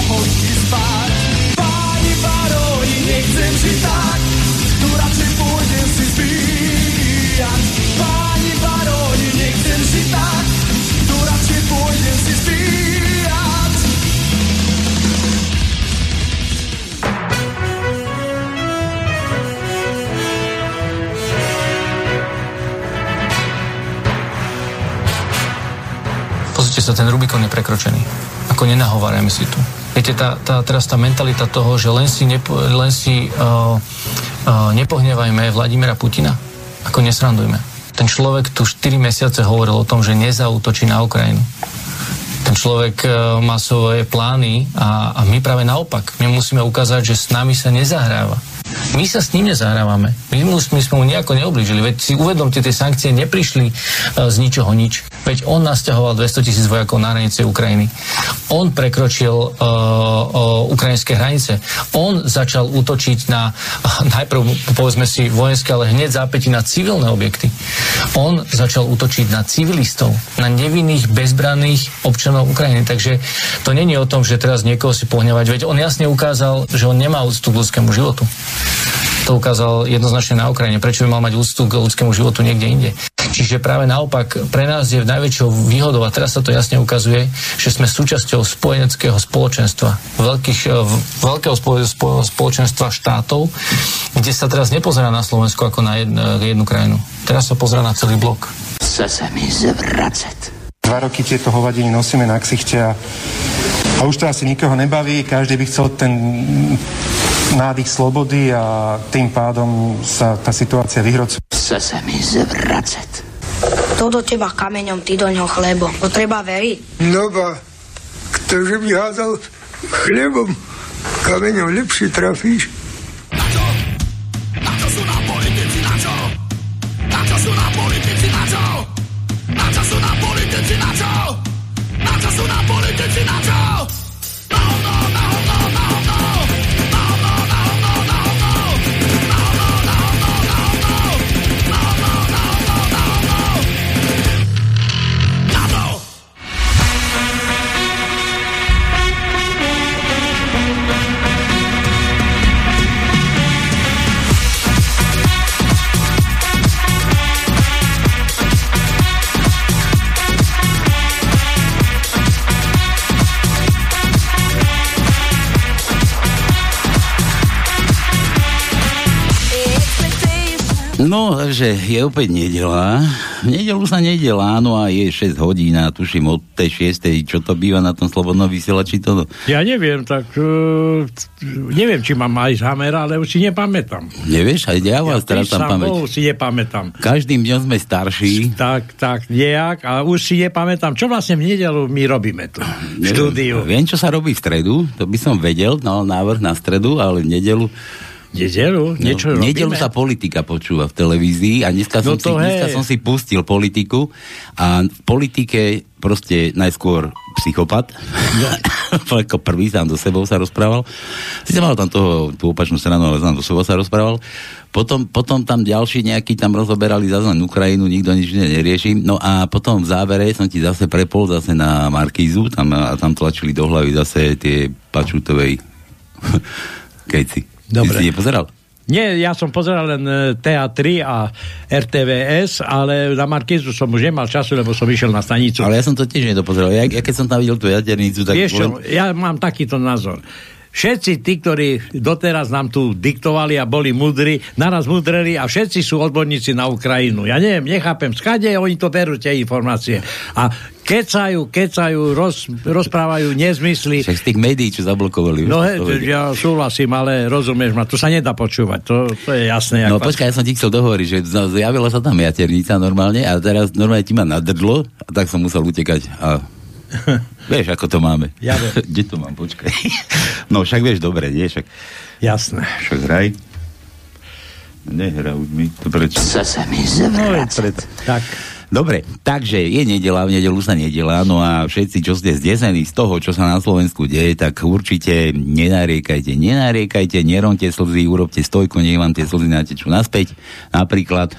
mohol ísť spať. Páni baroni, nechcem žiť tak, tu radšej pôjdem si zbíjať. Páni baroni, nechcem žiť tak, tu radšej pôjdem si zbíjať. Pozrite sa, ten Rubikon je prekročený. Ako nenahovárajme si tu. Viete, teraz tá mentalita toho, že len si nepohnevajme Vladimíra Putina, ako nesrandujme. Ten človek tu 4 mesiace hovoril o tom, že nezaútočí na Ukrajinu. Ten človek má svoje plány a my práve naopak. My musíme ukázať, že s nami sa nezahráva. My sa s ním nezahrávame. My sme mu nejako neublížili. Veď si uvedomte, tie sankcie neprišli z ničoho nič. Veď on nasťahoval 200,000 vojakov na hranice Ukrajiny. On prekročil ukrajinské hranice. On začal útočiť na, najprv povedzme si vojenské, ale hneď zápätí na civilné objekty. On začal útočiť na civilistov, na nevinných, bezbranných občanov Ukrajiny. Takže to nie je o tom, že teraz niekoho si pohnevať. Veď on jasne ukázal, že on nemá úctu k ľudskému životu. To ukázal jednoznačne na Ukrajine. Prečo by mal mať úctu k ľudskému životu niekde inde? Čiže práve naopak, pre nás je najväčšou výhodou, a teraz sa to jasne ukazuje, že sme súčasťou spojeneckého spoločenstva, veľkého spoločenstva štátov, kde sa teraz nepozerá na Slovensku ako na jednu krajinu. Teraz sa pozerá na celý blok. Chce sa mi zvracať. 2 roky tieto hovadiny nosíme na ksichte a už to asi nikoho nebaví, každý by chcel ten nádych slobody a tým pádom sa tá situácia vyhrocuje. Chce sa mi zvracať. To do teba kameňom, ty do ňoho chlebom. To treba veriť. No ba, ktože by házal chlebom, kameňom lepšie trafíš. Na čo? Na čo sú nám politici, na čo? Na čo sú nám politici, na čo? Na čo sú nám politici, na čo? Na čo sú nám politici, na čo? No, no, no, no, no, no. No, takže je opäť nedeľa. V nedeľu sa nedeľa, no a je 6 hodín a tuším od tej 6, čo to býva na tom slobodnom vysielači to... Ja neviem, tak neviem, či mám aj Hamera, ale už si nepamätám. Nevieš? Aj ja vás teraz tam pamäť. Si nepamätám. Každým dňom sme starší. Tak, nejak a už si nepamätám. Čo vlastne v nedeľu my robíme tu? V štúdiu. Viem, čo sa robí v stredu, to by som vedel, no návrh na stredu, ale v nedeľu niečo robíme. Nedeľu sa politika počúva v televízii a dneska som si pustil politiku a v politike proste najskôr psychopat. Ako prvý sám do sebou sa rozprával. Sice mal tam tú opačnú stranu, ale sám do sebou sa rozprával. Potom tam ďalší nejakí tam rozoberali zase len Ukrajinu, nikto nič nerieši. No a potom v závere som ti zase prepol zase na Markízu, tam tlačili do hlavy zase tie Pačutovej keci. Dobre. Ty si nepozeral? Nie, ja som pozeral len TA3 a RTVS, ale na Markízu som už nemal času, lebo som išiel na stanicu. Ale ja som to tiež nedopozeral. Ja keď som tam videl tú jadernicu, tak... Vieš čo, ja mám takýto názor. Všetci tí, ktorí doteraz nám tu diktovali a boli múdri, naraz múdreli a všetci sú odborníci na Ukrajinu. Ja neviem, nechápem, skade oni to berú tie informácie. A kecajú, rozprávajú nezmysly. Však z tých médií, čo zablokovali. No ja súhlasím, ale rozumieš ma, to sa nedá počúvať, to je jasné. No počkaj, ja som ti chcel dohovoriť, že zjavila sa tam jaternica normálne a teraz normálne ti ma nadrdlo a tak som musel utekať a... Vieš, ako to máme. Ja viem. Kde to mám, počkaj. No však vieš, dobre, nie? Však... Jasné. Však hraj. Nehraj mi. To prečo? Chce sa mi zvracať. Tak. Dobre, takže je nedeľa, v nedeľu sa nedeľa, no a všetci, čo ste zdesení z toho, čo sa na Slovensku deje, tak určite nenariekajte, neronte slzy, urobte stojku, nech vám tie slzy natečú naspäť, napríklad.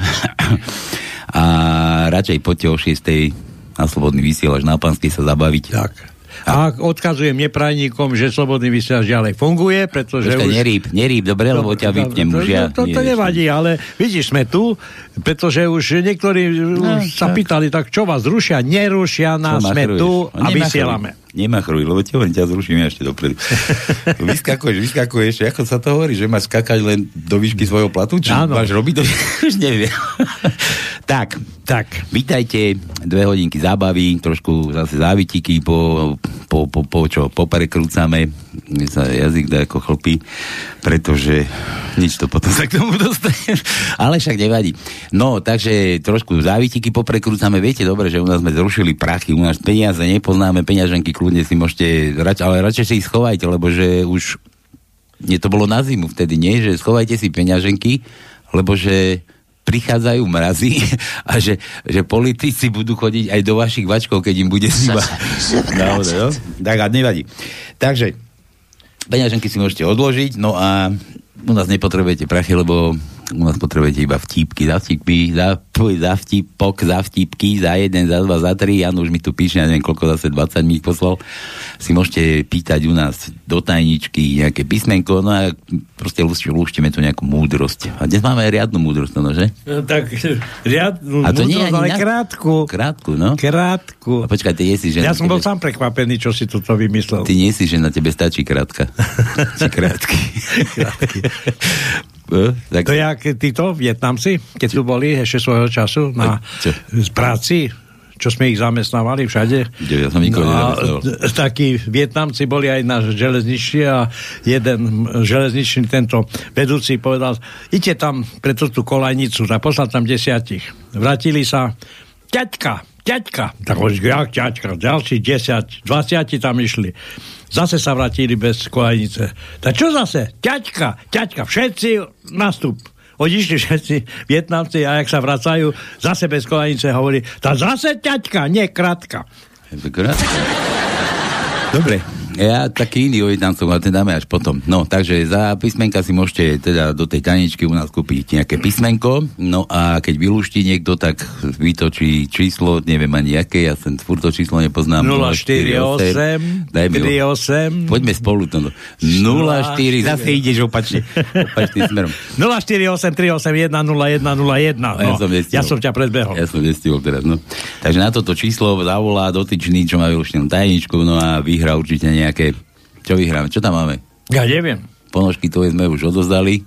A radšej poďte o 6:00 na slobodný vysielač na Panskej sa zabaviť. Tak. A odkazujem neprajníkom, že slobodný vysielač ďalej funguje, pretože počkaj, už... Neríb, dobre, lebo ťa vypnem už ja. To nevadí, ale vidíš, sme tu, pretože už niektorí sa pýtali, tak čo vás rušia? Nerušia nás, sme tu a vysielame. Nemachruj, lebo ťa zruším ešte dopredu. Vyskakuješ, ako sa to hovorí, že máš skakať len do výšky svojho platu? Či máš robiť do... Už neviem. Tak. Vítajte, 2 hodinky zábavy, trošku zase závitiky, poprekrúcame, mne sa jazyk dá ako chlpí, pretože nič to potom sa k tomu dostaneš, ale však nevadí. No, takže trošku závitiky poprekrúcame, viete dobre, že u nás sme zrušili prachy, u nás peniaze nepoznáme, peňaženky kľudne si môžete, ale radšej si ich schovajte, lebo že už to bolo na zimu vtedy, nie? Že schovajte si peňaženky, lebo že prichádzajú mrazy a že politici budú chodiť aj do vašich vačkov, keď im bude zima. No? Tak a nevadí. Takže peňaženky si môžete odložiť, no a u nás nepotrebujete prachy, lebo u nás potrebujete iba vtípky, za vtípky, za vtípky, za 1, za 2, za 3, Jan už mi tu píše, ja neviem koľko, zase 20 mi ich poslal, si môžete pýtať u nás do tajničky nejaké písmenko, no a proste lúštime tu nejakú múdrosť. A dnes máme aj riadnu múdrosť, no, že? No, tak riadnu múdrosť, ale krátku. Krátku, no? Krátku. A počkaj, ty nie si, že... Ja som bol sám prekvapený, čo si toto vymyslel. Ty nie si, že na tebe stačí krátka. Či krátky. Tak... To jak títo Vietnamci, keď tu boli ešte svojho času na práci, čo sme ich zamestnávali všade. Ja som nikoho nezamestnával. Takí Vietnamci boli aj na železnični a jeden železničný tento vedúci povedal, idete tam pre tú kolajnicu a poslal tam 10. Vrátili sa, ťaťka. Tak hovorí, jak ťaťka? Ďalší 10, 20 tam išli. Zase sa vrátili bez kolajnice. Tak čo zase? Ťaťka, všetci nastup. Odišli všetci Vietnamci a jak sa vracajú, zase bez kolajnice hovorí, tá zase ťaťka, nie krátka. Dobre, ja taký iný Vietnamcov, ale ten dáme až potom. No, takže za písmenka si môžete teda do tej tajničky u nás kúpiť nejaké písmenko, no a keď vylúští niekto, tak vytočí číslo, neviem ani aké, ja sem furt to číslo nepoznám. 048 38. Poďme spolu to. 04, zase ideš opačným smerom. 048 381 0101. No, ja som ťa predbehol. Ja som nestihol teraz, no. Takže na toto číslo zavolá dotyčný, čo má vylúštenú tajničku, no a vyhrá určite nejaké... Čo vyhráme? Čo tam máme? Ja neviem. Ponožky tvoje sme už odozdali.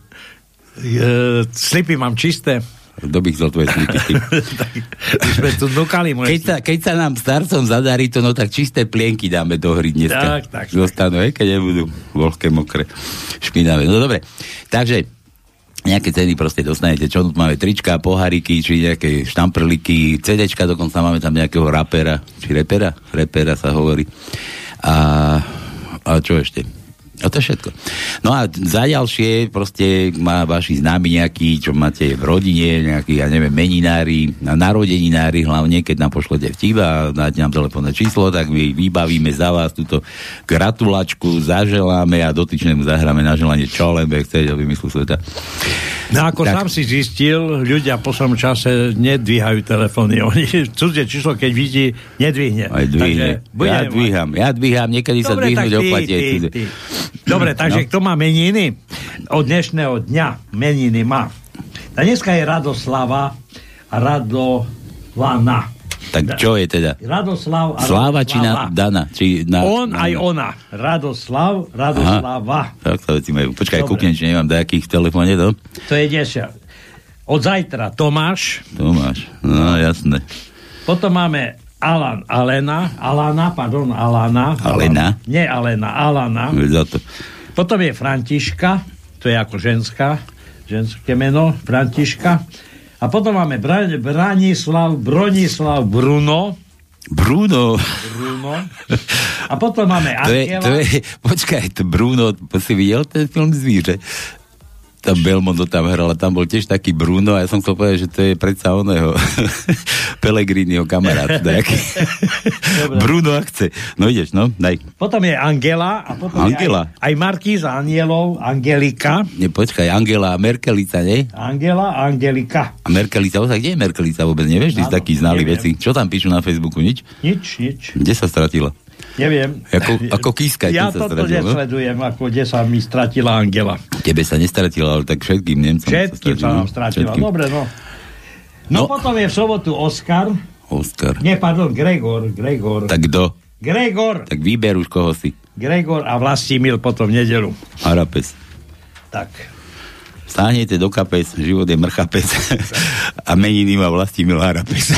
Slipy mám čisté. Kto by chcel tvoje slipy? Už sme tu dúkali. Keď sa nám starcom zadarí to, no tak čisté plienky dáme do hry dneska. Tak. Zostanú, keď nebudú vlhké, mokré, špinavé. No dobre. Takže nejaké ceny proste dostanete. Čo máme? Trička, poháriky, či nejaké štamprliky, CDčka, dokonca máme tam nejakého rapera. Či repera? Repera sa hovorí. A čo ešte? A to je všetko. No a za ďalšie proste má vaši známi nejakí, čo máte v rodine, nejakí, ja neviem, meninári, narodeninári, hlavne, keď nám pošlete vtip a dáte nám telefónne číslo, tak my vybavíme za vás túto gratulačku, zaželáme a dotyčnému zahráme na želanie čo len chcete o vymyslu sveta. No ako tak. Sám si zistil, ľudia v poslednom čase nedvíhajú telefóny. Oni cudzie číslo, keď vidí, nedvihne. Aj dvihne. Ja dvíham, niekedy sa dvihnúť oplatie. Dobre, takže kto má meniny? Od dnešného dňa meniny má. A dneska je Radoslava a Radovana. Tak čo je teda? Radoslav a Sláva či Dana? Či aj ona. Radoslava. Tak sa veci majú. Počkaj, kúknem, či nemám dajakých v telefóne, to? To je dneska. Od zajtra Tomáš. No jasné. Potom máme Alana. Nie Alena, Alana. Potom je Františka, to je ako ženské meno, Františka. A potom máme Bronislav, Bruno. A potom máme Angela. Počkaj, to Bruno, si videl ten film Zvíře? Tam Belmondo tam hral a tam bol tiež taký Bruno a ja som chcel povedať, že to je predsa oného Pellegriniho kamarát. Bruno chce. No ideš, no, daj. Potom je Angela a potom Angela. Je aj Markíza Anielov, Angelika. Počkaj, Angela a Merkelica, nie? Angela a Angelika. A Merkelica, kde je Merkelica vôbec? Nevieš, ty taký znali veci. Čo tam píšu na Facebooku, nič? Nič. Kde sa stratila? Neviem. Ako Kiska. Ja toto nesledujem, ako kde sa mi stratila Angela. Tebe sa nestratila, ale tak všetkým Nemcom všetkým sa nám stratila. Všetkým. Dobre, no. No potom je v sobotu Oskar. Nie, pardon, Gregor. Tak kto? Gregor. Tak vyber už, koho si. Gregor a Vlastimil potom v nedeľu. Harapes. Tak. Stáhnete do kapes, život je mrchapes a meniny má Vlastimil Harapes.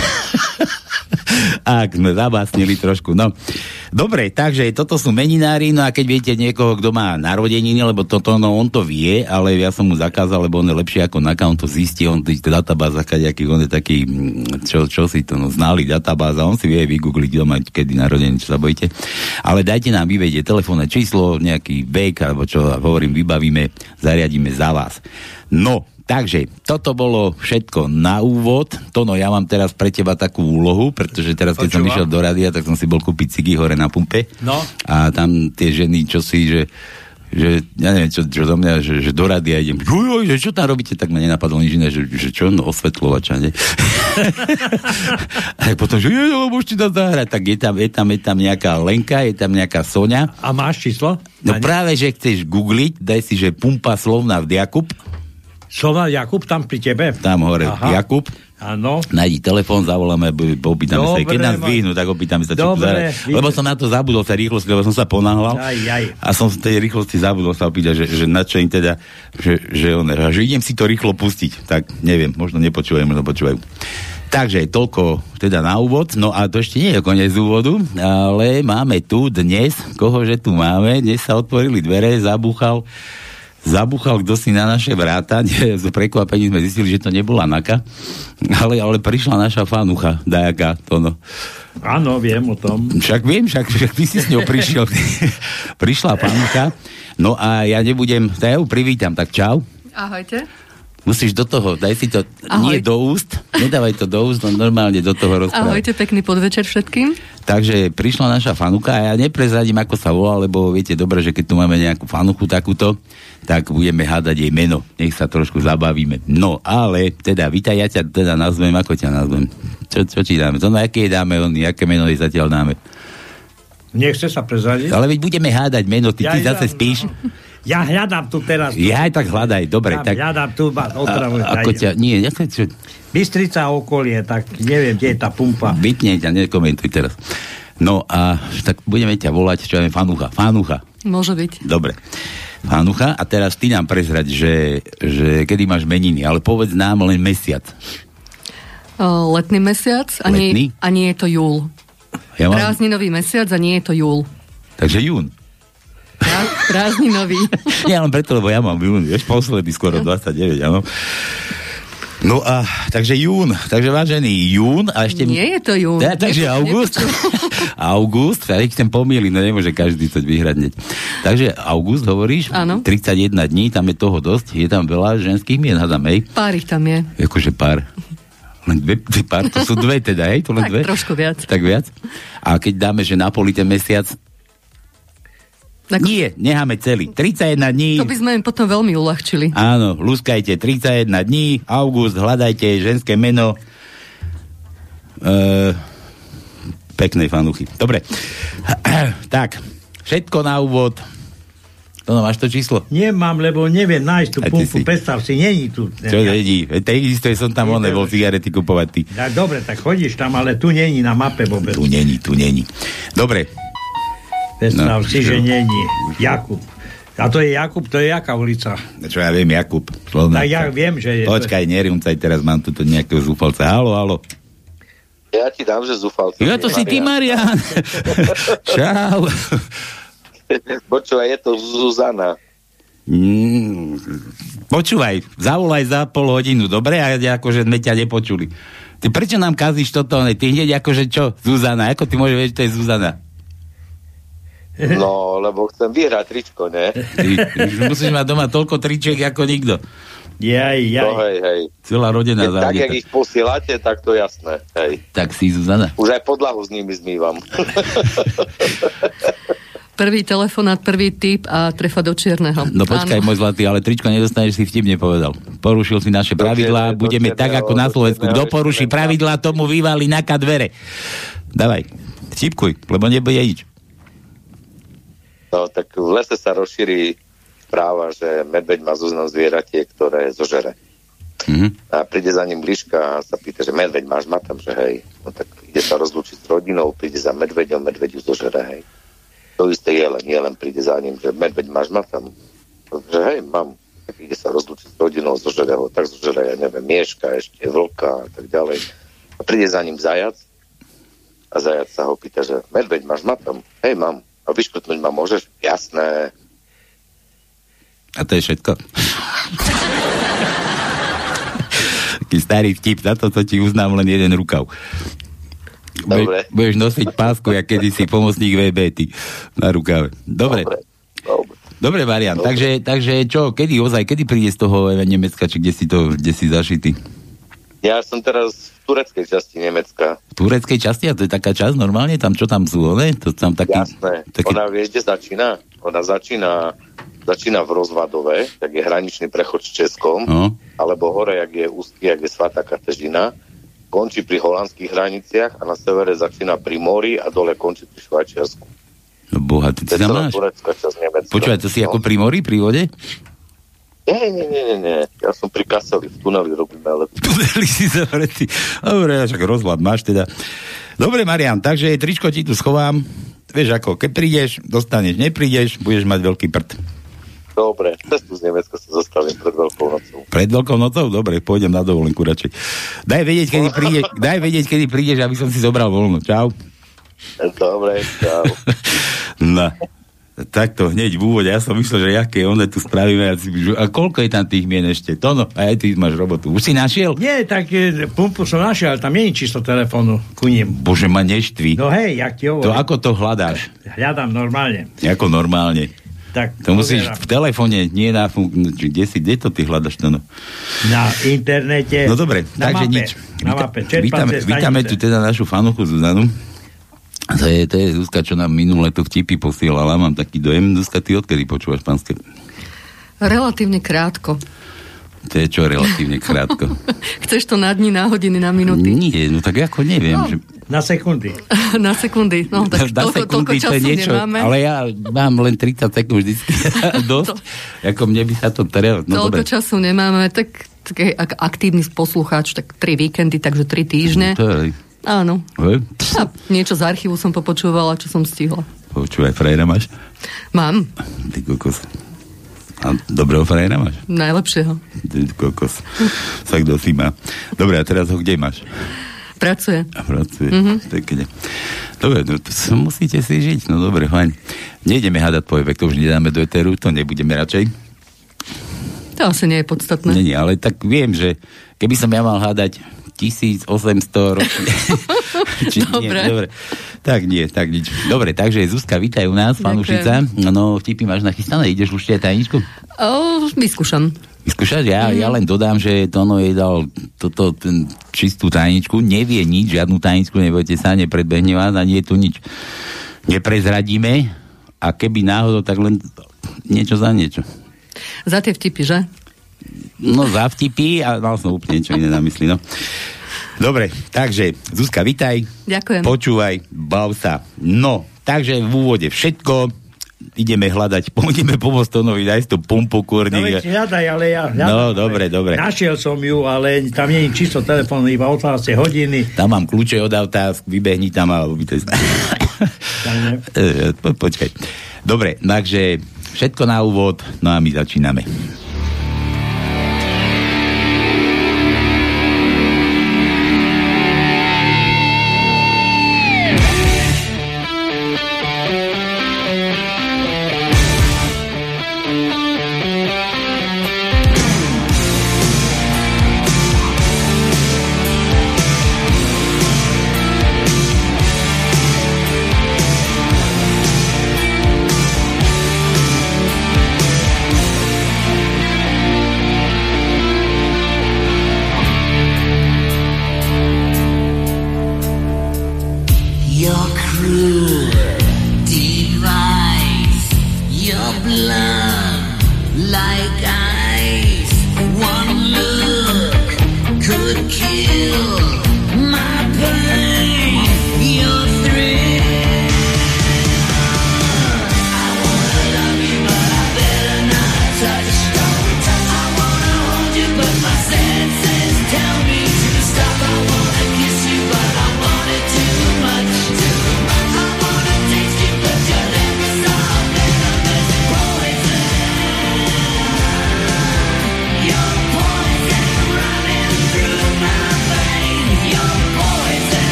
Ak sme zabásnili trošku, no. Dobre, takže toto sú meninári, no a keď viete niekoho, kto má narodeniny, lebo toto, no on to vie, ale ja som mu zakázal, lebo on je lepšie ako na on to zistí, on v databázach, on je taký, čo si to, no, znalý databáza, on si vie vygoogliť, kto má kedy narodeniny, čo sa bojíte. Ale dajte nám, vy viete, telefónne číslo, nejaký vek, alebo čo hovorím, vybavíme, zariadíme za vás. No, takže, toto bolo všetko na úvod. Tono, ja mám teraz pre teba takú úlohu, pretože teraz, keď som išiel do rádia, tak som si bol kúpiť cigy hore na pumpe. No. A tam tie ženy, čo si, že ja neviem, čo do mňa, že do rádia idem, že čo tam robíte, tak ma nenapadlo nič iné, že čo, no osvetľovača, ne? A potom, že môžete tam zahrať, tak je tam nejaká Lenka, je tam nejaká Soňa. A máš číslo? No práve, že chceš googliť, daj si, že pumpa Slovna v Jakub. Slovna Jakub tam pri tebe? Tam hore. Aha. Jakub. Áno. Nájdi telefón, zavoláme, opýtame sa. Keď nás vyhnú, tak opýtame sa, čo zahrať. Lebo som na to zabudol sa rýchlosti, lebo som sa ponáhľal. A som z tej rýchlosti zabudol sa opýtať, že na čo im teda, že idem si to rýchlo pustiť. Tak neviem, možno nepočúvajú, možno počúvajú. Takže toľko teda na úvod. No a to ešte nie je koniec úvodu, ale máme tu dnes, kohože tu máme, dnes sa otvorili dvere, zabúchal kto si na naše vrátanie. Z prekvapení sme zistili, že to nebola Naka, ale prišla naša fanucha, dajaká, Tono. Áno, viem o tom. Však ty si s ňou prišiel. Prišla fanucha. No a ja nebudem, ja ju privítam, tak čau. Ahojte. Musíš do toho, daj si to nie do úst, nedávaj to do úst, no normálne do toho rozprávať. Ahojte, pekný podvečer všetkým. Takže prišla naša fanucha a ja neprezradím, ako sa volá, lebo viete dobre, že keď tu máme nejakú fanuchu takúto, tak budeme hádať jej meno. Nech sa trošku zabavíme. No, ale teda, vítaj, ja ťa teda nazvem, ako ťa nazvem? Čo ti dáme? To no, aké dáme, aké meno jej zatiaľ dáme? Nechce sa prezradiť? Ale veď budeme hádať meno, ty zase spíš. Ja hľadám tu teraz. Ja aj tak hľadaj, dobre. Tak hľadám tu, ako ťa, nie, čo? Bystrica okolie, tak neviem, kde je tá pumpa. Vypne ťa, nekomentuj teraz. No a tak budeme ťa volať, čo je Fanucha. Môže byť. Dobre. Fanucha, a teraz ty nám prezrať, že kedy máš meniny, ale povedz nám len mesiac. Letný mesiac a nie je to júl. Prázdninový mesiac a nie je to júl. Takže jún. Prázdninový. Nie, len preto, lebo ja mám jún, vieš, posledný skoro 29, áno. No a, takže jún, takže vážený jún a ešte... Nie je to jún. Takže august. August, ja ich chcem pomýliť, no nemôže každý to vyhrať hneď. Takže august, hovoríš? Áno. 31 dní, tam je toho dosť, je tam veľa ženských mien, hádam, hej? Pár ich tam je. Akože pár. Len pár, to sú dve teda, hej? To len tak dve? Trošku viac. Tak viac? A keď dáme, že na poli ten mesiac... Nie, necháme celý. 31 dní. To by sme im potom veľmi uľahčili. Áno, lúskajte 31 dní, august, hľadajte ženské meno. Peknej fanuchy. Dobre. Tak, všetko na úvod. To máš to číslo? Nemám, lebo neviem nájsť tú pumpu. Predstav si, není tu. Čo není? Existuje, som tam bol cigarety kupovať ty. Tak, dobre, tak chodíš tam, ale tu není na mape vôbec. Tu není. Dobre. Predstav si, že není. Jakub. A to je Jakub, to je jaká ulica? Čo ja viem, Jakub. Slovnáčka. Tak ja viem, že je... Počkaj, nerúmcaj, teraz mám tu nejakého zúfalca. Haló. Ja ti dám, že zúfalca. Ja to si ty, Marián. Čau. Počúvaj, je to Zuzana. Počúvaj, zavolaj za pol hodinu, dobre? A akože sme ťa nepočuli. Ty prečo nám kazíš toto? Ty hneď akože čo? Zuzana, ako ty môžeš vedieť, že to je Zuzana? No, lebo chcem vyhrať tričko, ne? Ty musíš mať doma toľko tričiek ako nikto. Jaj. No, hej. Celá rodina závidá. Tak, jak ich posielate, tak to jasné, hej. Tak si, Zuzana. Už aj podlahu s nimi zmývam. Prvý telefonát, prvý tip a trefa do čierneho. No počkaj, môj zlatý, ale tričko nedostaneš, si vtip nepovedal. Porušil si naše pravidlá, budeme tak ako na Slovensku. Kto poruší pravidlá, tomu vyvalí Naka dvere. Dávaj, vtipkuj, lebo nebude nič. No, tak v lese sa rozšíri správa, že medveď má zoznam zvieratie, ktoré zožere. A príde za ním liška a sa pýta, že medveď máš, má tam, že hej. No tak ide sa rozlúčiť s rodinou, príde za medveďom, medveď ju zožere, hej. To isté jelen príde za ním, že medveď máš, má tam, že hej, mám. Tak ide sa rozlúčiť s rodinou, zožere ho, tak zožere, ja neviem, mieška, ešte vlka a tak ďalej. A príde za ním zajac a zajac sa ho pýta, že medveď máš, má tam, hej, mám. A vyškrtnúť ma môžeš? Jasné. A to je všetko. Taký starý vtip, za to ti uznám len jeden rukav. Dobre. Budeš nosiť pásku, jak kedysi pomocník VB na rukave. Dobre. Dobre, Marian, takže čo, kedy príde z toho Nemecka, či kde si zašitý? Ja som teraz v tureckej časti Nemecka. V tureckej časti? A to je taká časť normálne? Tam čo tam sú, ne? To tam taký, jasné. Ona vieš, kde začína? Ona začína v Rozvadove, tak je hraničný prechod s Českom, alebo hore, jak je Ústky, jak je Svatá Katežina, končí pri holandských hraniciach a na severe začína pri mori a dole končí pri Švajčiarsku. No boha, ty si tam máš? Počúvaj, to si ako pri mori, pri vode? Nie. Ja som pri Kaseli, v tuneli robíme, ale... V tuneli si zavretý. Dobre, však rozhľad máš teda. Dobre, Marian, takže tričko ti tu schovám. Vieš ako, keď prídeš, dostaneš, neprídeš, budeš mať veľký prd. Dobre, cestu z Nemecka sa zastavím pred Veľkou nocou. Pred Veľkou nocou? Dobre, pôjdem na dovolenku radšej. Daj vedieť, kedy prídeš, aby som si zobral voľno. Čau. Dobre, čau. No, takto hneď v úvode. Ja som myslel, že jaké one tu spravíme. A koľko je tam tých mien ešte? Tono, aj ty máš robotu. Už si našiel? Nie, tak pumpu som našiel, ale tam nie je číslo telefónu ku ním. Bože, ma neštví. No hej, jak ti hovorím. To ako to hľadáš? Hľadám normálne. Ako normálne? Tak, to musíš v telefóne, nie na kde to ty hľadaš to? No? Na internete. No dobre, takže nič. Na mape. Vítame tu teda našu fanuchu Zuzanu. To je Zuzka, čo nám minulé to vtipy posielala. Mám taký dojem. Zuzka, ty odkedy počúvaš pánske? Relatívne krátko. To je čo relatívne krátko? Chceš to na dni, na hodiny, na minúty? Nie, no tak ako neviem. No, že... Na sekundy. Na sekundy, no tak toľko času niečo, nemáme. Ale ja mám len 30 sekúnd vždycky dosť. Ako mne by sa to treba... No, toľko času nemáme, tak aktívny poslucháč, tak 3 víkendy, takže 3 týždne. Áno. A niečo z archívu som popočúvala, čo som stihla. Počúvaj, frajera máš? Mám. Ty kokos. A dobrého frajera máš? Najlepšieho. Ty kokos. Sa kto si má. Dobre, a teraz ho kde máš? Pracuje. Pekne. Dobre, no to musíte si žiť. No dobre, fajn. Nejdeme hádať po efekt, to už nedáme do eteru, to nebudeme radšej. To asi nie je podstatné. Nie, ale tak viem, že keby som ja mal hádať 1800 ročne. Dobre. Tak nič. Dobre, takže Zuzka, vítaj u nás, fanúšica. No, vtipy máš nachystané, ideš už tie tajničku? Vyskúšam. Vyskúšaš? Ja len dodám, že Tono jej dal ten čistú tajničku, nevie nič, žiadnu tajničku, nebojte sa, nepredbehne vás, ani je tu nič. Neprezradíme a keby náhodou, tak len niečo za niečo. Za tie vtipy, že? No, za vtipy a mal som úplne niečo iné na mysli, no. Dobre, takže Zuzka, vitaj. Ďakujem. Počúvaj, bav sa. No, takže v úvode všetko. Ideme pôjdeme pomôcť Tonovi, daj si tú pumpu, kurník. No veď hľadaj, ale ja hľadám. No, dobre. Našiel som ju, ale tam nie je číslo telefónu, iba otváracie hodiny. Tam mám kľúče od auta, vybehni tam a uvidíte. Počkaj. Dobre, takže všetko na úvod, no a my začíname.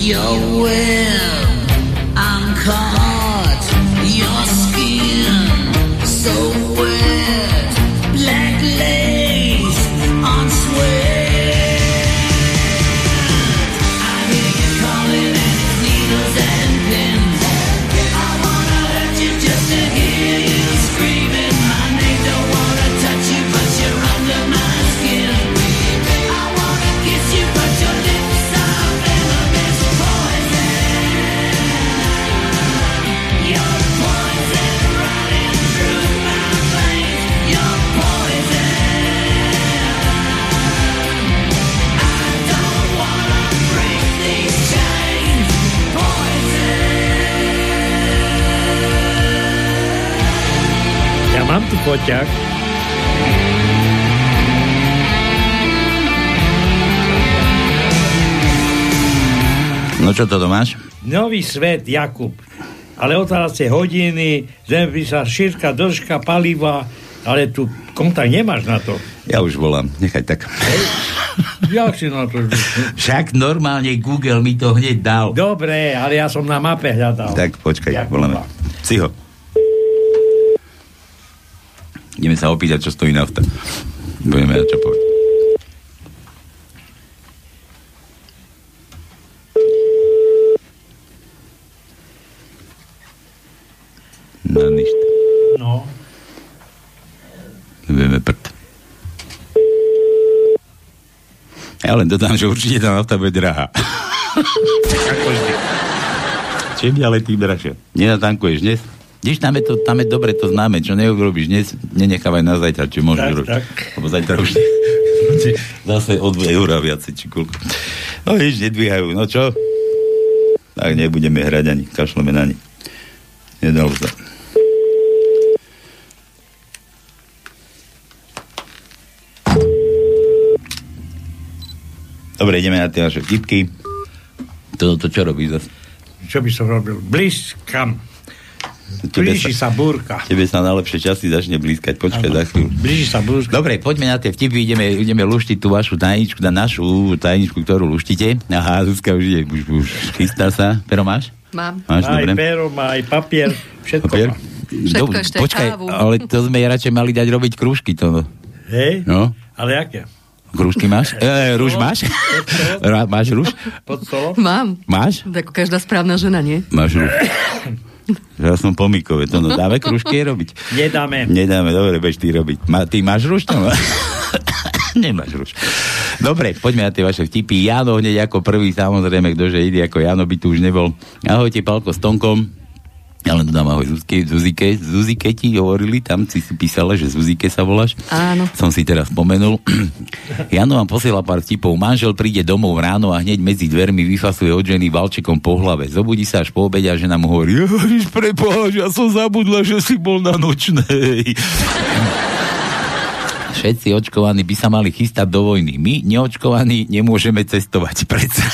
Your web, I'm caught. Your skin, so wet. Black lace on sweat. I hear you calling and it's needles and pins. I wanna hurt you just to hear you screaming my name. Don't wanna touch you, but you're under my skin. I wanna kiss you, but your lips are venomous poison. You're poison running through my veins. You're poison. I don't wanna break these chains. Poison. Ja mám tu poťah. No čo to máš? Nový svet, Jakub. Ale otváracie hodiny, zemepisá, šírka, dĺžka, paliva, ale tu kontakt nemáš na to. Ja už volám, nechaj tak. Ja si na to... Však normálne Google mi to hneď dal. Dobre, ale ja som na mape hľadal. Tak počkaj, Jakuba. voláme. Si ho. Ideme sa opýtať, čo stojí nafta. Budeme na čo povedať. Na nič. No. Budeme prd. Ja len dodám, že určite tá nafta bude drahá. Ako vždy. Čím ďalej tým drahšie. Nenatankuješ dnes? Vidíš, tam je dobre to známe, čo neurobíš dnes, nenechávaj na zajtra, či môžeš robiť. Lebo zajtra už zase o 2 eurá viac, či koľko. No vidíš, nedvíhajú, no čo? Tak nebudeme hrať ani, kašleme na ni. Nedalo sa. Dobre, ideme na tie naše vtipky. To čo robíš zase? Čo by som robil? Blízkam. Blíži sa búrka. Tebe sa na lepšie časy začne blízkať. Počkaj za chvíľu. Blíži sa búrka. Dobre, poďme na tie vtipy. Ideme luštiť tú vašu tajničku, na našu tajničku, ktorú luštíte. Aha, Zuzka už ide, už chystá sa. Pero máš? Mám. Máš, aj dobre. pero, aj papier, všetko Papier? má. Všetko ešte Počkaj, kávu. ale to sme radšej mali dať robiť krúžky. To. Hej? No. Ale aké? Krúžky máš? Rúž máš? Máš rúž? Pod stolom? Mám. Máš? Ako každá správna žena, nie? Máš rúž. Ja som pomíkové. To no, dáme krúžky robiť? Nedáme. Nedáme, dobre, bež ty robiť. Ty máš rúž tam? Nemáš rúž. Dobre, poďme na tie vaše vtipy. Jano hneď ako prvý, samozrejme, ktože ide ako Jano by tu už nebol. Ahojte, Palko s Tonkom. Ja len dodám ahoj Zuzike. Zuzike ti hovorili, tam si písala, že Zuzike sa voláš. Áno. Som si teraz spomenul. Jano vám posiela pár vtipov. Manžel príde domov ráno a hneď medzi dvermi vyfasuje od ženy valčekom po hlave. Zobudí sa až po obede a žena mu hovorí: Ježiš, prepáč, ja som zabudla, že si bol na nočnej. Všetci očkovaní by sa mali chystať do vojny. My, neočkovaní, nemôžeme cestovať. Predsa.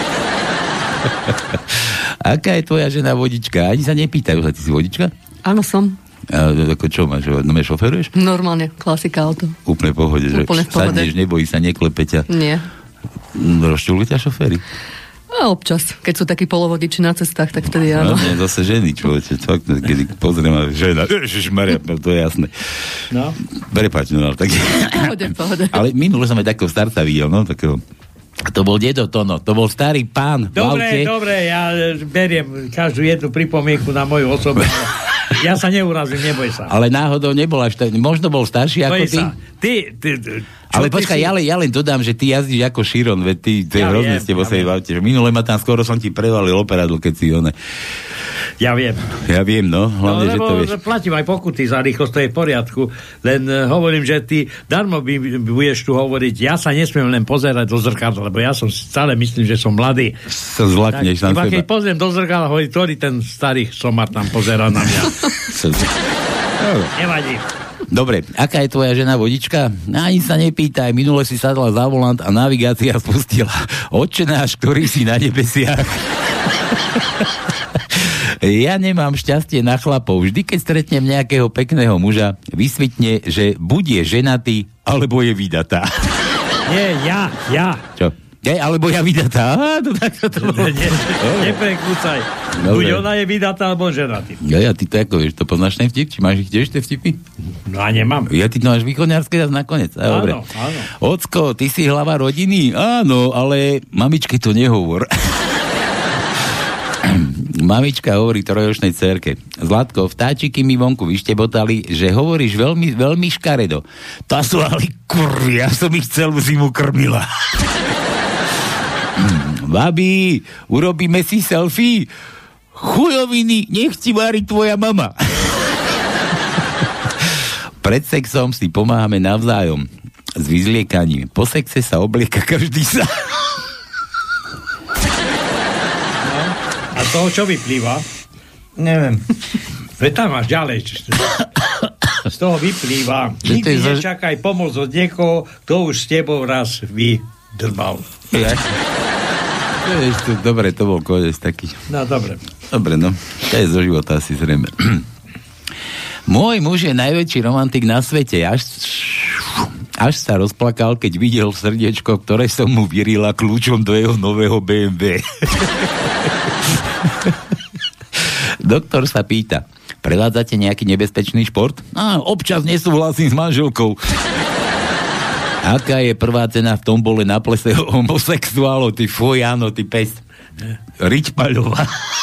Aká je tvoja žena vodička? Ani sa nepýtajú, ty si vodička? Áno, som. A ako čo máš? No šoferuješ? Normálne, klasika auto. Úplne v pohode. Úplne v pohode. Sadneš, nebojí sa, neklepe ťa. Nie. Rozčulujú ťa šoféry? A občas, keď sú takí polovodiči na cestách, tak vtedy áno. No, nie, zase ženy, človeče. Keď pozriem a žena, Ježišmaria, to je jasné. No. Prepáč, no, tak... Pohode. Ale minule som aj takého starca videl, no, takého... To bol dedo Tono, to bol starý pán. Dobre, ja beriem každú jednu pripomienku na moju osobu. Ja sa neurazím, neboj sa. Ale náhodou nebol až možno bol starší ako ty. Ale počkaj, ja len dodám, že ty jazdíš ako Širon, veď ty ja hrozne ste vo svojej aute. Minule ma tam skoro som ti prevalil operadlo, keď si one. Ja viem. Ja viem, no. Hlavne, že to vieš. Platím aj pokuty za rýchlosť, to je v poriadku. Len hovorím, že ty darmo budeš tu hovoriť, ja sa nesmiem len pozerať do zrkadla, lebo ja som stále myslím, že som mladý. Sa zlakneš na seba. Keď pozriem do zrkadla, hovorí, ktorý ten starý somar tam pozerá na mňa. Nevadí. Dobre, aká je tvoja žena vodička? Ani sa nepýtaj, minule si sadla za volant a navigácia spustila: Otče náš, ktorý si na nebesiach. Ja nemám šťastie na chlapov. Vždy, keď stretnem nejakého pekného muža, vysvetne, že buď je ženatý, alebo je vydatá. Nie, ja. Čo? Alebo ja vydatá. Neprekúcaj. Buď ona je vydatá, alebo ženatý. Ja, ty to ako vieš, to poznáš ten vtip? Či máš ich tiež tie vtipy? No a nemám. Ja, ty to máš východňarské zase nakoniec. Dobre. Áno. Ocko, ty si hlava rodiny? Áno, ale mamičke to nehovor. Mamička hovorí trojročnej dcerke: Zlatko, vtáčiky mi vonku vyštebotali, že hovoríš veľmi, veľmi škaredo. To sú ale kurvy, ja som ich celú zimu krmila. Babi, urobíme si selfie? Chujoviny, nech ti varí tvoja mama. Pred sexom si pomáhame navzájom s vyzliekaním. Po sexe sa oblieka každý sám. A z toho čo vyplýva? Neviem. Veď tam máš ďalej. Z toho vyplýva. Nikdy nečakaj pomoc od niekoho, kto už s tebou raz vydrbal. Dobre, to bol koniec taký. No, dobre. Dobre, no. To je zo života asi zrejme. Môj muž je najväčší romantik na svete. Až sa rozplakal, keď videl srdiečko, ktoré som mu vyrila kľúčom do jeho nového BMW. Doktor sa pýta: prevádzate nejaký nebezpečný šport? Občas nesúhlasím s manželkou. Aká je prvá cena v tombole na plese homosexuálov? Ty fuj, áno, ty pes. Ričpaľová.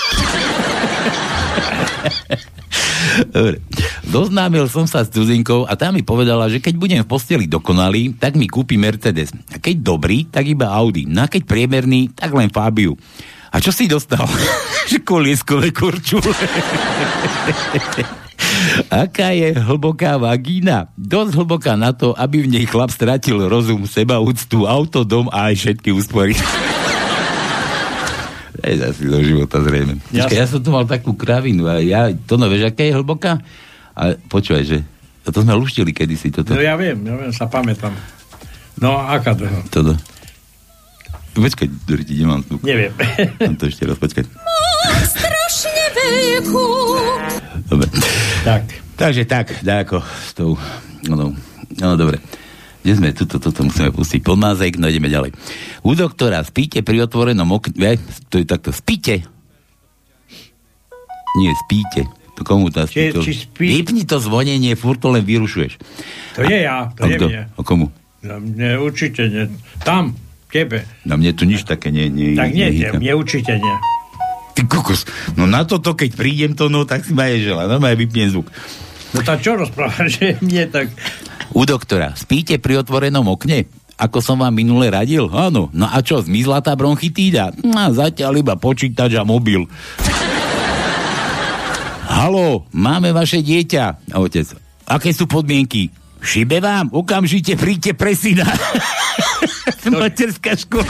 Dobre. Zoznámil som sa s cudzinkou a tá mi povedala, že keď budem v posteli dokonalý, tak mi kúpi Mercedes. A keď dobrý, tak iba Audi. No a keď priemerný, tak len Fabiu. A čo si dostal? Kolieskové korčule. Aká je hlboká vagína? Dosť hlboká na to, aby v nej chlap stratil rozum, sebaúctu, auto, dom a aj všetky úspory. To je asi do života zrejme. Ja som tu mal takú kravinu a to no vieš, aká je hlboká? A počúvaj, že to sme luštili kedysi toto. No ja viem, sa pamätám. No aká to? Toto. Počkaj, ti nemám zvuk. Neviem. Mám to ešte raz, počkaj. Mám strašne veľkú. Dobre. Tak. Takže tak, dáko s tou... No, dobre. Kde sme? Toto musíme pustiť. Podmázek, no ideme ďalej. U doktora, spíte pri otvorenom okne... To je takto, spíte. Nie, spíte. To komu tá spíte? Vypni to zvonenie, furt to len vyrušuješ. To je ja, to je mne. A komu? Mne určite nie. Tam. Tebe. Na mne tu nič také nie tak nie, mne určite nie. Ty kokos, no na toto, keď prídem to, no tak si ma je žela, no ma je vypnem zvuk. No tak čo rozprávaš, že mne tak... U doktora, spíte pri otvorenom okne? Ako som vám minule radil? Áno. No a čo, zmizla tá bronchitída? No, zatiaľ iba počítač a mobil. Haló, máme vaše dieťa. A otec, aké sú podmienky? Šibe vám, okamžite príďte pre syna. Materská škola.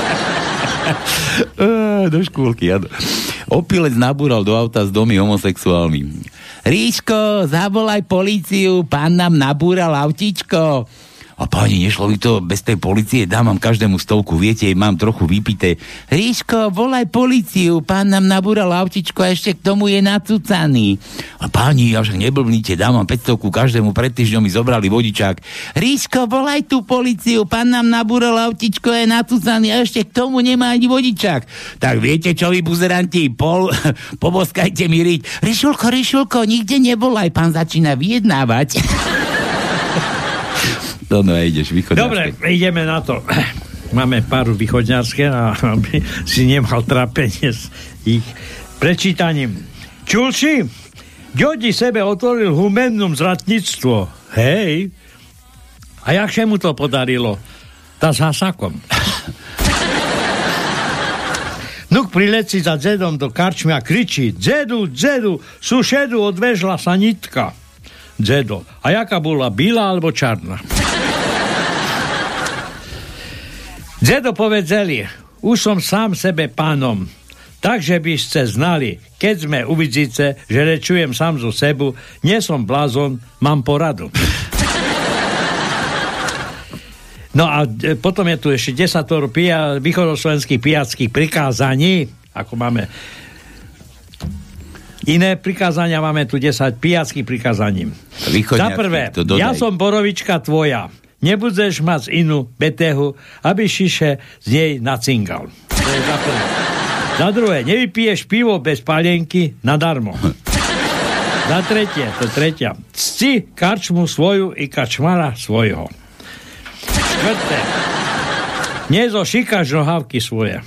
Do škôlky, áno. Opilec nabúral do auta s dvomi homosexuálmi. Ríško, zavolaj políciu, pán nám nabúral autíčko. A páni, nešlo by to bez tej polície, dám každému stovku, viete, mám trochu vypité. Ríško, volaj políciu, pán nám nabúral autičko a ešte k tomu je nacúcaný. A páni, ja však neblbnite, dám 500 každému, pred týždňom mi zobrali vodičák. Ríško, volaj tú políciu, pán nám nabúral autičko a je nacúcaný a ešte k tomu nemá ani vodičák. Tak viete čo, vy buzeranti, poboskajte mi riť. Ríšulko, nikde nevolaj, pán začína vyjednávať. No, ideš východňarské. Dobre, ideme na to. Máme pár východňarské, aby si nemal trápenie s ich prečítaním. Čulči, Ďodi sebe otvoril humennum zratníctvo. Hej. A jakže mu to podarilo? Tá s hasakom. Nuk prileci za dzedom do karčmy a kričí: Dzedu, sušedu odvežla sa nitka. Dzedo, a jaká bola, bílá alebo čarná? Dzedo povedzeli: už som sám sebe pánom, takže by ste znali, keď sme u vidzice, že rečujem sám zo sebu, nie som blázon, mám poradu. No a potom je tu ešte 10 východoslovenských pijackých prikázaní, ako máme iné prikázania, máme tu 10 pijackých prikázaní. Za prvé, ja som borovička tvoja, nebudeš mať inú betehu, aby šiše z nej nacingal. To je za prvé. Za druhé, nevypiješ pivo bez palienky nadarmo. Za tretie, to tretia, cti karčmu svoju i kačmara svojho. Štvrté, nezošikaš nohavky svoje.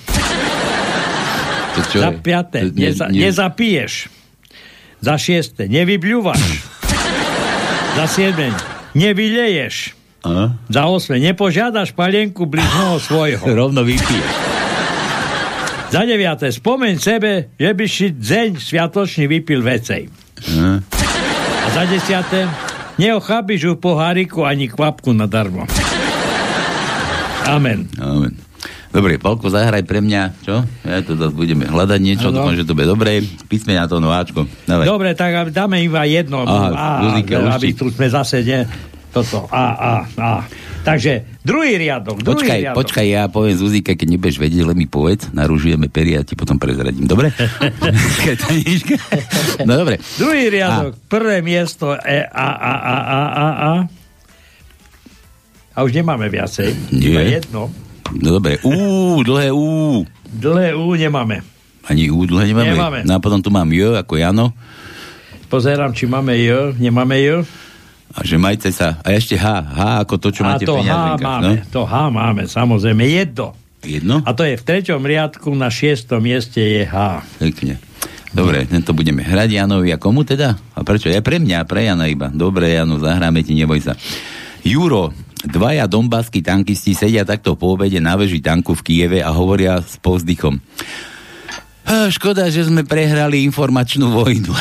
Za piaté, nezapiješ. Za šieste, nevybľúvaš. Za siedme, nevyleješ. Za osme, nepožiadaš palienku bližného svojho. Rovno vypiješ. Za deviate, spomeň sebe, že by si deň sviatočný vypil vecej. A za desiate, neochápiš u poháriku ani kvapku nadarmo. Amen. Amen. Dobre, Paľko, zahraj pre mňa, čo? Ja to zase budeme hľadať niečo, dúfam, že to bude dobré. Písme na to nováčko. Dávaj. Dobre, tak dáme iba jedno. Aby tu sme zase toto. Takže druhý riadok. Počkaj, ja poviem Zuzike, keď nebudeš vedieť, len mi povedz, naružujeme pery a ti potom prezradím. Dobre? No dobre. Druhý riadok. Prvé miesto A. A už nemáme viacej. Iba jedno. No dobre, dlhé U. Dlhé U nemáme. Ani U dlhé nemáme? No a potom tu mám J ako Jano. Pozerám, či máme J. Nemáme J. A že majte sa. A ešte H. H ako to, čo máte v peňaženkách. No? To H máme, samozrejme. Jedno. A to je v 3. riadku, na 6. mieste je H. Pekne. Dobre, tento budeme hrať Janovi. A komu teda? A prečo? Ja pre mňa, pre Jana iba. Dobre, Jano, zahráme ti, neboj sa. Juro, 2 donbaskí tankisti sedia takto po obede na veži tanku v Kieve a hovoria s povzdychom. Škoda, že sme prehrali informačnú vojnu.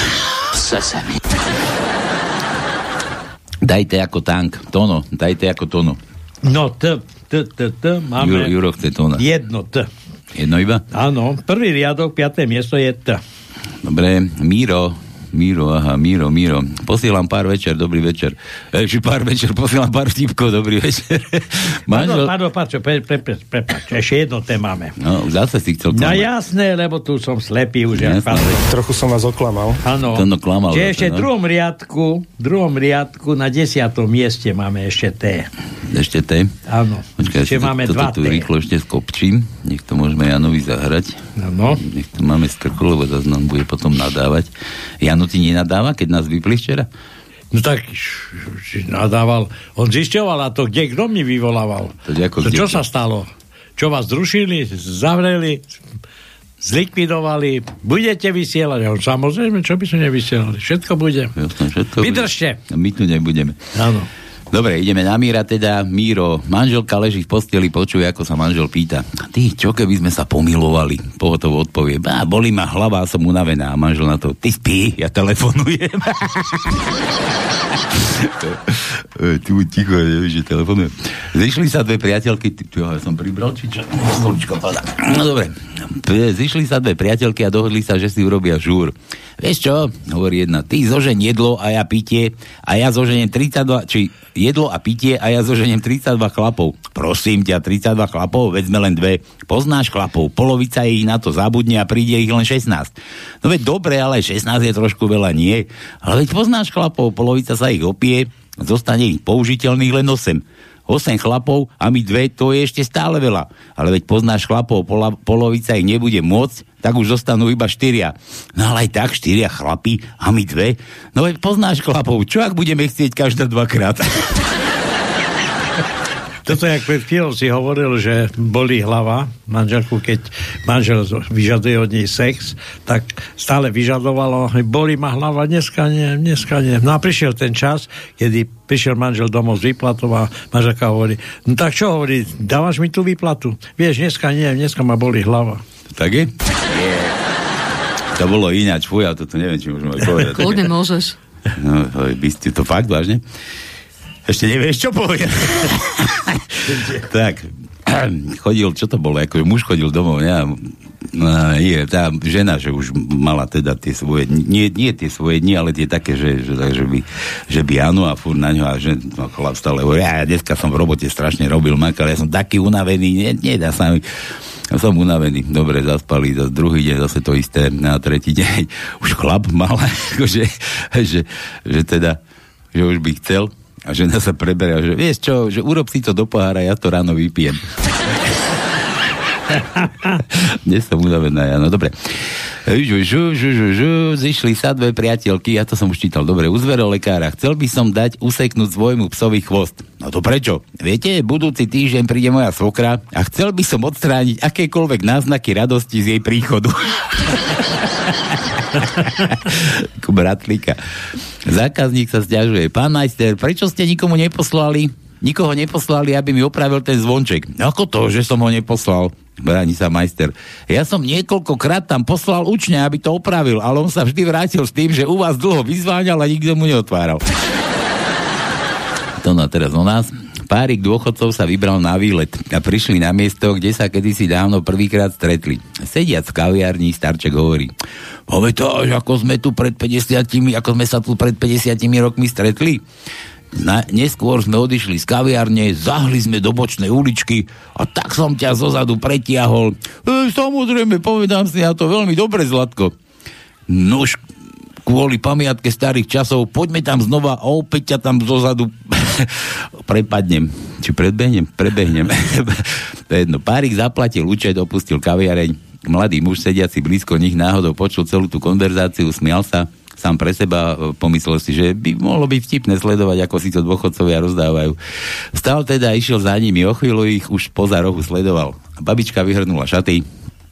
Dajte ako tank. Tono, dajte ako Tono. No, máme... Juro chce Tona. Jedno T. Jedno iba? Áno, prvý riadok, 5. miesto je T. Dobre, Míro. Posielam pár večer, dobrý večer. Posielam pár vtipkov, dobrý večer. Pardon, prepáč, ešte jedno té máme. No, zase si chcel klamať. No jasné, lebo tu som slepý už. Trochu som vás oklamal. Áno. Čiže ešte v druhom riadku na 10. mieste máme ešte T. Ešte T? Áno. Počkaj, ešte máme 2 T. Toto tu rýchlo ešte skopčím. Nech to môžeme Janovi zahrať. Áno. Nech to máme strku, lebo zase nám bude potom nadávať. Jano ti nenadáva, keď nás vypli včera? No tak nadával. On zisťoval a to kto mi vyvolával. To čo sa stalo? Čo vás zrušili, zavreli, zlikvidovali, budete vysielať? A on, samozrejme, čo by sme nevysielali? Všetko bude. Vydržte. My tu nebudeme. Áno. Dobre, ideme na Míra teda. Míro, manželka leží v posteli, počuje, ako sa manžel pýta. Ty, čo keby sme sa pomilovali? Pohotovo odpovie. Bolí ma hlava a som unavená. A manžel na to, ty spí, ja telefonujem. Ty buď ticho, že telefonujem. Zišli sa dve priateľky, ja som pribral, či čo? No dobre. Zišli sa dve priateľky a dohodli sa, že si urobia žúr. Vieš čo? Hovorí jedna, ty zožeň jedlo a ja pitie a ja zoženiem 32, či jedlo a pitie a ja zoženiem 32 chlapov. Prosím ťa, 32 chlapov, veď sme len dve. Poznáš chlapov, polovica ich na to zabudne a príde ich len 16. No veď dobre, ale 16 je trošku veľa, nie? Ale veď poznáš chlapov, polovica sa ich opie, zostane ich použiteľných len 8 chlapov a my dve, to je ešte stále veľa. Ale veď poznáš chlapov, polovica ich nebude môcť, tak už zostanú iba 4. No ale aj tak 4 chlapi a my dve. No veď poznáš chlapov, čo ak budeme chcieť každá 2-krát? Toto, jak pred chvíľou si hovoril, že bolí hlava manželku, keď manžel vyžaduje od nej sex, tak stále vyžadovalo, bolí ma hlava, dneska nie. No a prišiel ten čas, kedy prišiel manžel domov z výplatou a manželka hovorí, no tak čo hovorí, dávaš mi tú výplatu? Vieš, dneska ma bolí hlava. Tak je? To bolo ináč, fuja, toto neviem, či môžeme povedať. Kľudne môžeš. No, by ste to fakt vážne? Ešte nevieš, čo povie. Tak, chodil, čo to bolo, akože muž chodil domov, ja, tá žena, že už mala teda tie svoje, nie tie svoje dni, ale tie také, že by áno a furt na ňo a že no, chlap stále hovorí, ja dneska som v robote strašne robil, makal, ja som taký unavený, nedá sa mi. Ja som unavený. Dobre, zaspali, zase druhý deň zase to isté, na tretí deň už chlap mal, akože, že teda, že už by chcel A žena sa preberia, že vieš čo, že urob si to do pohára, ja to ráno vypijem. Dnes som unavená, ja, no dobre. Zišli sa dve priateľky, ja to som už čítal, dobre, u zverolekára. Chcel by som dať useknúť svojmu psovi chvost. No to prečo? Viete, budúci týždeň príde moja svokra a chcel by som odstrániť akékoľvek náznaky radosti z jej príchodu. Bratlíka. Zákazník sa sťažuje. Pán majster, prečo ste nikoho neposlali, aby mi opravil ten zvonček? Ako to, že som ho neposlal? Bráni sa majster. Ja som niekoľkokrát tam poslal učňa, aby to opravil, ale on sa vždy vrátil s tým, že u vás dlho vyzváňal a nikto mu neotváral. To no teraz o nás. Párik dôchodcov sa vybral na výlet a prišli na miesto, kde sa kedysi dávno prvýkrát stretli. Sediac v kaviarni, starček hovorí: pamätáš, ako sme sa tu pred 50 rokmi stretli? Neskôr sme odišli z kaviarne, zahli sme do bočnej uličky a tak som ťa zozadu pretiahol. Samozrejme, povedám si na to veľmi dobre, Zlatko. Nož, kvôli pamiatke starých časov, poďme tam znova a opäť ťa tam zozadu prepadnem. Či prebehnem. To je jedno. Párik zaplatil účet, opustil kaviareň. Mladý muž sediaci blízko nich náhodou počul celú tú konverzáciu, smial sa sám pre seba, pomyslel si, že by mohlo byť vtipné sledovať, ako si to dôchodcovia rozdávajú. Stal teda, išiel za nimi, o chvíľu ich už poza rohu sledoval. Babička vyhrnula šaty,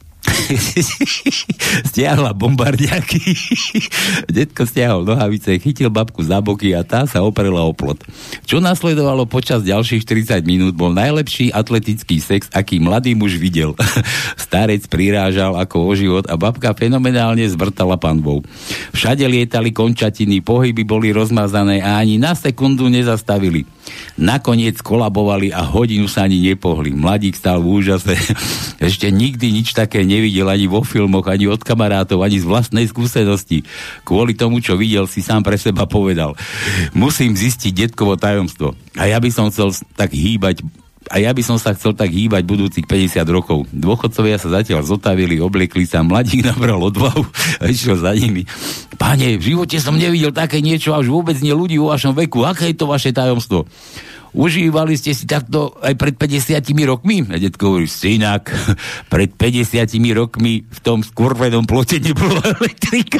stiahla bombardiaky, detko stiahol nohavice, chytil babku za boky a tá sa oprela o plot. Čo nasledovalo počas ďalších 40 minút, bol najlepší atletický sex, aký mladý muž videl. Starec prirážal ako o život a babka fenomenálne zvrtala panvou. Všade lietali končatiny, pohyby boli rozmazané a ani na sekundu nezastavili. Nakoniec kolabovali a hodinu sa ani nepohli. Mladík stál v úžase. Ešte nikdy nič také nevidel ani vo filmoch, ani od kamarátov, ani z vlastnej skúsenosti. Kvôli tomu, čo videl, si sám pre seba povedal: musím zistiť detkovo tajomstvo. A ja by som sa chcel tak hýbať budúcich 50 rokov. Dôchodcovia sa zatiaľ zotavili, obliekli sa, mladík nabral odvahu a išiel za nimi. Páne, v živote som nevidel také niečo a už vôbec nie ľudí vo vašom veku. Aké je to vaše tajomstvo? Užívali ste si takto aj pred 50 rokmi? A detko hovorí: synak, pred 50 rokmi v tom skurvenom plote nebola elektrika.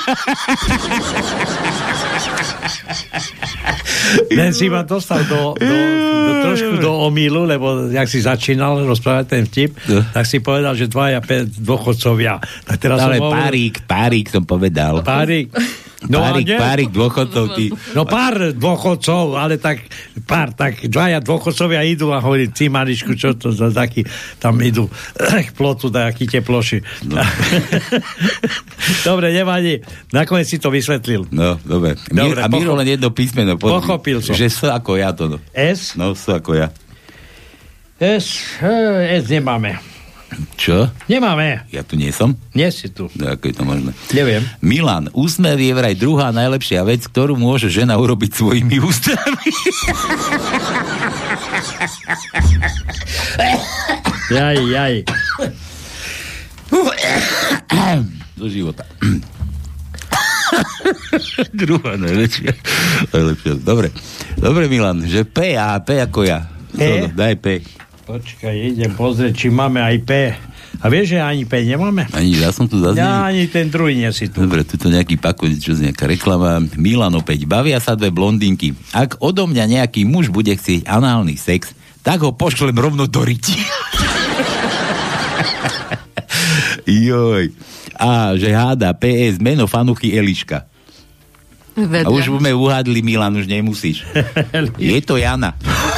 Len si ma dostal trošku do omylu, lebo jak si začínal rozprávať ten vtip, tak si povedal, že dvaja dôchodcovia. Tak teraz ale párik som povedal. Párik. No, párik dôchodcov. No pár dôchodcov, ale tak dvaja dôchodcovia idú a hovorí: ty Marišku, čo to za taký, tam idú k plotu, taký teploši. No. Dobre, nevadí. Nakoniec si to vysvetlil. No, dobre. A Miro len jedno písmeno. Pochopil som. Že S ako ja to. S? No, S ako ja. S nemáme. Čo? Nemáme. Ja tu nie som? Nie si tu. No, ako je to možné? Neviem. Milan, úsmev je vraj druhá najlepšia vec, ktorú môže žena urobiť svojimi ústami. Jaj. Do života. Druhá najlepšia. Dobre, Milan, že P ako ja. Daj P. Počkaj, idem pozrieť, či máme aj P. A vieš, že ani P nemáme? Ja som tu zaznel. Ja ani ten druhý nie si tu. Dobre, tuto nejaký pakot, čo z nejaká reklama. Milan opäť. Bavia sa dve blondinky. Ak odo mňa nejaký muž bude chcieť análny sex, tak ho pošlem rovno do riti. Joj. A že háda PS meno fanuchy Eliška. Vedľa. A už sme uhádli, Milan, už nemusíš. Je to Jana.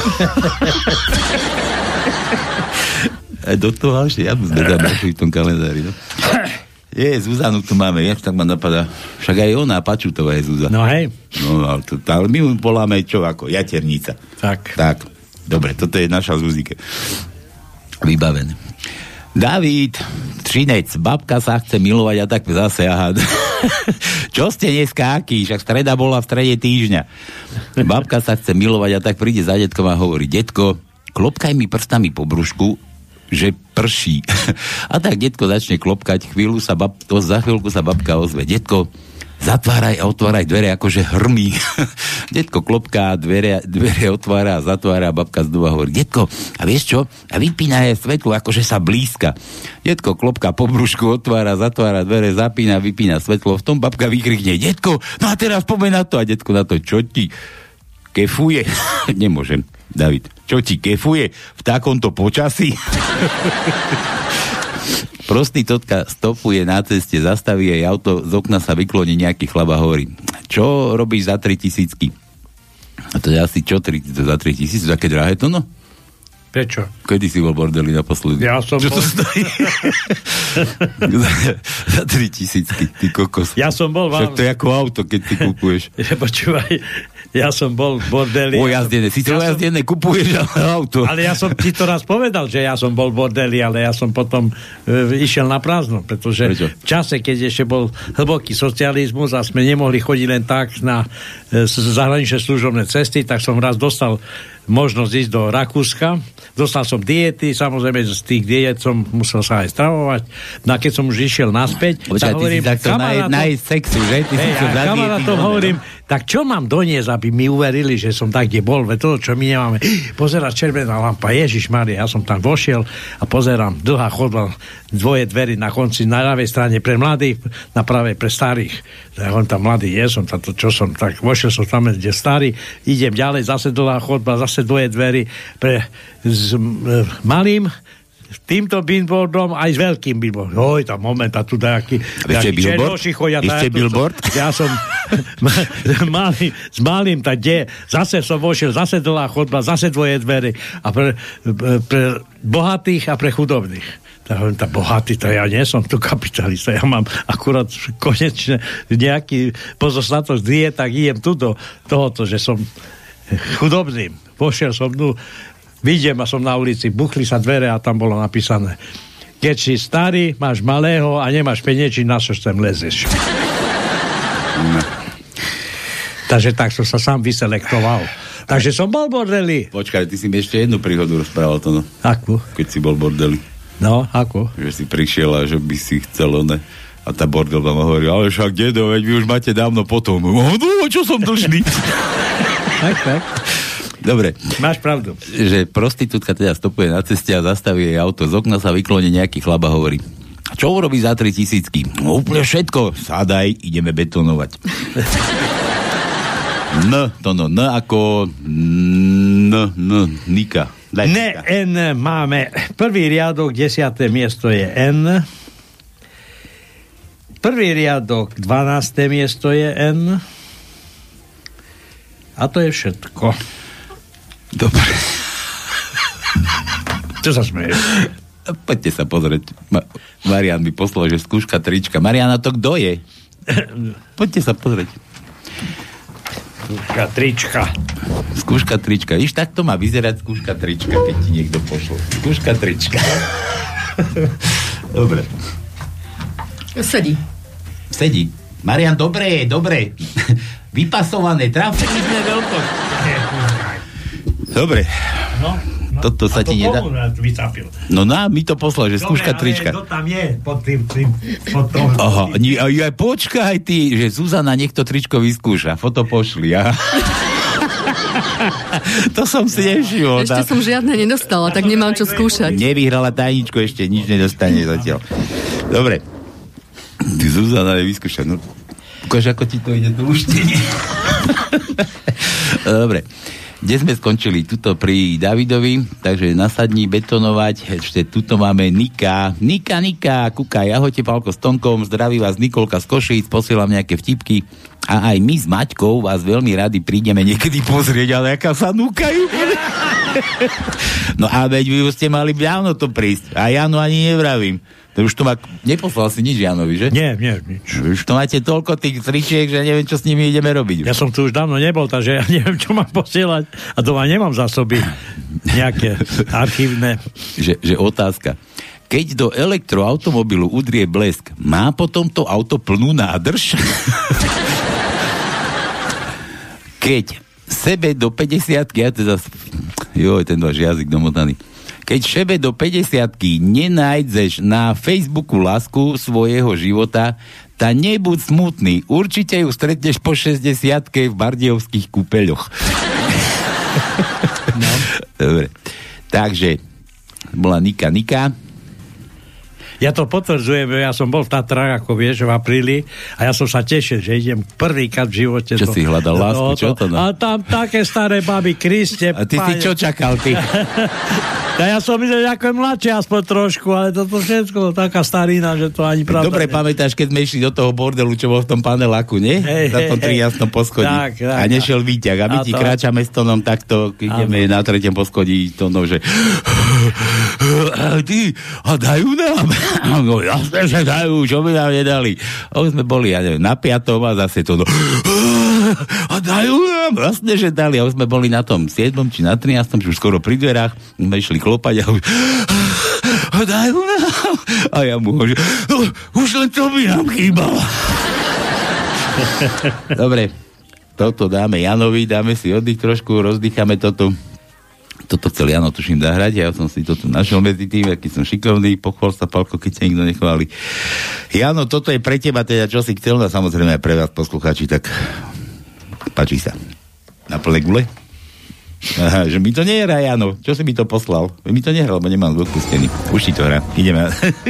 A do toho ešte ja sme tam našli v tom kalendári. No? Zuzanu tu máme, tak ma napadá. Však aj ona, Pačutová je Zuza. No hej. No, ale my ju voláme čo ako? Jaternica. Tak. Dobre, toto je naša Zuzike. Vybavené. David, Třinec, babka sa chce milovať a tak zase, aha. Čo ste dneska aký? Však streda bola v strede týždňa. Babka sa chce milovať a tak príde za detkom a hovorí: detko, klopkaj mi prstami po brúšku, že prší. A tak detko začne klopkať, za chvíľku sa babka ozve: detko, zatváraj a otváraj dvere, akože hrmí. Detko klopká, dvere otvára a zatvára, babka znova hovorí, detko, a vieš čo? A vypínaj svetlo, akože sa blízka. Detko klopká po brúšku, otvára, zatvára dvere, zapína, vypína svetlo. V tom babka vykrikne, detko, no a teraz poďme na to. A detko na to, čo ti kefuje? Nemôžem, David. Čo ti kefuje v takomto počasí? Prostitútka stopuje na ceste, zastaví jej auto, z okna sa vykloní nejaký chlap a hovorí, čo robíš za 3 000? A to je asi čo, za 3 000? Také drahé to, no? Prečo? Kedy si bol bordeli naposledy? Ja som čo bol... to stojí? Za 3 000, ty kokos. Ja som bol... Však to je ako auto, keď ty kupuješ. Počúvaj, ja som bol v bordeli... Ojazdené, síce ojazdené kupuješ, ale auto. Ale ja som ti to raz povedal, že ja som bol v bordeli, ale ja som potom išiel na prázdno, pretože Prečo? V čase, keď ešte bol hlboký socializmus a sme nemohli chodiť len tak na zahraničné služobné cesty, tak som raz dostal možnosť ísť do Rakúska. Dostal som diety, samozrejme z tých diet som musel sa aj stravovať. No a keď som už išiel naspäť, tak hovorím, sexu, že? Ty kamarátom hovorím, tak čo mám doniesť, aby mi uverili, že som tak, kde bol, veď to, čo my nemáme. Pozerá červená lampa, Ježišmária, ja som tam vošiel a pozerám, dlhá chodba, dvoje dverí na konci, na ľavej strane pre mladých, na pravej pre starých. Ja on tam mladý je, som tam, čo som, tak vošiel som tam, kde starý, idem ďalej, zase dlhá chodba, zase dvoje dverí pre s malým týmto billboardom aj s veľkým billboardom. Oj, tam moment, a tu dajaký černoši chodia. Ešte billboard? Ja som s malým, tak kde? Zase som vošiel, zase dlhá chodba, zase dvoje dvery a pre bohatých a pre chudobných. Tá bohatý, to ja nie som tu kapitalista, ja mám akurát konečne nejaký pozostatok z diet, tak idem tu do tohoto, že som chudobným. Vošiel som vidím a som na ulici, buchli sa dvere a tam bolo napísané, keď si starý, máš malého a nemáš peniazy, na čo sem lezeš. Takže tak som sa sám vyselektoval. Takže som bol bordeli. Počkaj, ty si mi ešte jednu príhodu rozprával to, no. Akú? Keď si bol bordeli. No, ako? Že si prišiel a že by si chcel one. A tá bordel vám hovorí, ale však dedo, veď vy už máte dávno potom. No, čo som dlžný? tak. Dobre. Máš pravdu. Že prostitútka teda stopuje na ceste a zastaví jej auto, z okna sa vykloní nejaký chlap a hovorí, čo urobí za 3 000? No úplne všetko. Sádaj, ideme betonovať. N ako Nika. N máme. Prvý riadok, 10. miesto je N. Prvý riadok, 12. miesto je N. A to je všetko. Dobre. Čo sa smeješ? Poďte sa pozrieť. Marian mi poslal, že skúška trička. Mariana, to kto je? Poďte sa pozrieť. Skúška trička. Iš tak to má vyzerať skúška trička, keď ti niekto pošlo. Skúška trička. Dobre. Sedí. Marian, dobre. Vypasované, trafili sme veľkosť. Dobre. No, toto sa ti nedá. No mi to poslal, že skúška trička. Kto tam je pod tým Aha, počkaj ty, že Zuzana niekto tričko vyskúša. Foto pošli, aha. To som si nevšimol. Ešte som žiadne nedostala, tak nemám čo skúšať. Nevyhrala tajničku, ešte nič nedostane zatiaľ. Dobre. Ty Zuzana je vyskúšať. No, ukáž, ako ti to ide do luštenie. Dobre. Kde sme skončili? Tuto pri Davidovi, takže nasadní betonovať. Ešte tuto máme Nika, kúkaj, ahojte Pálko s Tonkom, zdraví vás Nikolka z Košíc, posielam nejaké vtipky a aj my s Maťkou vás veľmi radi prídeme niekedy pozrieť, ale aká sa núkajú. No a veď vy už ste mali dávno to prísť a Janu ani nevravím. To už to neposlal si nič Janovi, že? Nie, nič. Už to máte toľko tých tričiek, že neviem, čo s nimi ideme robiť. Ja som tu už dávno nebol, takže ja neviem, čo mám posielať. A doma nemám zásoby nejaké archívne. Že otázka. Keď do elektroautomobilu udrie blesk, má potom to auto plnú nádrž? Keď sebe do 50-ky, ten váš jazyk domotaný, keď Keď šebe do 50-ky nenájdeš na Facebooku lásku svojho života, tá nebuď smutný. Určite ju stretneš po 60-ke v Bardejovských kúpeľoch. No. Dobre. Takže bola Nika. Ja to potvrdzujem, ja som bol v Tatrách, ako vieš, v apríli a ja som sa tešil, že idem prvýkrát v živote. Čo si hľadal lásku? Čo to? A tam také staré baby, Kriste. A ty si čo čakal, ty? Ja som myslel, že ako je mladšie aspoň trošku, ale toto všetko, taká starina, že to ani pravda. Dobre, pamätáš, keď sme išli do toho bordelu, čo bol v tom paneláku, nie? Na tom triasnom poschodí. Tak, a nešiel výťah. A my ti kráčame s tónom takto, ideme na 3. poschodí tónom, že ty, a dajú nám? No, jasne, že dajú, čo by nám nedali. A už sme boli, ja neviem, na 5. a zase to a dajú nám, jasne, že dali. A už sme boli na tom 7. či na 13. či už skoro pri dverách, sme išli klopať a už a dajú nám. A ja mu hovorím, už len to by nám chýbalo. Dobre, toto dáme Janovi, dáme si oddych trošku, rozdýchame toto. Toto chcel Jano, tuším, zahrať, ja som si to tu našiel medzi tým, aký som šikovný, pochvál sa, Palko, keď sa nikto nechváli. Jano, toto je pre teba teda, čo si chcel, a samozrejme aj pre vás poslucháči, tak páči sa. Na plné gule? Aha, že mi to nehrá, Jano. Čo si mi to poslal? Mi to nehrá, lebo nemám zvuk pustený. Už ti to hrá. Ideme.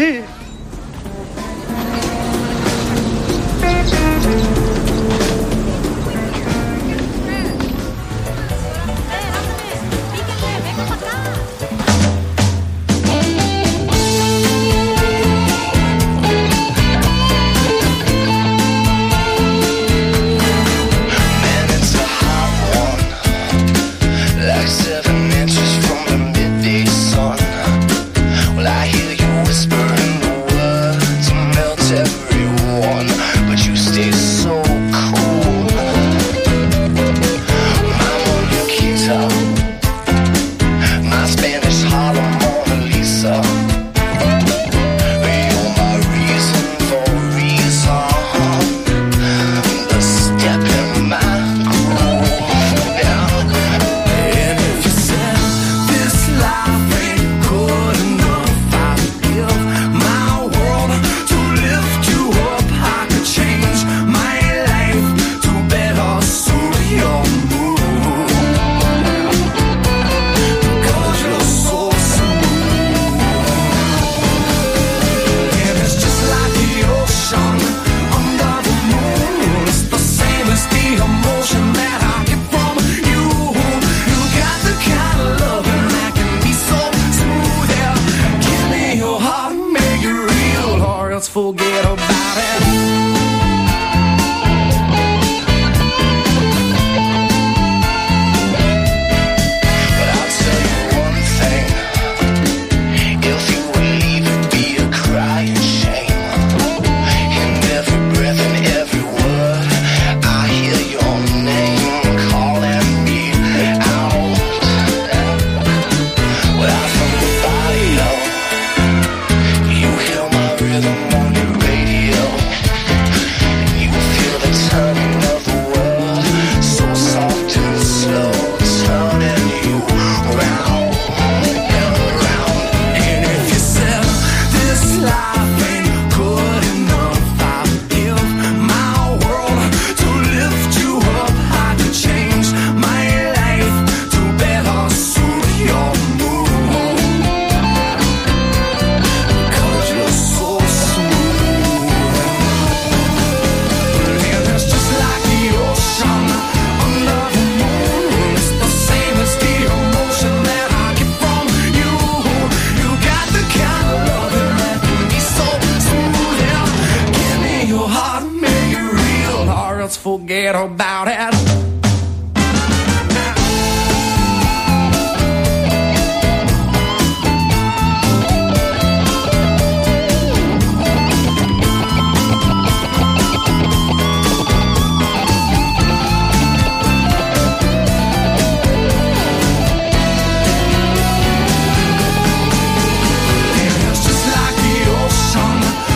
Forget about it.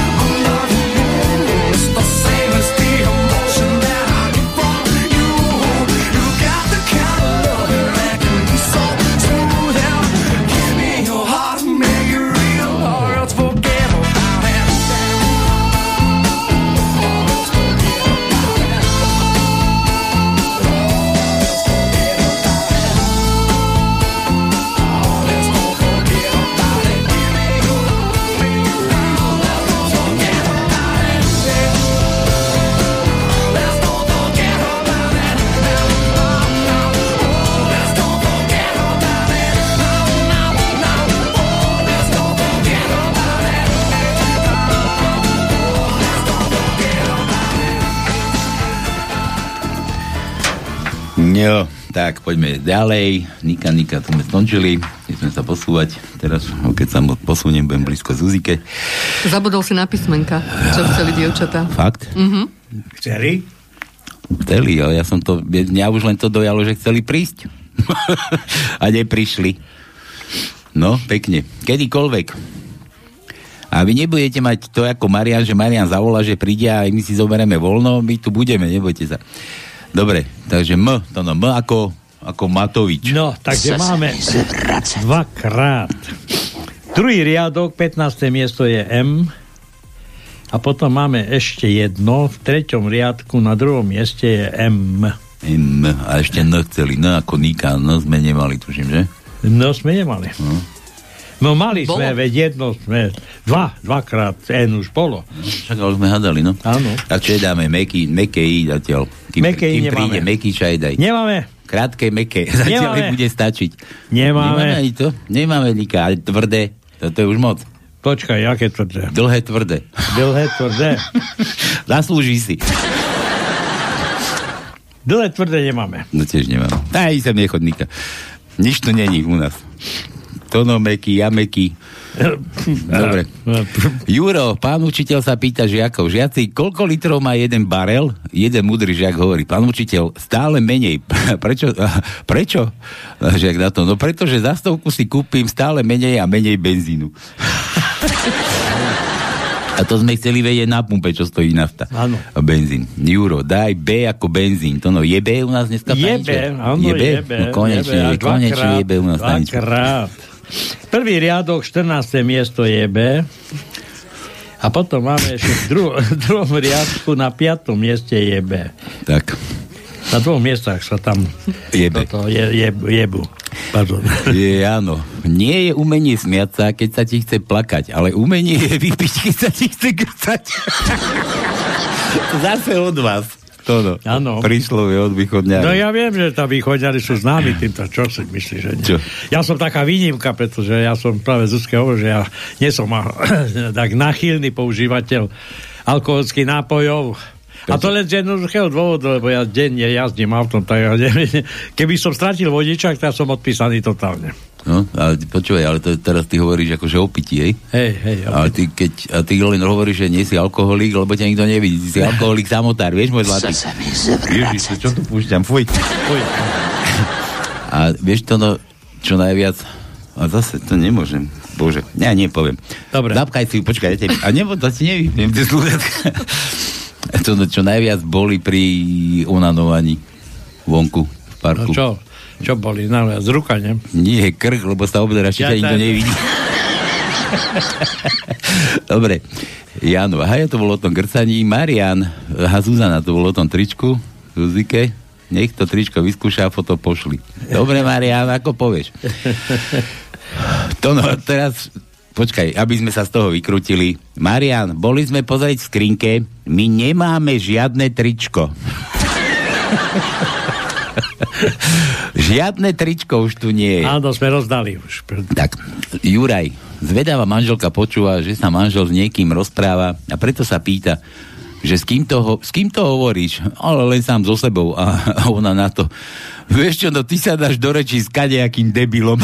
Same as the emotion that I get from you. Jo, tak poďme ďalej. Nika, tu sme skončili. Chceme sa posúvať. Teraz, keď sa posuniem, budem blízko Zuzike. Zabudol si na písmenka, čo chceli dievčatá. Fakt? Chceli, ale ja som to... Mňa už len to dojalo, že chceli prísť. A neprišli. No, pekne. Kedykoľvek. A vy nebudete mať to ako Marian, že Marian zavolá, že príde a my si zoberieme voľno, my tu budeme, nebojte sa. Dobre, takže M ako Matovič. No, takže máme dvakrát. Druhý riadok, 15. miesto je M. A potom máme ešte jedno. V treťom riadku na druhom mieste je M. A ešte N chceli. N ako Nika. N sme nemali, tuším, že? No, sme nemali. No mali sme, veď jedno sme, dvakrát N už bolo. Však ale sme hádali, no. Áno. Tak čo dáme, meké I zatiaľ. Kým príde meký čaj, daj. Nemáme. Krátke, meké. Zatiaľ nebude stačiť. Nemáme to? Nemáme Nika, ale tvrdé. To je už moc. Počkaj, aké tvrdé? Dlhé, tvrdé. Zaslúži si. Dlhé, tvrdé nemáme. No tiež nemáme. Aj sem nechod, Nika. Nič tu není u nás. Tono meký, ja meký. Dobre. Juro, pán učiteľ sa pýta žiakov. Žiaci, koľko litrov má jeden barel? Jeden múdry žiak hovorí. Pán učiteľ, stále menej. Prečo? Žiak na to. No pretože za 100 si kúpim stále menej a menej benzínu. A to sme chceli vedieť na pumpe, čo stojí nafta. Áno. A benzín. Juro, daj B ako benzín. To no, je B u nás dneska? Je B, áno, je B. No konečne je B u nás. Dvakrát. Prvý riadok, 14. miesto je B. A potom máme ešte v druhom riadku na 5. mieste je B. Tak. Na dvoch miestach sa tam jebu. Pardon. Áno. Nie je umenie smiať sa, keď sa ti chce plakať, ale umenie je vypiť, keď sa ti chce grcať. Zase od vás. To áno. Príslovie od východňári. No ja viem, že tá východňári sú známi týmto. Čo si myslíš, že nie? Čo? Ja som taká výnimka, pretože ja som práve Zuzke hovoril, že ja nie som tak nachylný používateľ alkoholických nápojov. A to len z jednoduchého dôvodu, lebo ja denne jazdím autom, tak keby som stratil vodičák, tak som odpísaný totálne. No, ale počúvaj, ale to teraz ty hovoríš akože o pití, hej? Hej. Ale ty len hovoríš, že nie si alkoholík, lebo ťa nikto nevidí. Ty si alkoholík samotár, vieš, môj zlatý? Ježiš, čo tu púšťam? Fuj. A vieš to, no, čo najviac... A zase to nemôžem. Bože, ja nepoviem. Dobre. Zapkaj si, počkaj, a to si neviem, tie slúchatka. To, čo najviac boli pri onanovaní vonku v parku. No čo boli? Z ruka, nie? Nie, krk, lebo sa obzeráš, či ťa nikto nevidí. Dobre. Jano, Haja to bolo o tom grcaní. Marian a Zuzana to bolo o tom tričku. Zuzike, nech to tričko vyskúša a foto pošli. Dobre, Marian, ako povieš? To no, teraz... Počkaj, aby sme sa z toho vykrutili. Marian, boli sme pozrieť v skrinke, my nemáme žiadne tričko. Žiadne tričko už tu nie je. Áno, sme rozdali už. Tak, Juraj, zvedavá manželka počúva, že sa manžel s niekým rozpráva a preto sa pýta, že s kým to hovoríš? Ale len sám so sebou. A ona na to, vieš čo, no ty sa dáš do rečí s kadejakým debilom.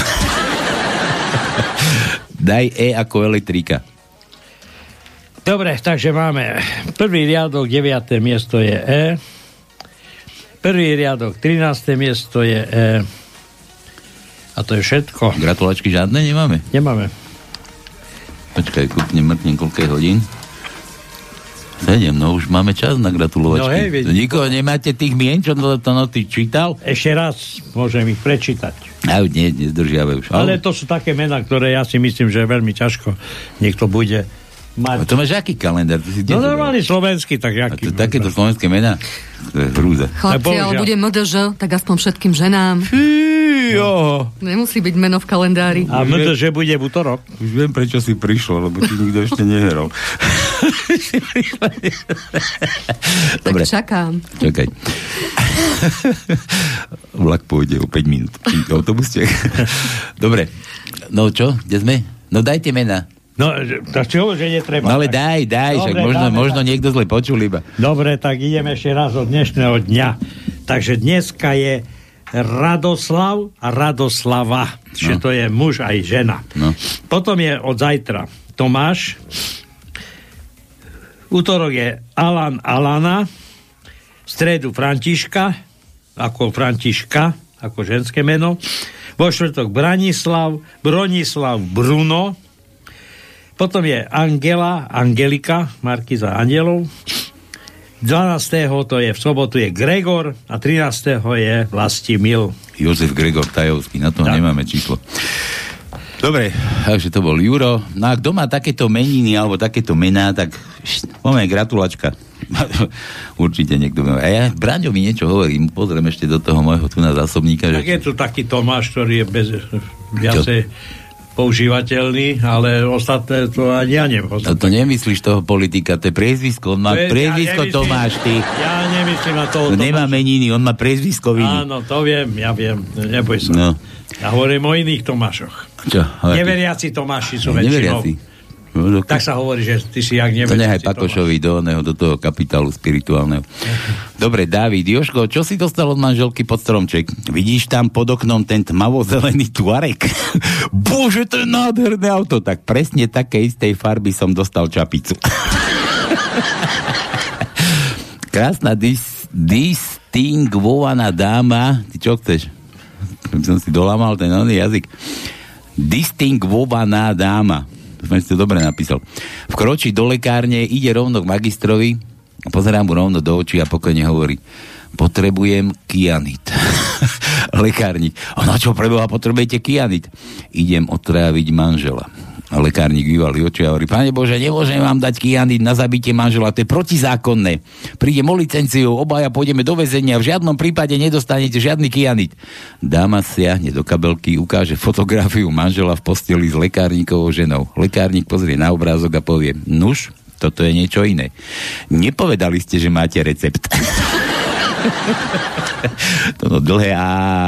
Daj E ako elektrika. Dobre, takže máme prvý riadok, 9. miesto je E. Prvý riadok, 13. miesto je E. A to je všetko. Gratulačky žiadne nemáme? Nemáme. Počkaj, mrknem koľkej hodín. 7, no už máme čas na gratulovačky. No hej, nikoho nemáte tých mien, čo to ty čítal? Ešte raz môžem ich prečítať. Nie, nezdržiavajú už. Ale to sú také mená, ktoré ja si myslím, že veľmi ťažko niekto bude mať. A to máš aký kalendár? No normálny slovenský, tak jaký. Takéto slovenské mená? To je hrúza. Chlapci, ale bude MDŽ, tak aspoň všetkým ženám. Jo. Nemusí byť meno v kalendári. A MDŽ bude v útorok. Už viem, prečo si prišlo, lebo ti nikto ešte nehral. Tak čakám. Čakaj. Vlak pôjde o 5 minút. Autobuste. Dobre. No čo? Kde sme? No dajte mena. No, tak čo, že netreba. No ale daj, dobre, však možno niekto zle počul iba. Dobre, tak ideme ešte raz od dnešného dňa. Takže dneska je Radoslav a Radoslava. Čiže to je muž aj žena. No. Potom je od zajtra Tomáš. Útorok je Alan Alana. V stredu Františka, ako ženské meno. Vo štvrtok Bronislav Bruno. Potom je Angelika, Markiza Andelov. 12. to je v sobotu je Gregor a 13. je Vlastimil. Jozef Gregor Tajovský, na to nemáme číslo. Dobre, takže to bol Juro. No a kto má takéto meniny alebo takéto mená, tak máme gratulačka. Určite niekto. A ja Braňo mi niečo hovorím, pozriem ešte do toho môjho tu na zásobníka. Tak je tu taký Tomáš, ktorý je viacej používateľný, ale ostatné to ani ja neviem. To nemyslíš toho politika, to je priezvisko, on má priezvisko Tomáš, ty. Ja nemyslím na toho Tomáš. Nemá meniny, on má priezvisko Viny. Áno, to viem, ja viem, neboj sa. No. Ja hovorím o iných Tomášoch. Čo? Neveriaci Tomáši sú väčšinou. No, tak sa hovorí, že ty si jak neveriaci. To nechaj Pakošovi do toho kapitálu spirituálneho. Dobre, Dávid, Jožko, čo si dostal od manželky pod stromček? Vidíš tam pod oknom ten tmavo-zelený Tuareg? Bože, to je nádherné auto. Tak presne také istej farby som dostal čapicu. Krásna distingvovaná dáma. Ty čo chceš? Som si dolamal ten jazyk. Distingvovaná dáma. Som si to dobre napísal. Vkročí do lekárne, ide rovno k magistrovi, pozerám mu rovno do očí a pokojne hovorí: potrebujem kyanit. Lekárnik: a na čo preboha potrebujete kyanit? Idem otráviť manžela. A lekárnik vyvalí oči a hovorí: Pane Bože, nemôžem vám dať kyanit na zabitie manžela, to je protizákonné. Prídem o licenciu, obaja pôjdeme do väzenia, v žiadnom prípade nedostanete žiadny kyanit. Dáma siahne do kabelky, ukáže fotografiu manžela v posteli s lekárnikovou ženou. Lekárnik pozrie na obrázok a povie: nuž, toto je niečo iné. Nepovedali ste, že máte recept. Toto dlhé A.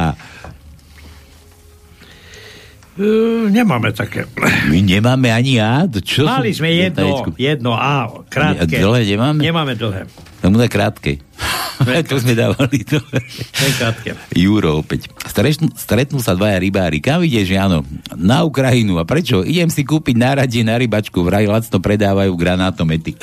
Nemáme také. My nemáme ani A? Mali sme jedno A, krátke. Dlhé nemáme? Nemáme dlhé. To bude krátke. To sme dávali dlhé. Krátke. Juro opäť. Stretnú sa dvaja rybári. Kam ideš, Jano? Na Ukrajinu. A prečo? Idem si kúpiť náradie na rybačku. Vraj lacno predávajú granátomety.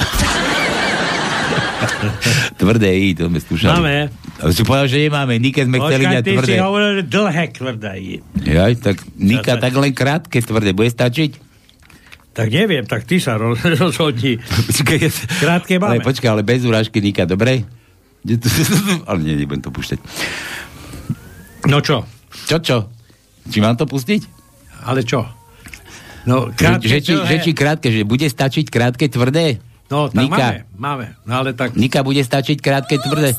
Tvrdé I, to sme skúšali. Máme. Si povedal, že nemáme. Nike sme chceli dať tvrdé. Ty si hovoril, že dlhé tvrdé I. Jaj, tak Nika, tak len krátke tvrdé. Bude stačiť? Tak neviem, tak ty sa rozhodni. Krátke máme. Ale počkaj, ale bez urážky, Nika, dobre? Ale nebudem to púšťať. No čo? Čo? Či mám to pustiť? Ale čo? No, krátke, že či krátke, že bude stačiť krátke tvrdé? No, tak Nika. máme. No, ale tak... Nika, bude stačiť krátke tvrdé?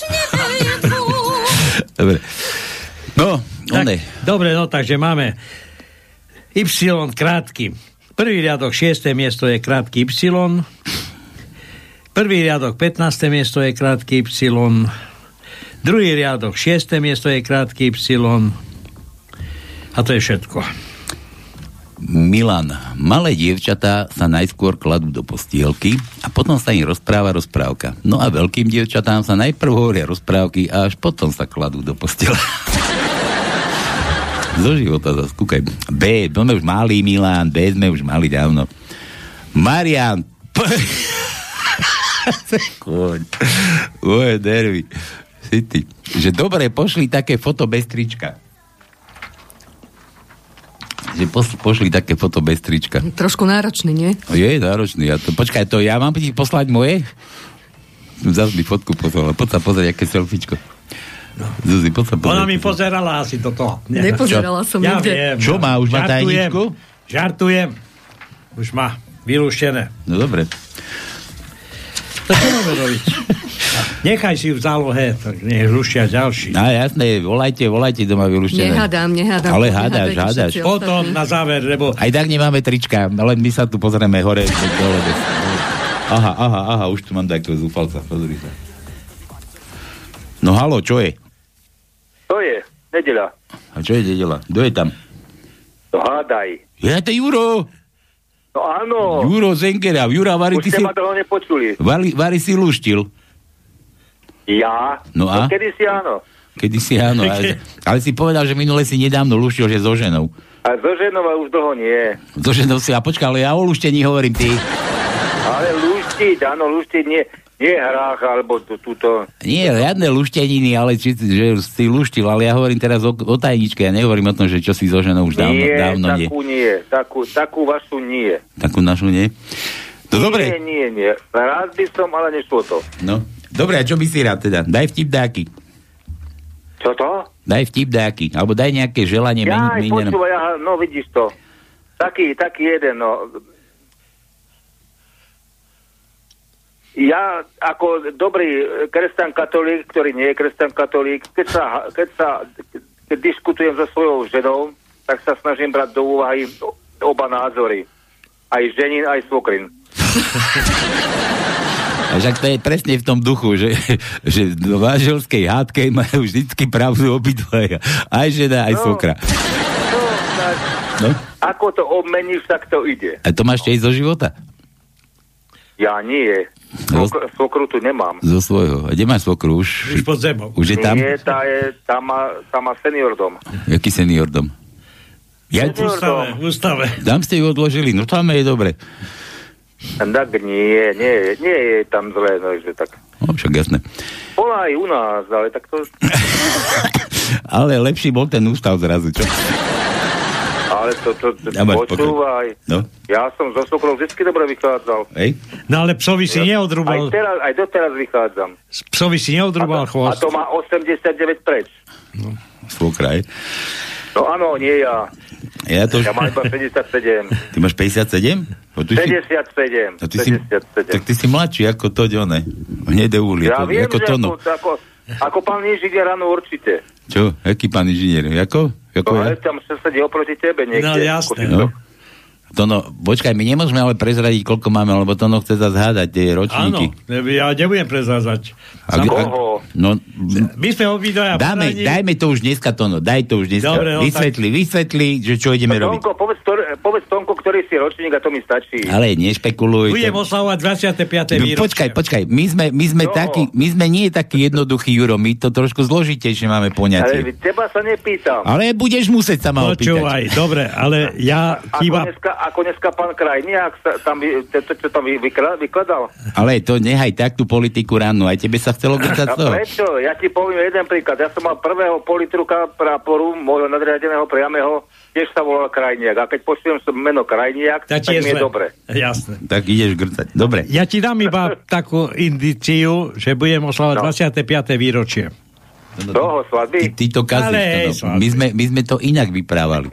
Dobre. No, tak, dobre, no, takže máme Y krátky. Prvý riadok 6. miesto je krátky Y. Prvý riadok 15. miesto je krátky Y. Druhý riadok 6. miesto je krátky Y. A to je všetko. Milan. Malé dievčatá sa najskôr kladú do postielky a potom sa im rozpráva rozprávka. No a veľkým dievčatám sa najprv hovoria rozprávky a až potom sa kladú do postele. Zo života zaskúkaj. B. To sme už mali, Milan. B sme už mali dávno. Marian. Oje, nervy. Si ty. Že dobre, pošli také foto bez trička. Že pošli také foto bez trička. Trošku náročný, nie? Je náročný. Počkaj, to ja mám ti poslať moje? Zas mi fotku poslala. Poď sa pozrieť, aké selfiečko. Zuzi, poď sa pozrieť. Ona mi pozerala asi do toho. Nepozerala som ja nikde. Viem, čo má? Už má tajničku? Žartujem. Už má vylúštené. No dobre. To čo máme robiť? Nechaj si v zálohe, tak nech rušia ďalší. No jasné, volajte doma vylúštené. Nehádam. Ale hádaš. Potom na záver, lebo... Aj tak nemáme trička, len my sa tu pozrieme hore. Aha, už tu mám takého zúfalca, pozri sa. No haló, čo je? To je nedeľa. A čo je nedeľa? Kto je tam? To hádaj. Ja, to je Juro. No áno. Juro Zenkera. Jura, Vary, už ste ma toho nepočuli. Vary si luštil. Ja? No a? Kedysi áno. Kedysi áno, ale si povedal, že minule si nedávno luštil, že so ženou. A so ženou už dlho nie. So ženou si, a počkaj, ale ja o luštení hovorím, ty. Ale luštiť, áno, luštiť nie hrách, alebo túto... Nie, riadne lušteniny, ale že si luštil, ale ja hovorím teraz o tajničke, ja nehovorím o tom, že čo si so ženou už dávno nie. Takú vašu nie. Takú našu nie? To dobre. Nie. Rád by som, ale nešlo to. No, dobre, a čo by si rád teda? Daj vtip dáky. Čo to? Daj vtip dáky, alebo daj nejaké želanie. Počúvaj, no vidíš to. Taký jeden, no. Ja ako dobrý kresťan katolík, ktorý nie je kresťan katolík, keď diskutujem so svojou ženou, tak sa snažím brať do úvahy oba názory. Aj ženin, aj svokrin. A však to je presne v tom duchu, že v manželskej hádke majú vždycky pravdu obidvaja. Aj žena, aj svokra. No? Ako to obmeníš, tak to ide. A to máš tiež zo života? Ja nie. Svokru tu nemám. Zo svojho. A kde máš svokru? Už pod zemou. Už je tam? Nie, tá má senior dom. Jaký senior dom? Ja v ústave. Tam ste ju odložili, no tam je dobre. Tak nie je tam zlé, no, že tak. No, však jasné. Bola aj u nás, ale tak to... Ale lepší bol ten ústav zrazu, čo? Ale to počúvaj. No? Ja som zo Sokrov vždycky dobre vychádzal. Hej? No ale psovi si neodrúbal. Aj doteraz vychádzam. Psovi si neodrúbal chvost. A to má 89 preč. No, svokraj. No áno, nie ja. Ja mám iba 57. Ty máš 57? 57. Tak ty si mladší ako to, Ďone. Hnedé uhlie. Ja viem, ako že Tono. ako pán inžinier, áno, určite. Čo? Aký pán inžinier? Ako ja? Tam sa sedí oproti tebe niekde. No jasné. No. Tono, počkaj, my nemôžeme ale prezradiť, koľko máme, lebo Tono chce zase hádať tie ročníky. Áno, ja nebudem prezradzať. No, my sme obidvaja dajme to už dneska, Tono, daj to už dneska. Dobre, vysvetli, že čo ideme robiť. Tonko, povedz Tonko, ktorý si ročník, a to mi stačí. Ale nešpekuluj. Budem oslavovať 25. výročie. Počkaj, my sme nie takí jednoduchí, Juro, my to trošku zložitejšie máme poňatie. Ale teba sa nepýtam. Ale budeš musieť sa ma opýtať. Počúvaj, dobre, ale ja chýba... Ako dneska pán Krajniak tam vykladal. Ale to nehaj tak tú politiku ránu, aj tebe sa chcelo grcať z toho. Prečo? Ja ti poviem jeden príklad. Ja som mal prvého politruka práporu, môjho nadriadeného priameho, tiež sa volal Krajniak. A keď počujem meno Krajniak, tak mi je dobre. Jasné. Tak ideš grcať. Dobre. Ja ti dám iba takú indiciu, že budem oslavať 25. výročie. Toho svadby? Ty to kazíš. My sme to inak vyprávali.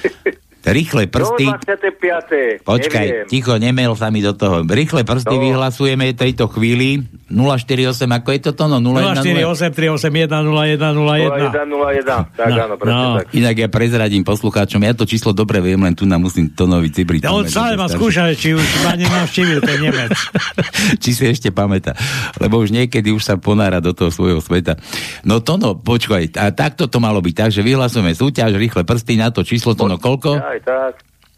Rýchle prsty. 25. Počkaj, neviem. Ticho, nemel sa mi do toho. Rýchle prsty vyhlasujeme tejto chvíli. 048, ako je to no? 048 381 0101. 0101. Tak áno, tak. Inak ja prezradím poslucháčom, ja to číslo dobre viem, len tu nám musím Tonovi cibriť. On stále ma skúša, či už ma nenavštívil ten Nemec. Či si ešte pamätá. Lebo už niekedy už sa ponára do toho svojho sveta. No Tono, počkaj, a takto to malo byť, takže vyhlasujeme súťaž, rýchle prsty na to číslo, Tono, koľko? Aj tak.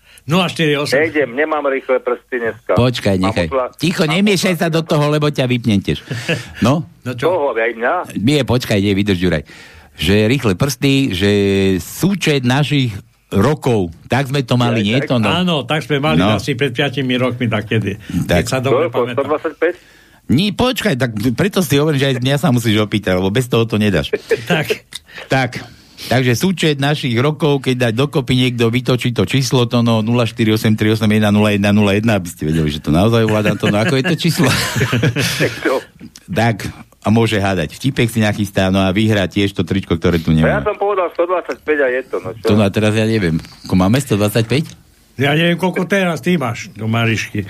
048. Nejdem, nemám rýchle prsty dneska. Počkaj, nechaj. Ticho, nemiešaj sa do toho, lebo ťa vypnem tiež. No? No čo? Toho, aj mňa? Nie, počkaj, vydrž, Juraj. Že rýchle prsty, že súčet našich rokov. Tak sme to mali, nie to? No? Áno, tak sme mali asi pred 5 rokmi takedy. Tak. Keď sa dobre pamätám. 125? Nie, počkaj, tak preto si hovorím, že aj mňa sa musíš opýtať, lebo bez toho to nedáš. Tak. Takže súčet našich rokov, keď dať dokopy niekto vytočí to číslo, to 0483810101, aby ste vedeli, že to naozaj ovládam to, no ako je to číslo? Tak, a môže hádať. Vtipek si nachystá, no a vyhrá tiež to tričko, ktoré tu nemá. Ja som povedal 125 a je to, no čo? To no a teraz ja neviem. Ako máme 125? Ja neviem, koľko teraz ty máš do Marišky.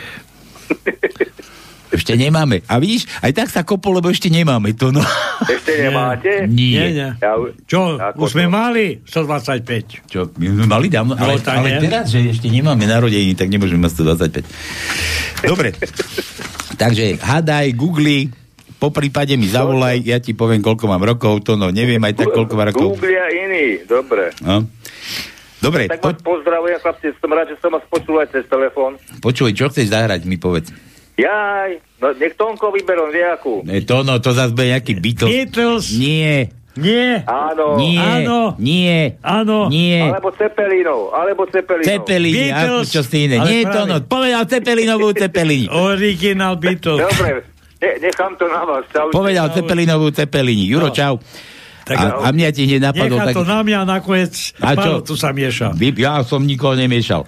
Ešte nemáme. A vidíš, aj tak sa kopol, lebo ešte nemáme to, no. Ešte nemáte? Nie. Čo? Už sme mali 125. Čo? My sme mali dávno, ale teraz, že ešte nemáme narodeniny, tak nemôžeme mať 125. Dobre. Takže hádaj, googli, po prípade mi zavolaj, ja ti poviem, koľko mám rokov, to no, neviem aj tak, koľko mám rokov. Googlia iný, dobre. No. Dobre. Tak vás pozdravujem, chlapci, som rád, že som vás počul aj cez telefón. Počuj, čo chceš zahrať, mi povedz. Jaj, no nech Tonko vyberú, vie akú. To zase bude nejaký Beatles. Beatles. Nie. Áno. Nie. Alebo Cepelini, Cepelini, čo si iné. Nie to, povedal Cepelinovú Cepelini. Original Beatles. Dobre, nechám to na vás. Čau. Povedal Cepelinovú Cepelini. Juro, čau. A mňa ti hneď napadlo... Nechá to na mňa, nakoniec Pálo tu sa mieša. Ja som nikoho nemiešal.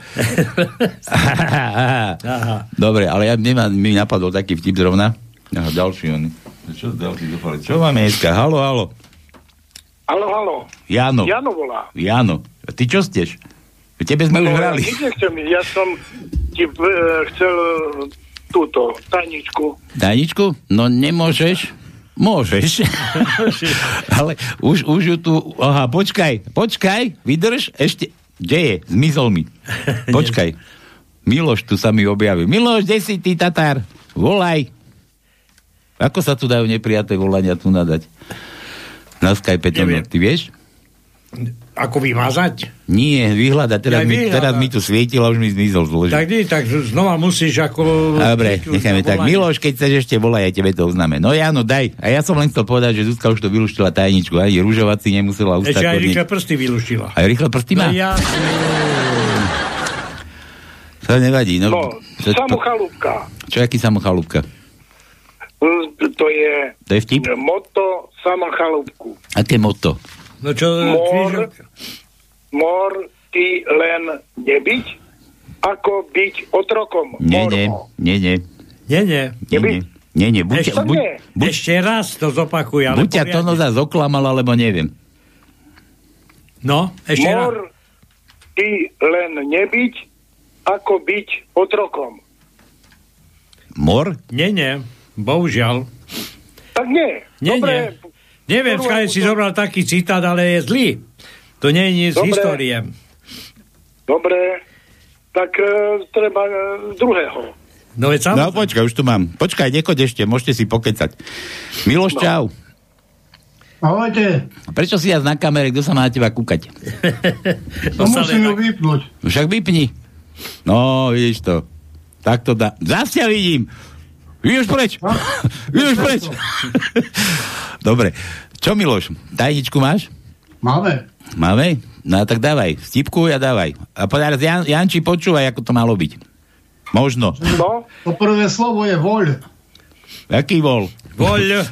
Dobre, ale mi napadol taký vtip zrovna. Ďalší. Čo máme dneska? Haló. Haló. Jano volá. Jano. A ty čo steš? Tebe sme už hrali. Ja som ti chcel túto tajničku. Tajničku? No nemôžeš. Môžeš. Ale už ju tu... Aha, počkaj, vydrž, ešte... Kde je? Zmizol mi. Počkaj. Miloš tu sa mi objavil. Miloš, kde si ty, Tatár? Volaj. Ako sa tu dajú neprijaté volania tu nadať? Na Skype to ty vieš? Ako vymazať? Nie, vyhľadať. Teraz mi tu svietil a už mi zmizol zložiť. Tak znova musíš ako... Dobre, necháme tak. Miloš, keď chceš ešte volať, ja tebe to uznáme. No Jano, daj. A ja som len chcel povedať, že Zuzka už to vyluštila tajničku. Ani ružovací nemusela ustať. Ešte aj rýchle prsty vyluštila. Aj rýchle prsty má? No ja... To nevadí. Samochalúbka. Čo, aký samochalúbka? To je vtip? Motto Samochalúbku. Aké motto? No čo... Mor ty len nebyť, ako byť otrokom. Nie. Ešte raz to zopakuj. Buď ťa to zase oklamal, alebo neviem. No, ešte raz. Mor ty len nebyť, ako byť otrokom. Mor? Nie. Bohužiaľ. Tak nie. Dobre. Neviem, skade si zobral taký citát, ale je zlý. To nie je nič z histórie. Dobre. Tak treba druhého. No počkaj, už tu mám. Počkaj, nechoď ešte, môžete si pokecať. Miloš, čau. Ahojte. Prečo si ja na kamere, kto sa má na teba kúkať? Musím ju vypnúť. Však vypni. No, vidíš to. Tak to dá. Zase ťa vidím. Vidíš preč. Dobre. Čo, Miloš? Tajničku máš? Máme. No tak dávaj. Vtipkuj a dávaj. A teraz Janči, počúvaj, ako to malo byť. Možno. No. To prvé slovo je voľ. Aký voľ? Voľ.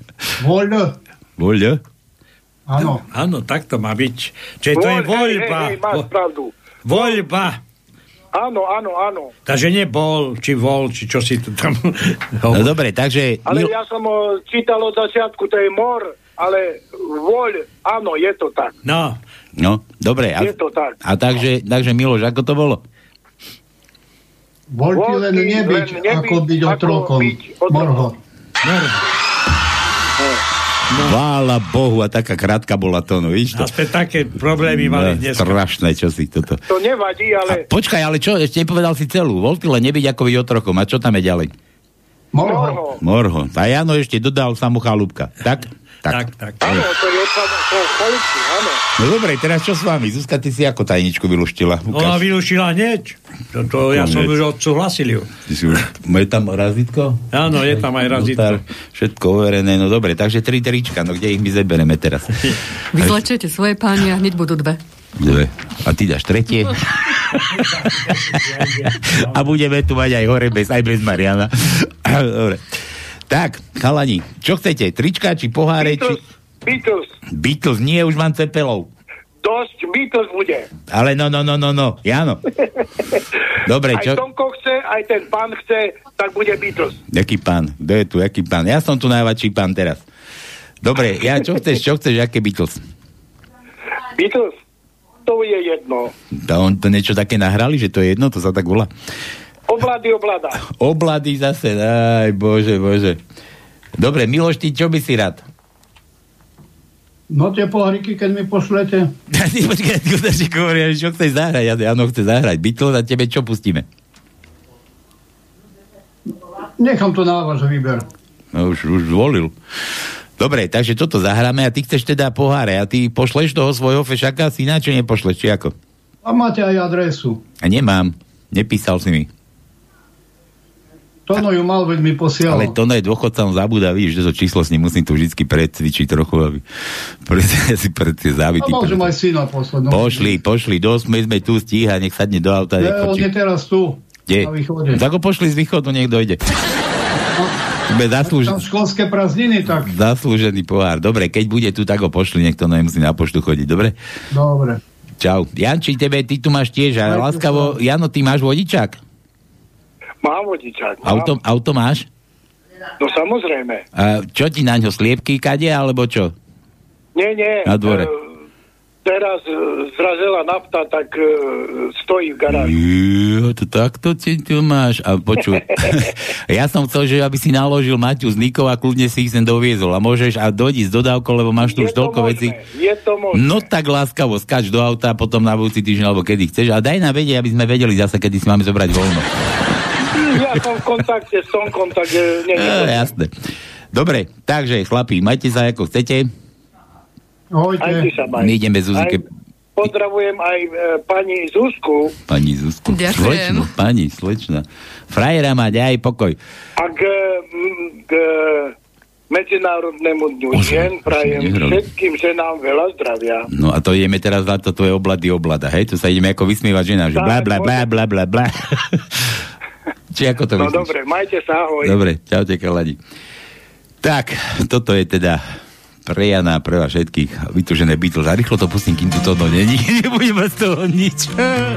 Voľ? Áno, tak to má byť. Čiže to je voľba. Máš pravdu. Voľba. Áno. Takže nebol, či vol, či čo si tu tam... No dobre, takže... Ale ja som čítal od začiatku, to je mor, ale voľ, áno, je to tak. No, dobre. Je to tak. A takže Miloš, ako to bolo? Voľ ti len nebyť, ako byť otrokom. Morho. Vála Bohu, a taká krátka bola to, no víš to. Aspoň také problémy mali dnes. Strašné, čo si toto. To nevadí, ale... Počkaj, ale čo, ešte nepovedal si celú. Voľ ti len nebyť, ako byť otrokom. A čo tam je ďalej? Morho. A Jano ešte dodal samochalúbka. Tak. Áno, to je chalúbky, áno. No dobre, teraz čo s vami? Zuzka, ty si ako tajničku vyluštila? Ona vyluštila hneď. Ja som už odsúhlasil ju. Je tam razítko? Áno, je tam aj razítko. Všetko overené, no dobre, takže 3 trička, no kde ich my zebereme teraz? Vyzlečete svoje páni a hneď budú 2. A ty dáš 3. A budeme tu mať aj hore aj bez Mariana. Dobre. Tak, chalani, čo chcete? Trička, či poháre, Beatles, nie, už mám cepelov. Dosť Beatles bude. Ale no, Jano. Dobre, čo? Aj Tonko chce, aj ten pán chce, tak bude Beatles. Jaký pán? Kto je tu, jaký pán? Ja som tu najväčší pán teraz. Dobre, čo chceš, aké Beatles? Beatles? To je jedno. To niečo také nahrali, že to je jedno, to sa tak volá. Oblada. Oblady zase, aj bože. Dobre, Miloš, ty čo by si rád? No tie pohríky, keď mi pošlete. Počkaj, čo chceš zahrať? Áno, chce zahrať. Beatles a tebe čo pustíme? Nechám to na váš výber. No, už zvolil. Dobre, takže toto zahráme a ty chceš teda poháre a ty pošleš toho svojho fešaka syna, čo nepošleš, či ako? A máte aj adresu. A nemám. Nepísal si mi. Tono ju mal, veď mi posielal. Ale Tono je dôchodca, on zabúda, vidíš, že to číslo s ním musím tu vždycky predcvičiť trochu, aby si pred tie závity. No môžem aj syna poslať. Pošli, dosť, my sme tu, stíha, nech sadne do auta. On je teraz tu, na východe. Tak ho pošli z východu, nech dojde. Tam školské prázdniny, tak. Zaslúžený pohár. Dobre, keď bude tu, tak ho pošli, nech to nemusí na poštu chodiť, dobre? Dobre. Čau. Janči, ty tu máš tiež, ale láskavo, Jano, ty máš vodičák? Mám vodičák. Auto máš? No samozrejme. A čo ti naňho, sliepky kade, alebo čo? Nie. Na dvore. Teraz zrazila nafta, tak stojí v garáži. To takto tu máš. A počuj, ja som chcel, že aby si naložil Maťu z Nikov a kľudne si ich sem doviezol. A môžeš dojsť s dodávkou, lebo máš tu už toľko vecí. Je to možné. No tak láskavo, skáč do auta, potom na budúci týždeň, alebo kedy chceš. A daj nám vedieť, aby sme vedeli zase, kedy si máme zobrať voľno. Ja som v kontakte, jasné. Dobre, takže chlapi, majte sa ako chcete. Ahojte. My ideme Zuzike. Pozdravujem aj pani Zuzku. Pani Zuzku. Ďakujem. Slečna. Frajera mať aj pokoj. A k Medzinárodnému dňu žien prajem všetkým ženám veľa zdravia. No a to ideme teraz na to tvoje oblady oblada, hej? Tu sa ideme ako vysmievať ženám, že bla bla bla bla bla bla. Či ako to myslíš? No dobre, majte sa, ahoj. Dobre, čaute kaladi. Tak, toto je teda pre Jana, pre vás všetkých vytúžené Beatles. A rýchlo to pustím, kým tu to není. Nebudeme z toho nič.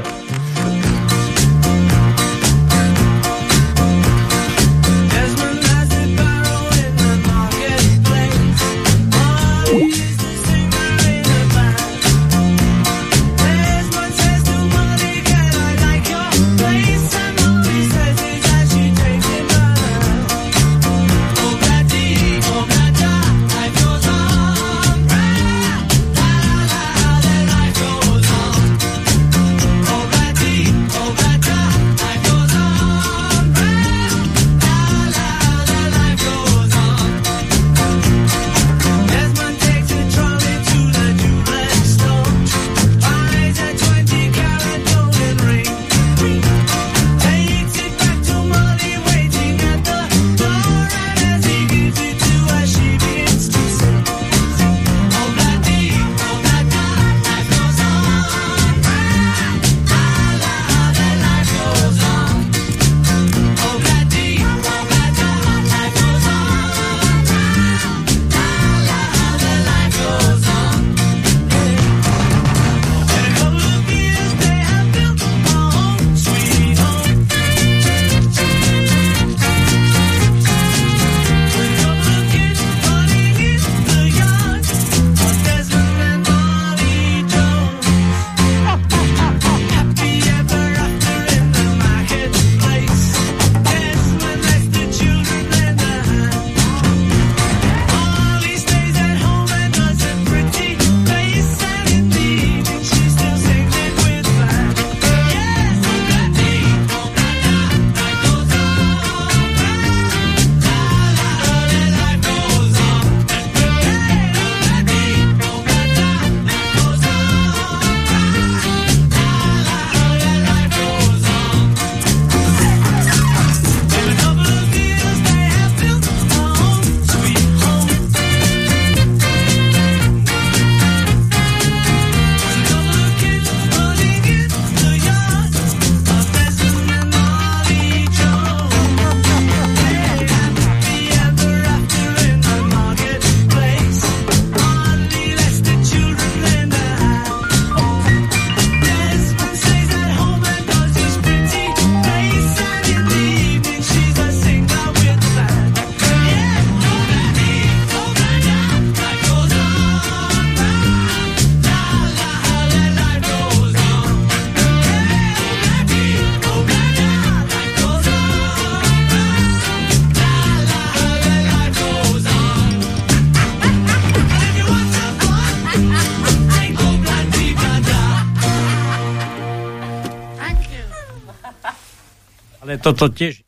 toto tiež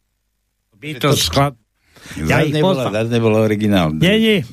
Beatles sklad. Zás nebolo originál. Nie.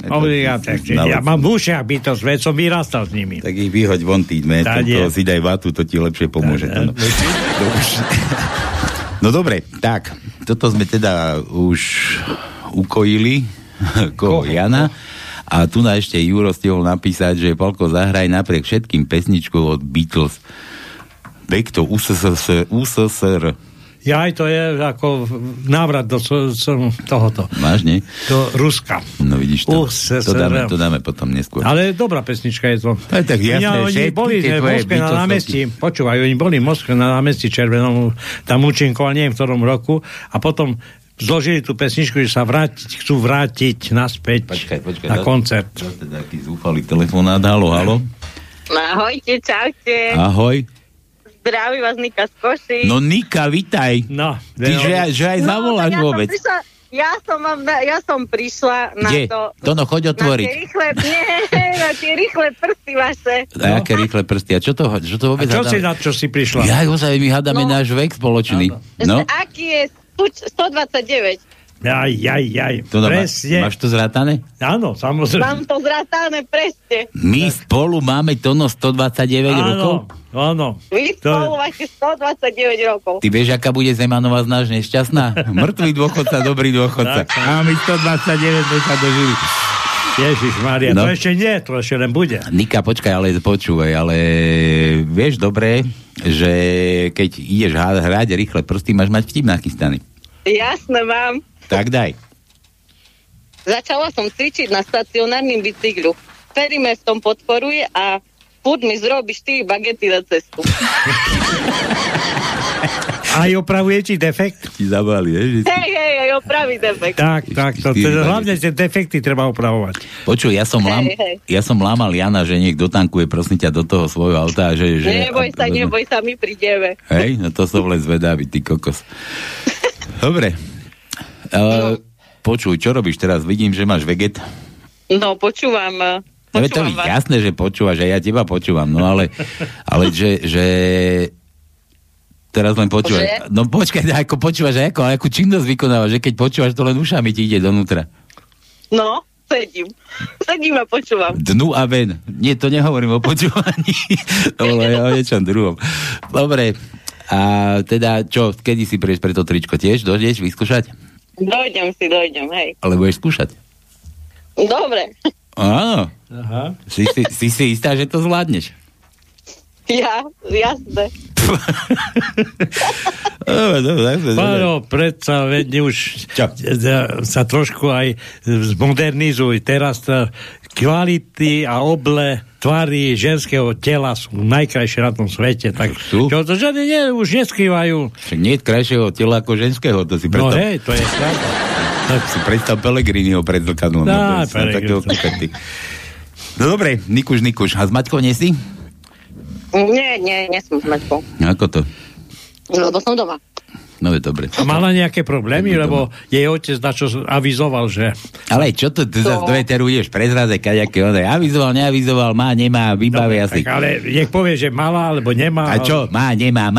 Ja mám v ušiach Beatles, veď som vyrastal s nimi. Tak ich vyhoď von tým, to si daj vatu, to ti lepšie pomôže. No dobre, tak, toto sme teda už ukojili Jana a tu na ešte Juro stihol napísať, že Palko zahraj napriek všetkým pesničkou od Beatles. Back to USSR. Ja aj to je ako návrat do tohoto. Máš, nie? Do Ruska. No vidíš to. To dáme potom neskôr. Ale dobrá pesnička je to. Aj tak jasné, oni boli v Moskve na námestí, počúvaj, oni boli v Moskve na námestí Červenom, tam účinkovali, neviem v ktorom roku, a potom zložili tú pesničku, že sa chcú vrátiť naspäť na koncert. Počkaj, taký zúfalý telefonát. Halo. Ahojte, čaute. Ahoj. Zdraví vás Nika z Koši. No Nika, vitaj. No, ty, že aj zavoláš vôbec. Ja som prišla na kde? to... No, choď otvoriť. Na tie rýchle prsty vaše. A aké rýchle prsty? A čo to vôbec hádame? Na čo si prišla? Ja, ozaj, my hádame náš vek spoločný. No. Aký je 129? Jaj. Presne. Máš to zrátané? Áno, samozrejme. Mám to zrátané, presne. My spolu máme Tono 129 rokov? Áno. Vy spolu máte 129 rokov. Ty vieš, aká bude Zemanová z náš nešťastná? Mŕtvý dôchodca, dobrý dôchodca. A my 129 sme sa dožili. Ježišmária, to ešte nie, to ešte len bude. Nika, počkaj, ale počúvaj, ale vieš dobre, že keď ideš hrať rýchle prsty, máš mať vtip nachystaný. Jasné, mám. Tak daj. Začala som cvičiť na stacionárnym bicyklu. Ferimer v tom podporuje a furt mi zrobí 4 bagety na cestu. A opravuje ti defekt? Ti zabali, Hej, opraví defekt. Tak, hlavne tie defekty treba opravovať. Počuj, ja som lámal Jana, že nech dotankuje, prosím ťa, do toho svojho auta. Neboj sa, my prídeme. Hej, no to som len zvedavý, ty kokos. Dobre. Počuj, čo robíš teraz? Vidím, že máš veget. No, počúvam to je jasné, že počúvaš, a ja teba počúvam, no ale že teraz len počúvaš. No počkaj, ako počúvaš, akú činnosť vykonávaš, že keď počúvaš, to len ušami ti ide donútra. No, sedím a počúvam. Dnu a ven. Nie, to nehovorím o počúvaní. To bolo o niečom druhom. Dobre. A teda, čo, kedy si prídeš pre to tričko? Tiež dojdeš vyskúšať? Dojdem, hej. Ale budeš skúšať? Dobre. Áno. Aha. Si istá, že to zvládneš? Ja, jasné. Páno, predsa už sa trošku aj zmodernizuj. Teraz kvality a tvary ženského tela sú najkrajšie na tom svete. Tak čo to ženy už neskrývajú. Však nie je krajšieho tela ako ženského, to si predstav. No hej, to je pravda. Tak si predstav Pellegriniho pred zrkadlom. No dobre, Nikuš. A s Maťkou nie si? Nie som s Maťkou. Ako to? Lebo som doma. No je dobre. A mala nejaké problémy, lebo jej otec na čo avizoval, že... Ale čo to, ty zase do eteru ideš prezrázať, kaďaké on avizoval, neavizoval, má, nemá, vybaví asi. Tak ale nech povie, že mala, alebo nemá. A čo? Má, nemá.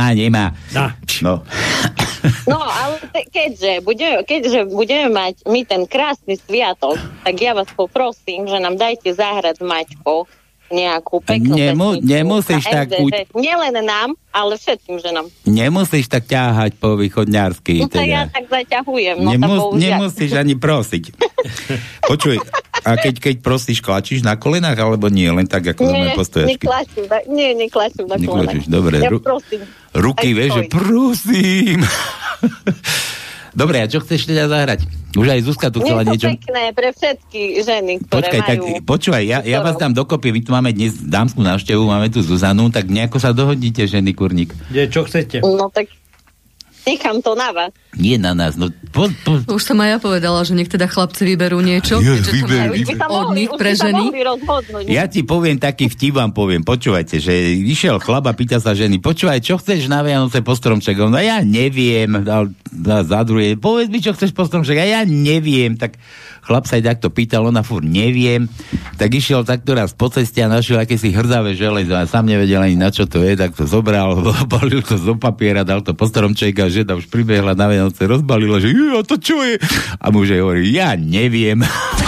No, ale keďže budeme mať my ten krásny sviatok, tak ja vás poprosím, že nám dajte zahrať s Maťkou nejakú peknú nemusíš tak... Nielen nám, ale všetkým ženám. Nemusíš tak ťahať po východňarsky. No teda. Ja tak zaťahujem. Nemusíš ani prosiť. Počuj, a keď prosíš, klačíš na kolenách, alebo nie? Len tak, ako máme postojačky? Neklačím na kolenách. Dobre. Ja prosím. Ruky, vieš, že prosím. Dobre, a čo chceš teda zahrať? Už aj Zuzka tu chcela niečo. Niečo pekné pre všetky ženy, ktoré majú... Počúvaj, ja vás dám dokopy, my tu máme dnes dámskú návštevu, máme tu Zuzanu, tak nejako sa dohodnite, ženy, kurník. Čo chcete? No tak nechám to na vás. Nie na nás, no Už som aj ja povedala, že nech teda chlapci vyberú niečo, od nich pre ženy. Ja ti poviem taký vtip, vám poviem, počúvajte, že išiel chlap a pýta sa ženy, počúvaj, čo chceš na Vianoce po stromčekom? No ja neviem, za druhé, povedz mi, čo chceš po stromčekom? Ja neviem, tak chlap sa aj takto pýtal, ona furt neviem, tak išiel takto raz po ceste a našiel akési hrdavé železo a sám nevedel ani na čo to je, tak to zobral, balil to zo papiera, dal to po stromčeka, že tam už pribehla na Vianoce, rozbalila, že a to čo je? A muž jej hovorí, ja neviem.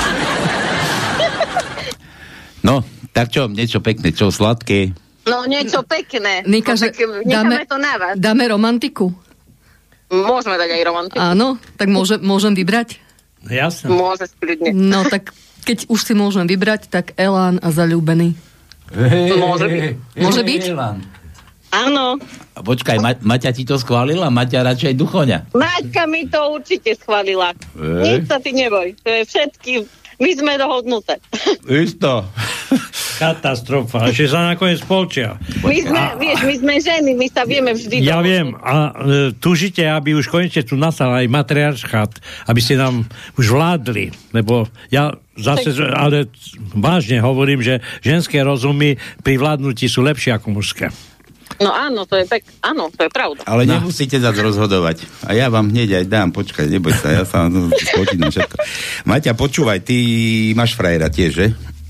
No, tak čo, niečo pekné, čo sladké? No, niečo pekné. Nika, že necháme to na vás. Dáme romantiku. Môžeme dať aj romantiku. Áno, tak môžem vybrať? Jasne. Môže sklidne. No tak keď už si môžem vybrať, tak Elán a Zaľúbený. Môže byť. Môže byť? Áno. A počkaj, Maťa ti to schválila? Maťa radšej Duchoňa. Maťka mi to určite schválila. Nič sa ty neboj. To je všetky... My sme dohodnuté. Isto. Katastrofa. Ešte sa nakoniec spolčia. My sme ženy, my sa vieme vždy Ja dohodnúť. viem. A túžite, aby už konečne tu nastal aj matriarchát, aby ste nám už vládli. Lebo ja zase, ale vážne hovorím, že ženské rozumy pri vládnutí sú lepšie ako mužské. No áno, to je áno, to je pravda. Ale nemusíte zase rozhodovať. A ja vám hneď aj dám, počkaj, neboj sa, ja sa spočítam všetko. Maťa, počúvaj, ty máš frajera tiež, že?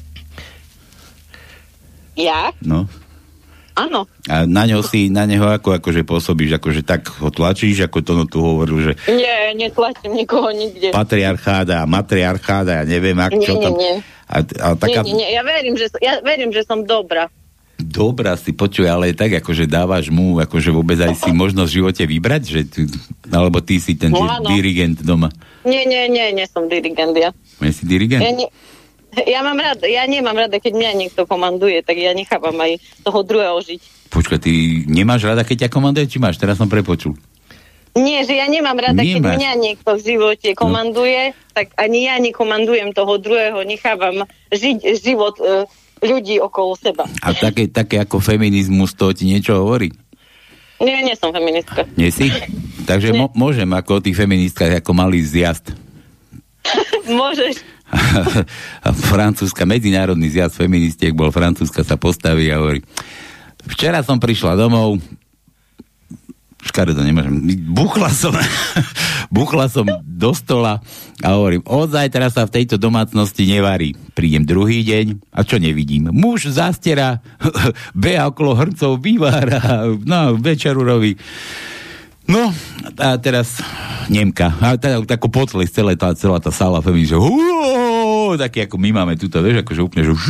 Ja? No. Áno. A na neho akože pôsobíš, akože tak ho tlačíš, ako to tu hovoril, že... Nie, netlačím nikoho nikde. Patriarcháda, matriarcháda, ja neviem, čo tam... Nie. Nie, ja verím, že som dobrá. Dobrá si, počuj, ale tak akože dávaš mu akože vôbec aj si možnosť v živote vybrať, že alebo ty si ten dirigent doma. Nie, som dirigent ja. Nie si dirigent? Ja mám rada, ja nemám rada, keď mňa niekto komanduje, tak ja nechávam aj toho druhého žiť. Počkaj, ty nemáš rada, keď ťa komanduje, či máš? Teraz som prepočul. Nie, že ja nemám rada, keď mňa niekto v živote komanduje, tak ani ja nekomandujem toho druhého, nechávam žiť život ľudí okolo seba. A také ako feminizmus, to ti niečo hovorí? Nie som feministka. Nie si? Takže môžem ako o tých feministkách ako malý zjazd. Môžeš. Francúzska, medzinárodný zjazd feministiek bol, Francúzska sa postaví a hovorí: včera som prišla domov, škaredo nemôžem, buchla som do stola a hovorím, od zajtra sa v tejto domácnosti nevarí. Prídem druhý deň a čo nevidím? Muž zastiera, beha okolo hrncov, vyvára, večeru robí. No, a teraz Nemka. A tako potles celá tá sála feminist, že taký ako my máme túto, vieš, akože úplne, že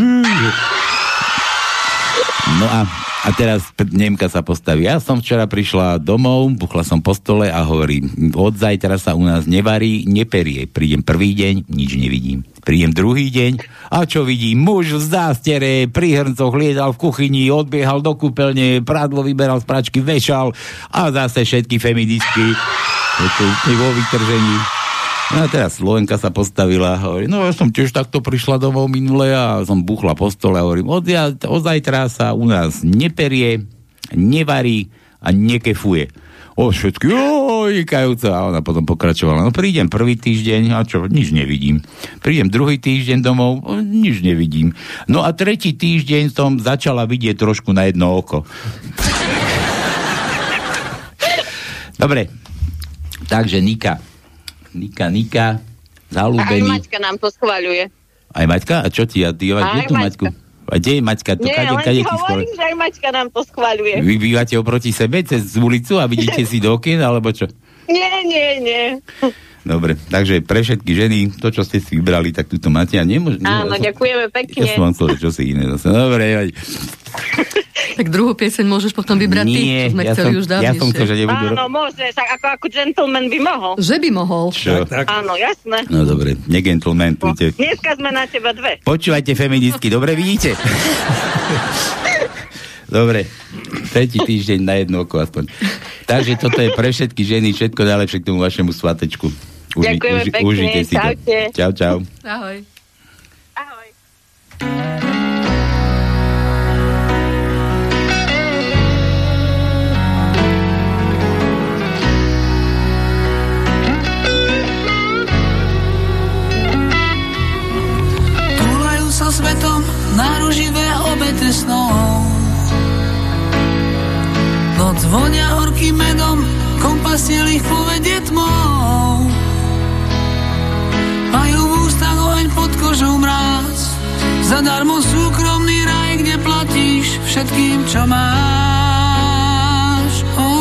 no a teraz Nemka sa postaví. Ja som včera prišla domov, buchla som po stole a hovorí, od zajtra sa u nás nevarí, neperie. Prídem prvý deň, nič nevidím. Prídem druhý deň a čo vidím? Muž v zástiere, pri hrncoch liedal v kuchyni, odbiehal do kúpeľne, prádlo vyberal z pračky, vešal a zase všetky feministky vo vytržení. No a teraz Slovenka sa postavila a hovorí, no ja som tiež takto prišla domov minule a som buchla po stole a hovorím, od zajtra sa u nás neperie, nevarí a nekefuje. Všetky, ikajúce. A ona potom pokračovala, no prídem prvý týždeň a čo, nič nevidím. Prídem druhý týždeň domov, nič nevidím. No a tretí týždeň som začala vidieť trošku na jedno oko. Dobre, takže Nika, Zaľúbený. Aj Maťka nám to schvaľuje. Aj Maťka? A čo ti? A ty máš tú Maťku? A kde je Maťka? Nie, len ti hovorím, že aj Maťka nám to schvaľuje. Vy bývate oproti sebe cez ulicu a vidíte si do okien, alebo čo? Nie. Dobre, takže pre všetky ženy, to, čo ste si vybrali, tak túto máte a nemôžem. Áno, ďakujeme pekne. Ja som vám chcel, čo si iné zase. Dobre, tak druhú pieseň môžeš potom vybrať ty, čo sme chceli už dávnejšie. Ja som chcel, že nebudú... Áno, môžeš, ako gentleman by mohol. Že by mohol. Čo? Tak. Áno, jasné. No dobre, negentleman. Dneska sme na teba dve. Počúvajte feministky, dobre vidíte? Dobre, tretí týždeň na jedno oko aspoň. Takže toto je pre všetky ženy, všetko najlepšie k tomu vašemu svatečku. Ďakujeme pekne, užite si čaute. To. Čau. Ahoj. Ahoj. Túlajú sa svetom náruživé obete snov. Noc vonia horkým medom, kompasiel ich povedie tmou. Majú v ústach oheň pod kožou mráz, zadarmo súkromný raj, kde platíš všetkým, čo máš.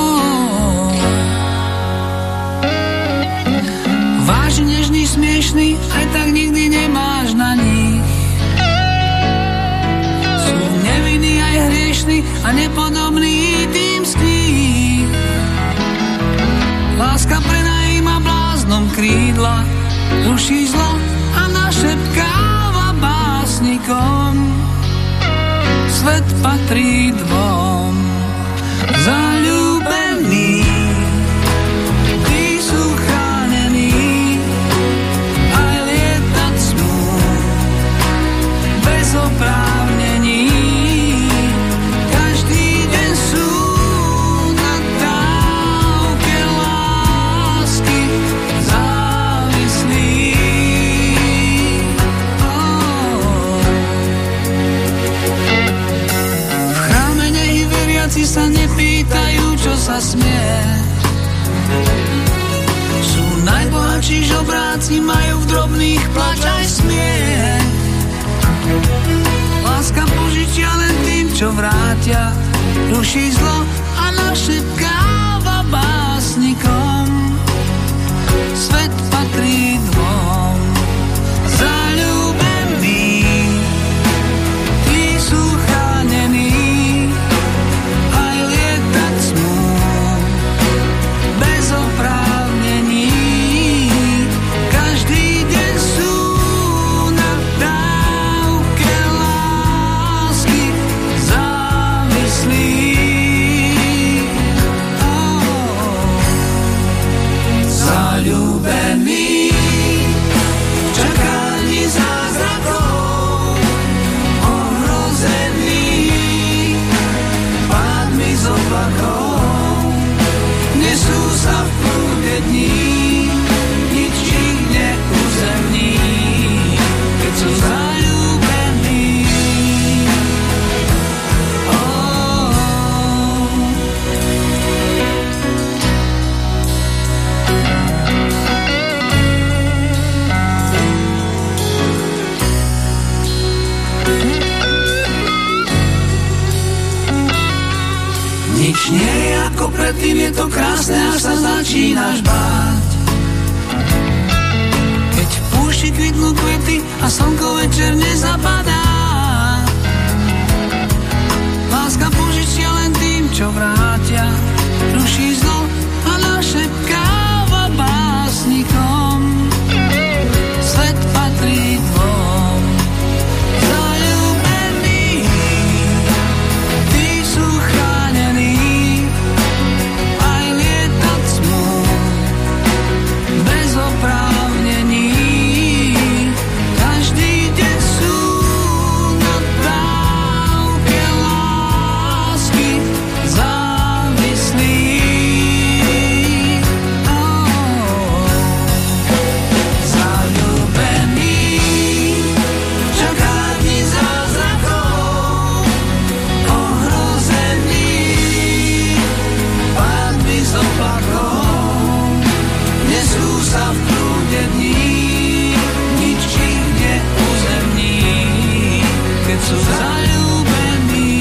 Vážny, nežný, smiešný, aj tak nikdy nemáš na nich. Sú nevinní aj hriešní a nepodobní tým z kníh. Láska prenajíma bláznom krídla, ruší zlo a našepkáva básnikom. Svet patrí dvom zaľúbení, tí sú chránení, aj lietať smú bez oprávnení. Každý deň sú na dávke lásky závislí. V chráme nech veriaci sa nepýtajú, čo sa smie. Sú najbohatší žobráci, majú v drobných plač aj smiech. Láska požičia len tým, čo vrátia, ruší zlo a našepkáva básnikom. Svet patrí dvom zaľúbení, tí sú chránení, aj lietať smú bez oprávnení. Každý deň sú na dávke lásky závislí. Zaľúbení v čakaní zázrakov, ohrození pádmi z oblakov, nesú sa v prúde dní, nič ich neuzemní, keď sú zaľúbení. Nič nie je ako predtým, je to krásne, až sa začínaš báť. Keď v púšti kvitnú kvety a slnko večer nezapadá, láska požičia len tým, čo vrátia, ruší zlo a našepkáva básnikom. Svet patrí dvom zaľúbení, tí sú chránení, aj lietať smú bez oprávnení. Každý deň sú na dávke lásky závislí. Zaľúbení v čakaní zázrakov, ohrození pádmi z oblakov, nesú sa v prúde dní, nič ich neuzemní, keď sú zaľúbení.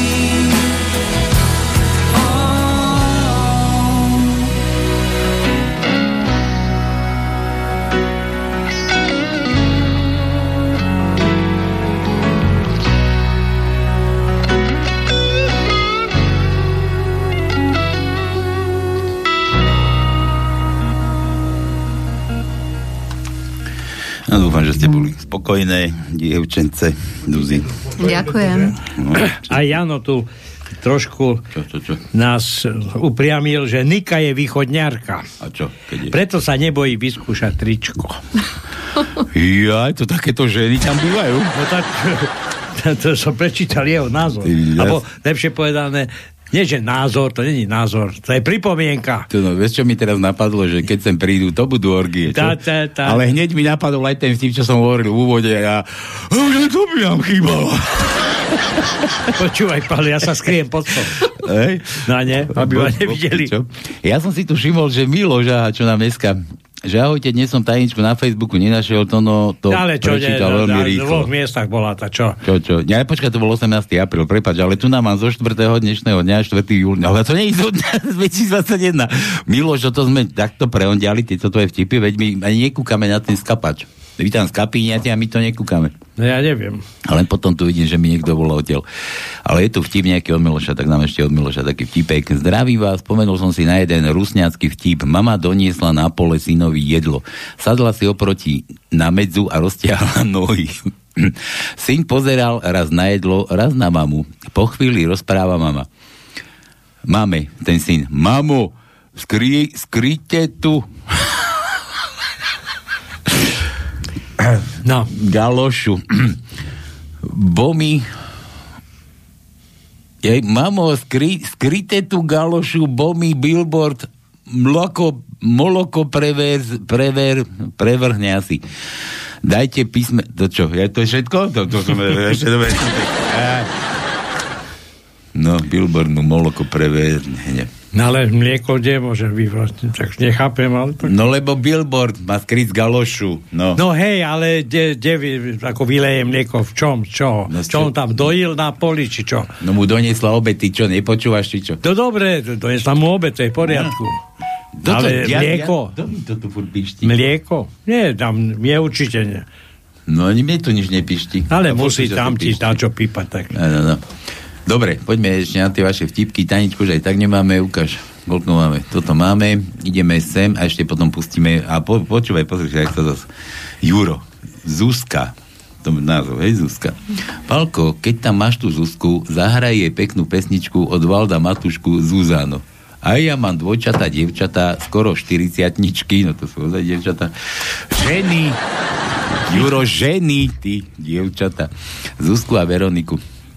No, dúfam, že ste boli spokojné, dievčence, Duzi. Ďakujem. No, a Jano tu trošku čo? nás upriamil, že Nika je východňarka. A čo? Keď je? Preto sa nebojí vyskúšať tričko. Jaj, to takéto ženy tam bývajú. No tak, to som prečítal jeho názor. Alebo lepšie povedané, nie, že názor, to není názor, to je pripomienka. No, vieš, čo mi teraz napadlo, že keď sem prídu, to budú orgie, čo? Ale hneď mi napadol aj ten vtip, čo som hovoril v úvode a to by nám chýbalo. Počúvaj, Pali, ja sa skriem pod stôl. No nie, aby ma nevideli. Ja som si tu všimol, že Miloš, čo nám dneska že ahojte, dnes som tajničku na Facebooku nenašiel, to prečítal veľmi rýchlo. V dvoch miestach bola tá, čo? Čo? Ja, počkaj, to bol 18. apríl, prepáč, ale tu nám mám zo 4. dnešného dňa, 4. júna, ale to nie je zo dňa 2021. Miloš, to sme takto preondiali, tieto tvoje vtipy, veď my ani nekúkame na ten skapač. Vy tam skapíňate a my to nekúkame. No ja neviem. Ale potom tu vidím, že mi niekto volá odtiaľ. Ale je tu vtip nejaký od Miloša, tak nám ešte od Miloša taký vtipek. Zdravím vás, spomenul som si na jeden rusňacký vtip. Mama doniesla na pole synovi jedlo. Sadla si oproti na medzu a roztiahla nohy. Syn pozeral raz na jedlo, raz na mamu. Po chvíli rozpráva mama. Máme, ten syn. Mamo, skryte tu no. galošu. Bomi. Mamo, skryte tu galošu, bomi, billboard, moloko prevrhne asi. Dajte písme... To čo? Je to všetko? To som ešte dobre. No, billboard mu moloko prevrhne. No ale mlieko kde môže vyvratiť? Tak nechápem, ale... Tak... No lebo billboard má skryť galošu. No hej, ale kde ako vyleje mlieko? V čom? Čo? No, čo on tam dojil na poli, či čo? No mu doniesla obed, ty čo, nepočúvaš, či čo? No dobre, doniesla mu obed, to je v poriadku. Ale mlieko? Kto mi to tu furt píšti? Mlieko? Nie, tam je určite nie. No mne tu nič nepíšti. Ale musí tam ti dať čo pípať. Tak. No. Dobre, poďme ešte na tie vaše vtipky. Taničku, že aj tak nemáme, ukáž. Koľko máme? Toto máme, ideme sem a ešte potom pustíme. A počúvaj, pozri, jak to zase. Juro, Zuzka, to je názov, hej, Zuzka. Palko, keď tam máš tú Zuzku, zahraj jej peknú pesničku od Valda Matušku Zuzano. A ja mám dvojčatá, dievčatá, skoro 40-tničky, no to sú ozaj dievčatá. Ženy, Juro, ženy, ty, dievčatá. Zuzku a Veroniku,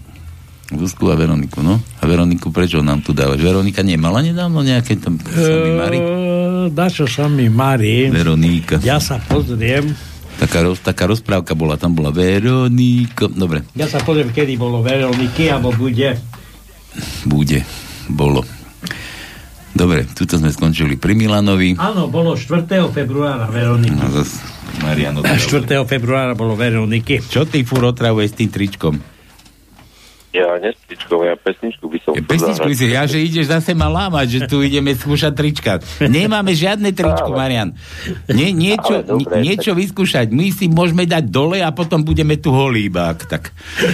no. A Veroniku, prečo nám tu dávaš? Veronika nemala nedávno nejaké tam sami Mari? Dačo sami Mari. Veronika. Ja sa pozriem. Taká rozprávka bola, tam bola Veronika. Dobre. Ja sa pozriem, kedy bolo Veroniky, alebo bude. Bolo. Dobre, tuto sme skončili pri Milanovi. Áno, bolo 4. februára Veroniky. No zase Mariano. 4. februára bolo Veroniky. Čo ty furt otravuješ s tým tričkom? Ja nestričkom, ja pesničku by som... Pesničku by si, ja že ideš zase ma lámať, že tu ideme skúšať trička. Nemáme žiadne tričko, Marian. Niečo vyskúšať. My si môžeme dať dole a potom budeme tu holíbák. Tak.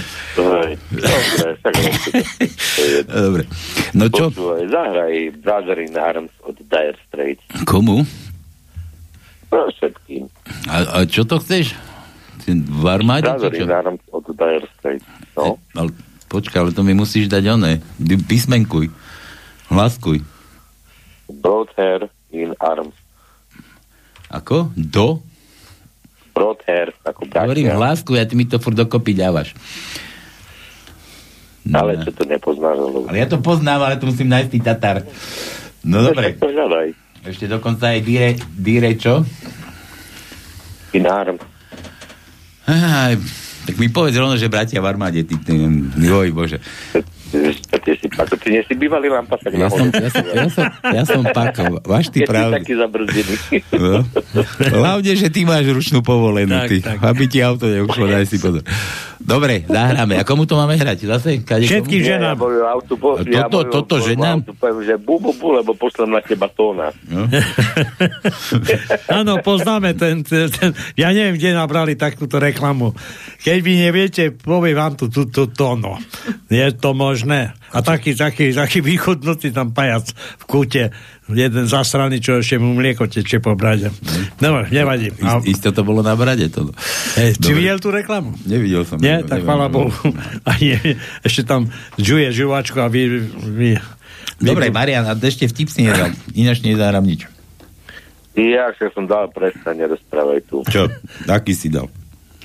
Dobre. No čo? Počúvaj, zahraj Brother in Arms od Dire Straits. Komu? No, všetkým. A čo to chceš? V armáde? Brother in Arms od Dire Straits. No. Počkaj, ale to mi musíš dať oné. Písmenkuj. Hlaskuj. Broad hair in arms. Ako? Do? Broad hair, ako bratia. Hovorím hlaskuj a ty mi to furt dokopy dávaš. No, ale čo to nepoznáš? Ale ja to poznám, ale to musím nájsť tý Tatar. No dobre. Ešte dokonca aj díre čo? In arms. Tak mi povedz rovno, že bratia v armáde, joj Bože. Ty nie si bývalý lampasak. Ja som Pako. Máš ty pravdu. Taký zabrzdený. No. Hlavne, že ty máš ručnú povolenú. Tak. Aby ti auto neušlo, daj si pozor. Dobre, zahráme. A komu to máme hrať? Zase? Všetkým ženám. Toto ženám? Poviem, že bu, lebo pošlem na teba tóna. No? Áno, poznáme ten. Ja neviem, kde nabrali takúto reklamu. Keď vy neviete, poviem vám tu tóno. Je to možné? A taký východnutý tam pajac v kúte. Jeden zasraný, čo ešte mu mlieko teče po brade. Dobre, nevadí. Isto to bolo na brade. To. Či videl tú reklamu? Nevidel som. Nie, tak chvála Bohu. A ešte tam žuje žuvačku a Dobre, Marian, a ešte vtip si nedal. Ináč nezahrám nič. Ja som dal prestane, rozprávaj tu. Čo? Aký si dal?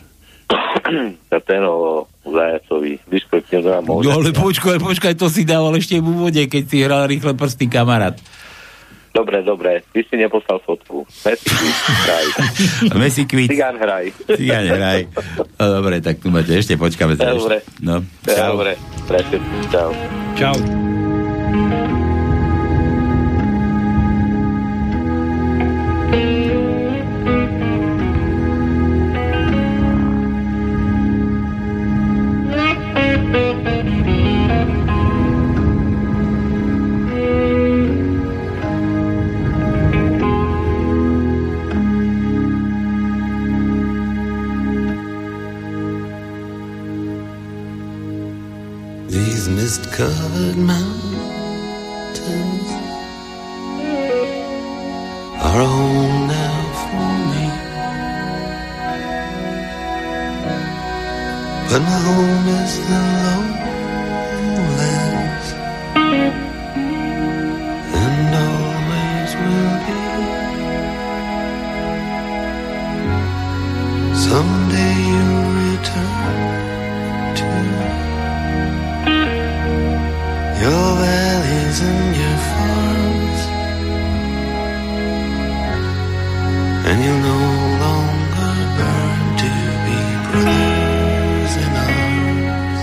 Ten o Zajacovi. Vyškrtne za môže. No ale počkaj, to si dával ešte v úvode, keď si hral rýchle prsty, kamarát. Dobre. Ty si neposlal fotku. Messi kvít. Cigán hraj. No, dobre, tak tu máte. Ešte počkáme sa. Dobre. No, čau. Dobre. Čau. Čau. those mist-covered mountains are a home now for me. But my home is the lowlands, and always will be. Someday you'll return to your valleys and your farms, and you'll no longer burn to be brothers in arms.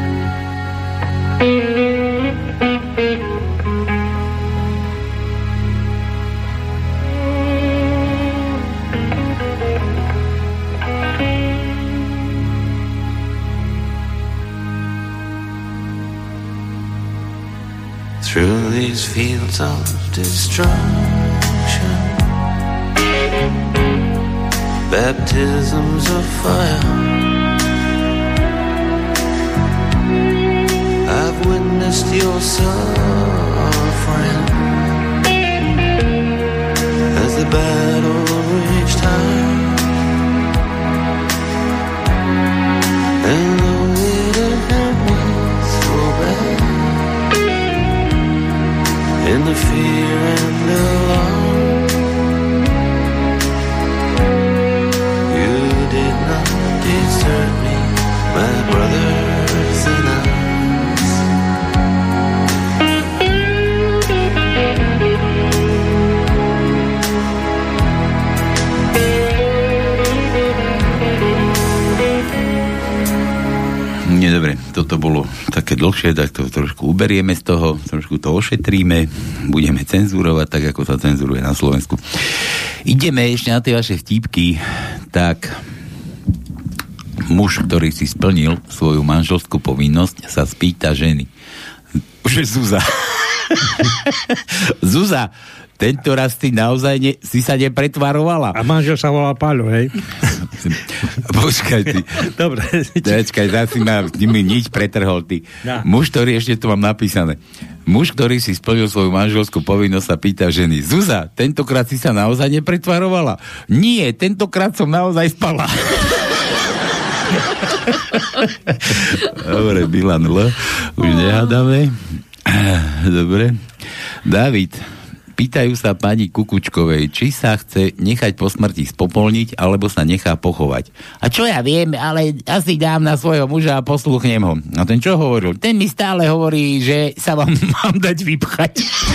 Through these fields of destruction, baptisms of fire, I've witnessed your suffering as the battle raged high. And though it hurt me so bad, in the fear and alarm, you did not desert me, my brothers in arms. Nie, dobre, toto bolo také dlhšie, tak to trošku uberieme z toho, trošku to ošetríme, budeme cenzurovať, tak ako sa cenzuruje na Slovensku. Ideme ešte na tie vaše vtípky. Tak muž, ktorý si splnil svoju manželskú povinnosť, sa spýta ženy. Že Zúza. Zúza, tento raz ty naozaj si sa nepretvarovala. A manžel sa volá Paľo, hej? Počkaj ty. Dobre. Počkaj, zase ma nimi nič pretrhol ty. Ja. Muž, ktorý, ešte to mám napísané. Muž, ktorý si splnil svoju manželskú povinnosť, sa pýta ženy. Zúza, tentokrát si sa naozaj nepretvarovala? Nie, tentokrát som naozaj spala. Dobre, Milan L. Už nehádame. Dobre. David, pýtajú sa pani Kukučkovej, či sa chce nechať po smrti spopolniť, alebo sa nechá pochovať. A čo ja viem, ale asi dám na svojho muža a posluchnem ho. A ten čo hovoril? Ten mi stále hovorí, že sa vám mám dať vypchať.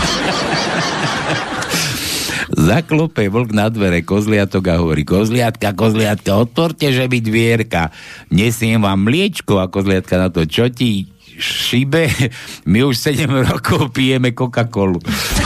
Zaklope vlk na dvere kozliatok a hovorí: kozliatka, otvorte, že by dvierka. Nesiem vám mliečko. A kozliatka na to: čo ti šibe? My už 7 rokov pijeme Coca-Colu.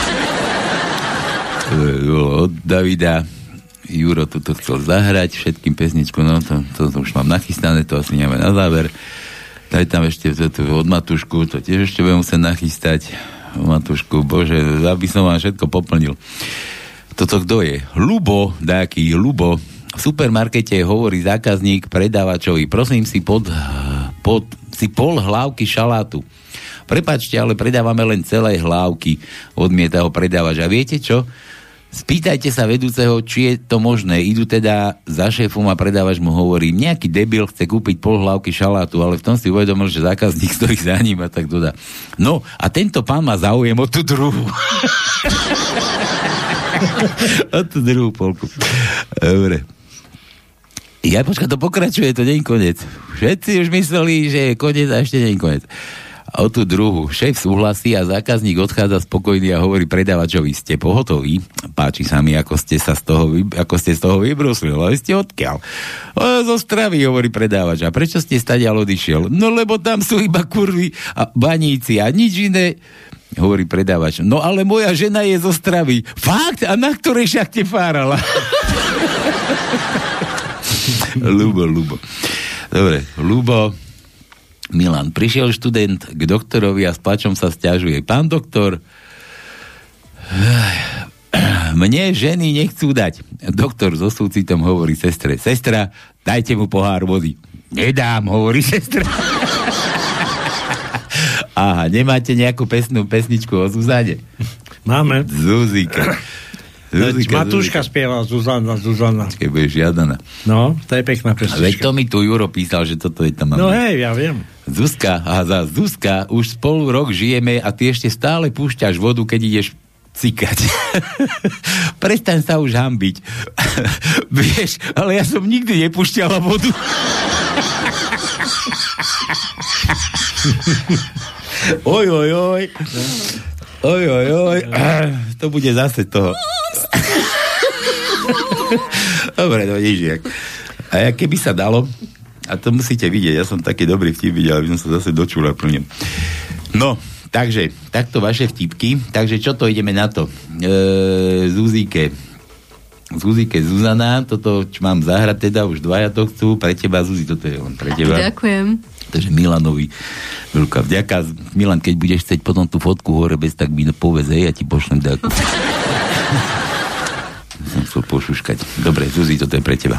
Od Davida. Juro toto chcel zahrať všetkým pesničku, no to už mám nachystané, to asi nemáme na záver. Daj tam ešte od Matušku, to tiež ešte budem musieť nachystať. Matušku, bože, aby som vám všetko poplnil. Toto kto je? Ľubo, dáky, Ľubo. V supermarkete hovorí zákazník predávačovi: prosím si pol hlávky šalátu. Prepáčte, ale predávame len celé hlávky. Odmieta ho predávač. A viete čo? Spýtajte sa vedúceho, či je to možné. Idú teda za šéfom a predávač mu hovorí: nejaký debil chce kúpiť pol hlávky šalátu, ale v tom si uvedomil, že zákazník stojí za ním a tak dodá: no a tento pán má záujem o tú druhú. O tú druhú polku. Dobre. Ja počkaj, to pokračuje, to nie je koniec. Všetci už mysleli, že je koniec a ešte nie je koniec. A o tú druhú. Šéf súhlasí a zákazník odchádza spokojný a hovorí predávačovi: ste pohotoví? Páči sa mi, ako ste z toho vybrusli. Ale ste odkiaľ? Zo Stravy, hovorí predávač. A prečo ste stadiaľ odišiel? No lebo tam sú iba kurvy a baníci a nič iné. Hovorí predávač: no ale moja žena je zo Stravy. Fakt? A na ktorej šachte fárala? Ľubo. Dobre, Ľubo. Milan, prišiel študent k doktorovi a s plačom sa sťažuje: pán doktor, mne ženy nechcú dať. Doktor so súcitom hovorí sestre: sestra, dajte mu pohár vody. Nedám, hovorí sestra. Aha, nemáte nejakú pesničku o Zuzane? Máme. Zuzika. Matúška spieval Zuzana. Keď bude žiadaná. No, to je pekná pesnička. Veď to mi tu Juro písal, že toto je tam. No hej, ja viem. Zuzka, už spolu rok žijeme a ty ešte stále púšťaš vodu, keď ideš cikať. Prestaň sa už hanbiť. Vieš, ale ja som nikdy nepúšťala vodu. Oj. To bude zase toho. Dobre, no nič. A keby sa dalo, a to musíte vidieť, ja som taký dobrý vtip videl, aby som sa zase dočula plne. No, takže, takto vaše vtipky. Takže čo to ideme na to? Zuzike Zuzana, toto čo mám zahrať teda, už dvaja to chcú, pre teba Zuzi, toto je len pre teba. Ďakujem. Takže Milanovi veľká vďaka. Milan, keď budeš chcieť potom tú fotku hore bez, tak mi povedz, ja ti pošlem ďaku. Som chcel pošuškať. Dobre, Zuzi, toto je pre teba.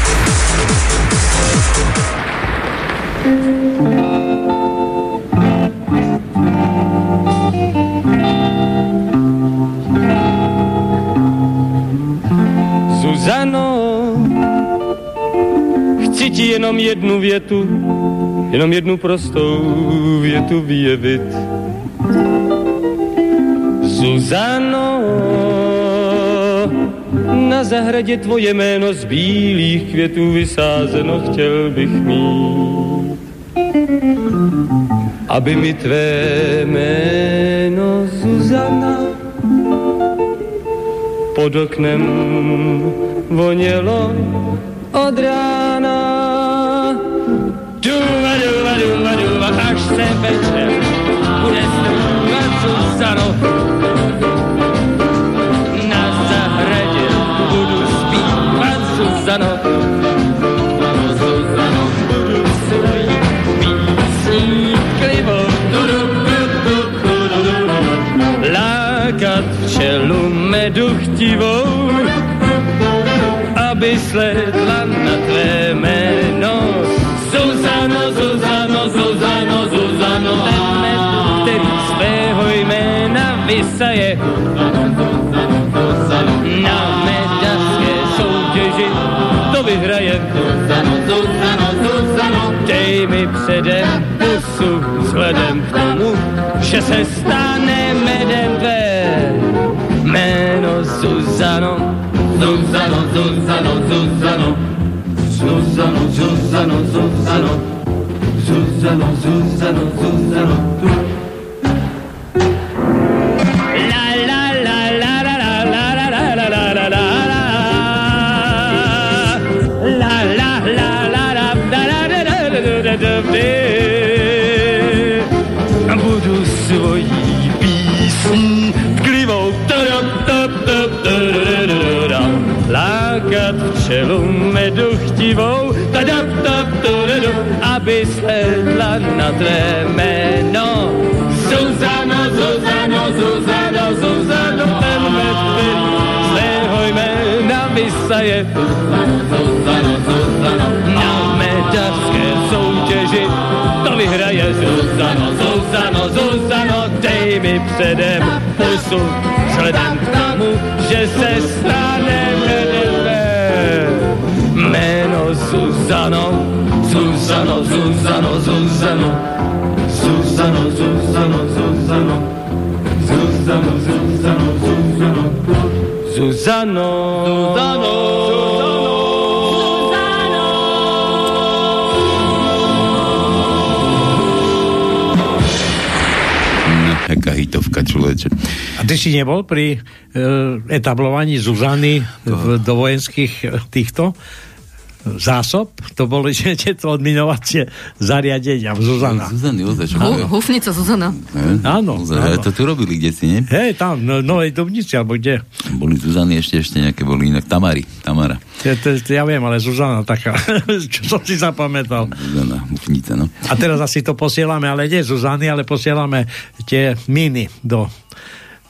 Zuzano, chci ti jenom jednu větu, jenom jednu prostou větu vyjevit. Zuzano, na zahradě tvoje jméno z bílých květů vysázeno chtěl bych mít. Aby mi tvé jméno Zuzana pod oknem vonělo od rána. Duva, duva, duva, duva, až se večer bude stoupat Zuzano. Na zahradě budu zpívat Zuzano. Zuzano, budu svojí písní klivou lákat včelu meduchtivou, aby sledla na tvé jméno. Zuzano, Zuzano, Zuzano, Zuzano, ten med, který svého jména vysaje na medařské soutěži, to vyhraje. Zuzano, Zuzano, Zuzano, dej mi předem pusu vzhledem k tomu, že se stane medem tvé jméno Zuzano. Zuzano, Zuzano, Zuzano, Zuzano, Zuzano, Zuzano, Zuzano, Zuzano, Zuzano. La la la la la la la la la la la la la la la la la la. Budu svojí písní tklivou lákat včelu meduchtivou, aby sledla na tvé jméno. Zuzano, Zuzano, Zuzano, Zuzano, ten med, který svého jména vysaje Zuzano, Zuzano, na medařské soutěži, to vyhraje Zuzano, Zuzano, Zuzano, dej mi předem pusu vzhledem k tomu, že se stane jméno Zuzano, Zuzano, Zuzano, Zuzano, Zuzano, Zuzano, Zuzano, Zuzano, Zuzano, Zuzano, Zuzano, Zuzano, Taká hitovka, človeče. A ty si nebol pri etablovaní Zuzany do vojenských týchto zásob? To boli tieto odminovacie zariadenia Zuzana. Zuzany, ozaj. Hufnica Zuzana. Áno. To tu robili kdesi, nie? Hej, tam, v Novej Dubnici, alebo kde? Boli Zuzany, ešte nejaké boli inak. Tamara. Ja viem, ale Zuzana taká, čo som si zapamätal. Zuzana, Hufnica, no. A teraz asi to posielame, ale nie Zuzany, ale posielame tie miny do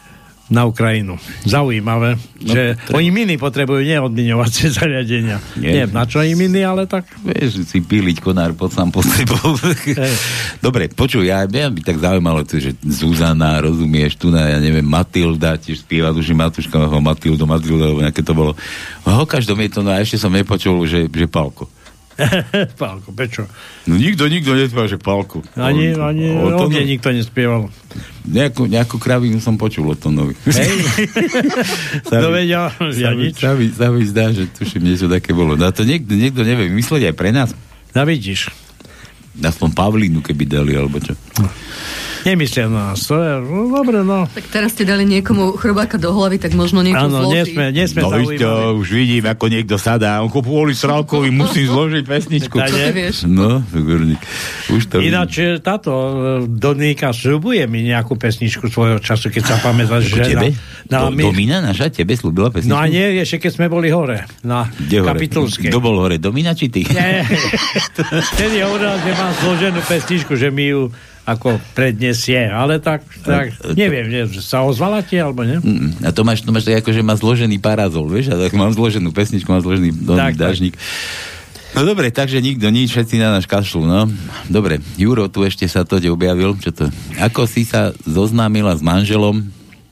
na Ukrajinu. Zaujímavé, že oni miny potrebujú, nie odmiňovacie zariadenia. Nie, na čo im miny, ale tak... Vieš, si píliť konár pod sám pod sebou. Dobre, počuj, ja by tak zaujímalo, že Zuzana, rozumieš, tu na, ja neviem, Matilda, tiež spieva, tuži Matuška, Matilda, alebo nejaké to bolo. O každom je to, no a ešte som nepočul, že Pálko. Pálko, prečo? No nikto nespieval, že Pálko. Ani o mne nikto nespieval. Nejakú kravinu som počul o Tonovi. Hej. Ja nič. Sa mi zdá, že tuším, niečo také bolo. No to niekto nevie vymysleť aj pre nás. No vidíš. Aspoň Pavlínu, keby dali, alebo čo. Nemyslia na nás, to je, dobre, no. Tak teraz ste dali niekomu chrobáka do hlavy, tak možno niečo zloží. Áno, nesme no isto, už vidím, ako niekto sadá. On kvôli Sralkovi musí zložiť pesničku. Čo ty vieš? No, gurník. Už to ináč táto Dominika sľubuje mi nejakú pesničku svojho času, keď sa pamätáš, že... Tebe? Domina naša tebe slúbila pesničku? No a nie, ešte keď sme boli hore, na Kapitulskej. Kto bol hore, Domina či ty? Nie, vtedy hovorila, že mám zloženú pesničku, že mi ju ako predniesie, ale tak neviem, sa ozvala ti, alebo nie? A to máš tak ako, že má zložený parazol, vieš, a tak mám zloženú pesničku, mám zložený dážnik. No dobre, takže nikto, nič, všetci na náš kašľú, no. Dobre, Juro, tu ešte sa to objavil, čo to? Ako si sa zoznámila s manželom?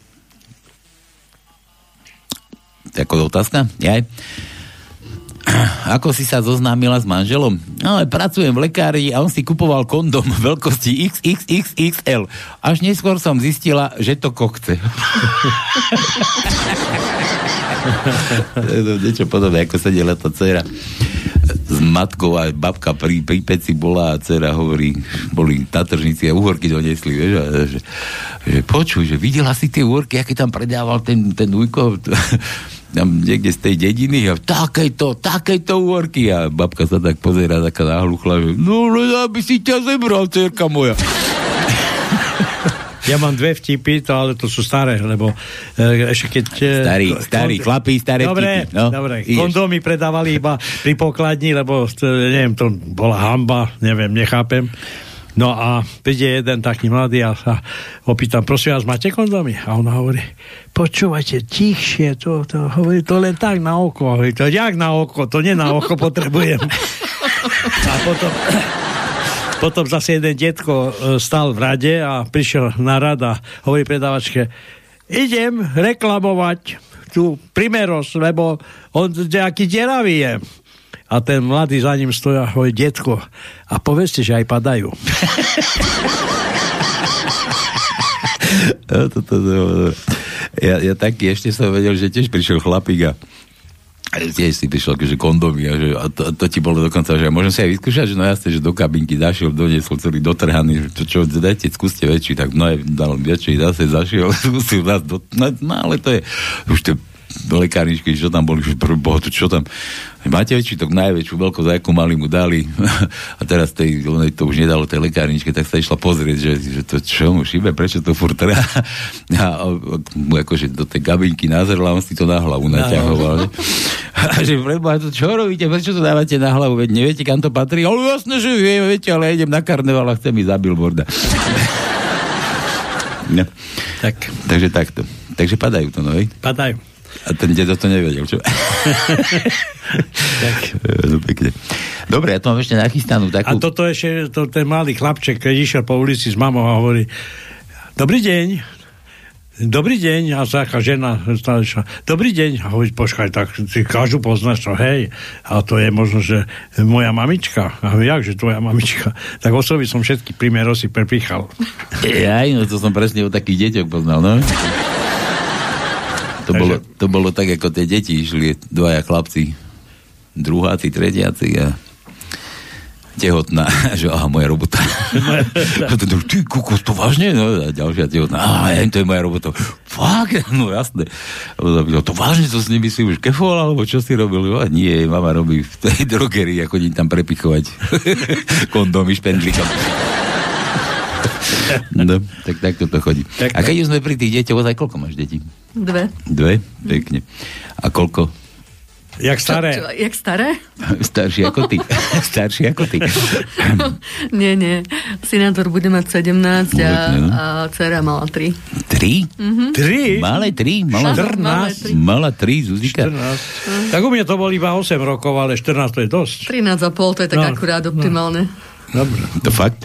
Ako otázka? Jaj. Ako si sa zoznámila s manželom? No, pracujem v lekárni a on si kupoval kondom veľkosti XXXXL. Až neskôr som zistila, že to kokce. Niečo podobné, ako sedela tá dcera s matkou a babka pri peci bola a dcera hovorí, boli na tržnici a uhorky donesli, vieš, že počuj, že videla si tie uhorky, aké tam predával ten ujko tam niekde z tej dediny a takejto uhorky a babka sa tak pozerá, taká náhluchla, že no, aby si ťa zebral, dcerka moja. Ja mám dve vtipy, ale to sú staré, lebo ešte keď... Starý, chlapí, staré vtipy. Dobre, kondómy predávali iba pri pokladni, lebo, neviem, to bola hanba, neviem, nechápem. No a príde jeden taký mladý a sa opýtam, prosím vás, máte kondómy? A ona hovorí, počúvajte, tichšie, to hovorí, to len tak na oko. Hovorí, to jak na oko? To nie na oko potrebujem. A potom zase jeden detko stal v rade a prišiel na rad a hovorí predávačke, idem reklamovať tu Primeros, lebo on nejaký deravý je. A ten mladý za ním stojí a hovorí, detko, a povedzte, že aj padajú. Ja taký ešte som vedel, že tiež prišiel chlapík a tiež si prišiel akože kondomy a to ti bolo dokonca, že môžem si aj vyskúšať, že no jasne, že do kabinky zašiel, doniesol celý dotrhaný, čo dajte, skúste väčší, tak no aj dal väčší, zase zašiel, skúsil zase no ale to je, už to do lekárničky, čo tam boli, čo tam máte väčší, tak najväčšiu veľkosť, akú mali mu dali a teraz to už nedalo tej lekárničke, tak sa išla pozrieť, že to čo mu šíbe, prečo to furt trá a akože do tej kabinky nazrela, on si to na hlavu naťahoval a že preboha, to čo robíte, prečo to dávate na hlavu, veď neviete, kam to patrí, ale jasne, že vieme, viete, ale ja idem na karneval a chcem ísť za billboarda. No. Takže takto. Takže padajú to, no hej? Padajú. A ten dedo to nevedel, čo? Tak. No, pekne. Dobre, ja to mám ešte nachystanú takú... A toto ešte, ten malý chlapček, keď išiel po ulici s mamou a hovorí, dobrý deň, a taká žena stále išla, dobrý deň, a hovorí, počkaj, tak si každú poznáš, to hej, a to je možno, že moja mamička, a hovorí, jakže tvoja mamička, tak osoby som všetky Primerosy prepichal. Jaj, no to som presne o takých deťoch poznal, no? To bolo tak, ako tie deti išli, dvaja chlapci, druháci, tretiaci a tehotná, že aha, moja robota. A ty kukos, to vážne? No a ďalšia tehotná, to je moja robota. Fakt? No jasné. A to vážne, to s nimi si už kefol, alebo čo si robil? A nie, mama robí v tej drogerii a chodí tam prepichovať kondómy špendlíkom. No, tak takto to chodí. Tak, a keď už sme pri tých deťoch, ozaj koľko máš detí? 2. Pekne. A koľko? Jak staré? Jak staré? Starší ako ty. Starší ako ty. Nie. Synátor bude mať 17 a dcera mala 3. 3? 3? Malé 3? Mala 3, Zuzika. 14. Tak u mňa to bol iba 8 rokov, ale 14 to je dosť. 13,5, to je tak akurát optimálne. Dobre. To fakt?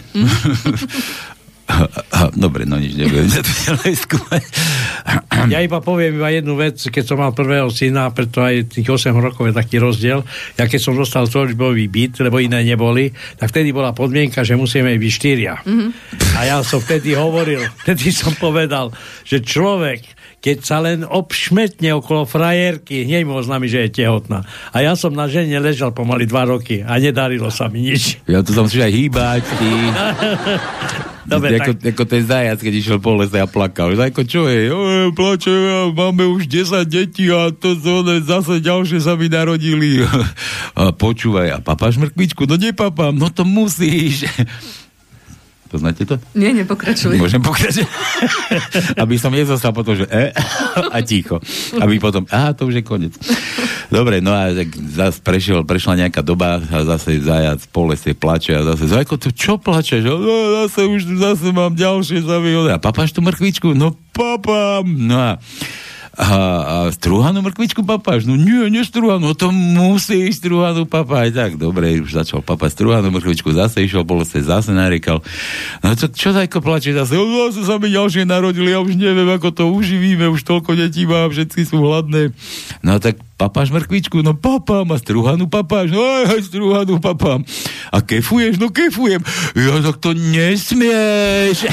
Dobre, no nič nebudem sa tu ďalej skúmať. Ja iba poviem jednu vec, keď som mal prvého syna, preto aj tých 8 rokov je taký rozdiel. Ja keď som dostal službový byt, lebo iné neboli, tak vtedy bola podmienka, že musíme byť 4. A ja som vtedy povedal, že človek, keď sa len obšmetne okolo frajerky, hneď mu oznámi, že je tehotná. A ja som na žene ležal pomaly 2 roky a nedarilo sa mi nič. Ja tu som si aj hýbať. Dobre, ako ten zajac, keď išiel po lese a plakal. Zajko, čo je? Plače, máme už 10 detí a to zase ďalšie sa mi narodili. A počúvaj, a papáš mrkvičku? No nepapám, no to musíš. Poznáte to? Nie, nepokračuj. Môžem pokračovať? Aby som nezostal potom, že a ticho. Aby potom, to už je koniec. Dobre, no a zase prešla nejaká doba a zase zajac po lese plače a zase, Zajko, tu čo plačeš? No, zase mám ďalšie zavýhody. A papáš tú mrkvičku? No papám. No a strúhanú mrkvičku papáš? No nie strúhanú, to musíš strúhanú papáš. Tak, dobre, už začal papať strúhanú mrkvičku, zase išiel po lese, zase nariekal. No čo Zajko plače? Zase sa mi ďalšie narodili, ja už neviem, ako to uživíme, už toľko detí mám, všetci sú hladné. No tak papáš mrkvičku? No papám. A strúhanú papáš? No aj strúhanú papám. A kefuješ? No kefujem. Ja tak to nesmieš.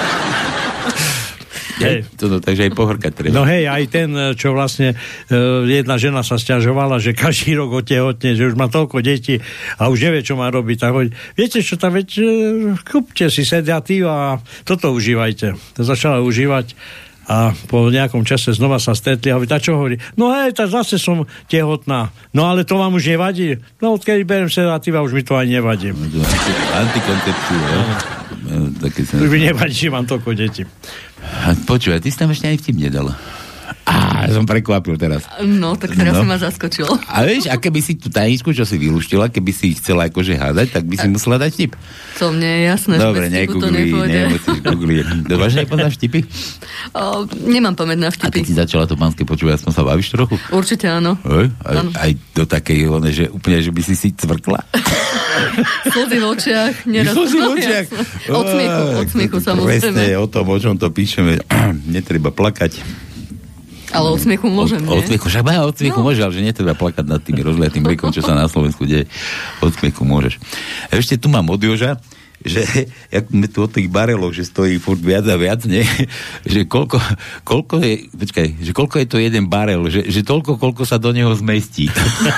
Takže aj pohorkať treba. No hej, aj ten, čo vlastne jedna žena sa sťažovala, že každý rok otehotne, že už má toľko detí a už nevie, čo má robiť. Tak hovorí, viete čo, tam kúpte si sedatív a toto užívajte. To začala užívať a po nejakom čase znova sa stretli a hovorí, čo hovorí? No hej, tak zase som tehotná. No ale to vám už nevadí? No odkedy beriem sedatív a už mi to aj nevadí. Antikoncepciu, už mi nevadí, že mám toľko detí. Počúvaj, ty si tam ešte aj vtip nedal. Som prekvapil teraz. No, tak teraz si ma zaskočil. A vieš, a keby si tú tajničku, čo si vylúštila, keby si chcela akože hádať, tak by si musela dať vtip. To mne je jasné. Dobre, nemusíš googliť. Vážne nepoznáš vtipy? Nemám pamäť na vtipy. A keď si začala to pánske počúvať, aspoň sa bavíš trochu? Určite áno. Aj do takej, že úplne, že by si cvrkla? Slzy v očiach. Slzy v očiach. Od smiechu samozrejme. Presne, o tom, o čom to píšeme. Netreba plakať. Ale od smiechu môžem, nie? Od smiechu môže, ale že netreba plakať nad tým rozliatým mliekom, čo sa na Slovensku deje. Od smiechu môžeš. A ešte tu mám od Joža, že jak sme tu od tých bareloch, že stojí furt viac a viac, nie? Že koľko je to jeden barel, že toľko, koľko sa do neho zmestí.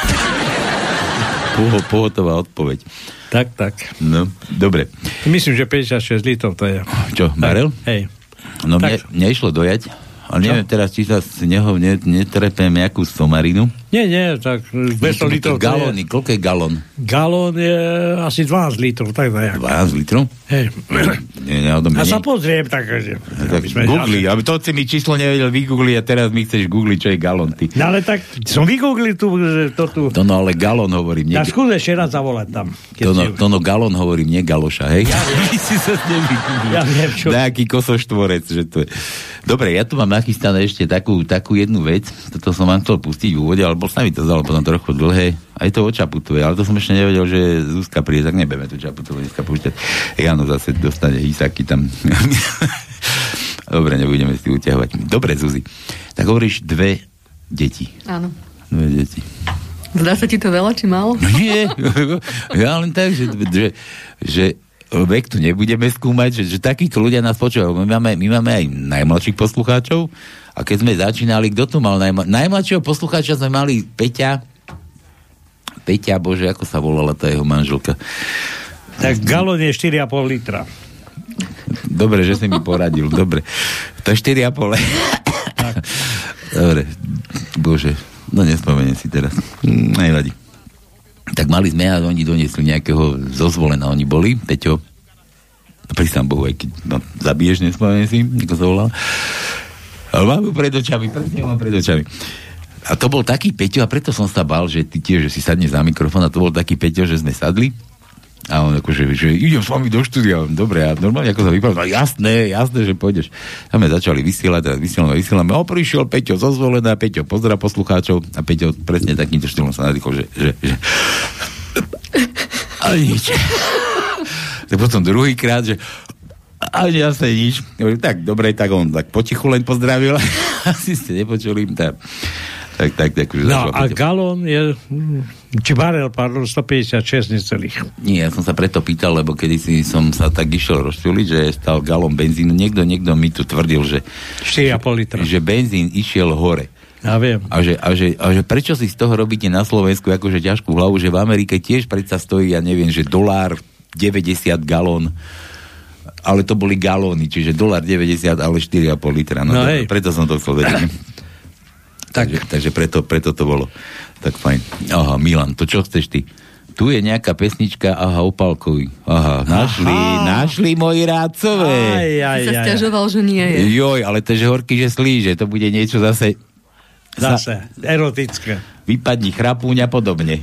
Pohotová odpoveď. Tak. No, dobre. Myslím, že 56 litrov to je. Čo, barel? Hej. No mne išlo dojať. Ale neviem teraz, či sa z neho netrepem nejakú somarinu. Nie, tak 200 litrov. Galóny, koľko je galón? Galón je asi 12 litrov, tak dajak. 12 litrov? Hej. A sa pozriem, tak googli, aby to si mi číslo nevedel vygoogliť a teraz mi chceš googliť, čo je galón, ty. No ale tak som vygooglil tu. No ale galón hovorím. Tak skús ešte raz zavolať tam. No galón hovorím, nie galoša, hej? Ja viem, čo. Nejaký kosoštvorec, že to je. Dobre, ja tu mám nachystané ešte takú jednu vec. Toto som vám chcel pustiť v úvode, ale sa mi to zdalo potom trochu dlhé. Aj to o Čaputovej, ale to som ešte nevedel, že Zuzka príde, tak nebudeme tu Čaputovej dneska púšťať. Jano zase dostane hýsaky tam. Dobre, nebudeme si uťahovať. Dobre, Zuzi. Tak hovoríš 2 deti. Áno. 2 deti. Zdá sa ti to veľa, či málo? No nie. Ja len tak, že vek tu nebudeme skúmať, že takíto ľudia nás počúvajú. My máme aj najmladších poslucháčov a keď sme začínali, kto tu mal najmladšieho poslucháča sme mali Peťa, bože, ako sa volala tá jeho manželka? Tak galón je 4,5 litra. Dobre, že si mi poradil. Dobre. To je 4,5. Dobre. Bože, no nespomeniem si teraz. Nevadí. Tak mali sme a oni doniesli nejakého zozvolena. Oni boli, Peťo, prísam Bohu, aj keď zabiješ, nespomeniem si, ako sa volal. Ale mám ho pred očami, presne mám pred očami. A to bol taký Peťo, a preto som sa bál, že ty tiež, že si sadneš za mikrofón, a to bol taký Peťo, že sme sadli a on akože, že idem s vami do štúdia. Dobre, a normálne ako sa vypadal, jasné, že pôjdeš. A my začali vysielať, vysielame. Prišiel Peťo zo Zvolená, Peťo pozdrav poslucháčov a Peťo presne takýmto štýlom sa nadýchol, že a nič. Tak potom druhýkrát, že a jasne nič. Tak, dobre, tak on tak potichu len pozdravil. Asi ste nepočuli. Tak, no a galón je, či barel, 156 necelých. Nie, ja som sa preto pýtal, lebo kedysi som sa tak išiel rozčuliť, že stal galón benzínu. Niekto mi tu tvrdil, že 4,5 litra. Že benzín išiel hore. Ja viem. A že prečo si z toho robíte na Slovensku akože ťažkú hlavu, že v Amerike tiež predsa stojí, ja neviem, že $1.90 galón. Ale to boli galóny, čiže $1.90, ale 4,5 litra. No preto som to chcel vedieť. Takže preto to bolo tak fajn. Aha, Milan, to čo chceš ty? Tu je nejaká pesnička, opálkovi. Našli moji rádcové. Sa sťažoval, že nie je. Joj, ale to je horký, že slíže. To bude niečo zase erotické. Vypadni chrapúň a podobne.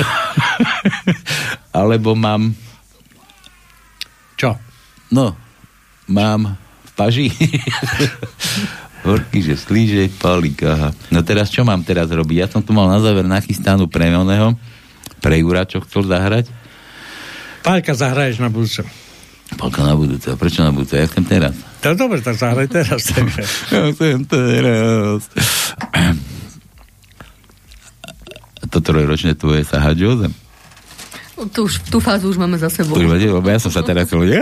Alebo mám... Čo? No, mám v paži. Horký, že slíže, palík, aha. No teraz, čo mám teraz robiť? Ja som tu mal na záver nachystanú pre Jura, čo chcel zahrať. Pálka zahraješ na budúce. Pálka na budúce. A prečo na budúce? Ja chcem teraz. To dobre, tak zahraj teraz. Ja chcem teraz. To trojročné tvoje sa hádže o zem. Tú fázu už máme za sebou. Ja som sa teraz chcel,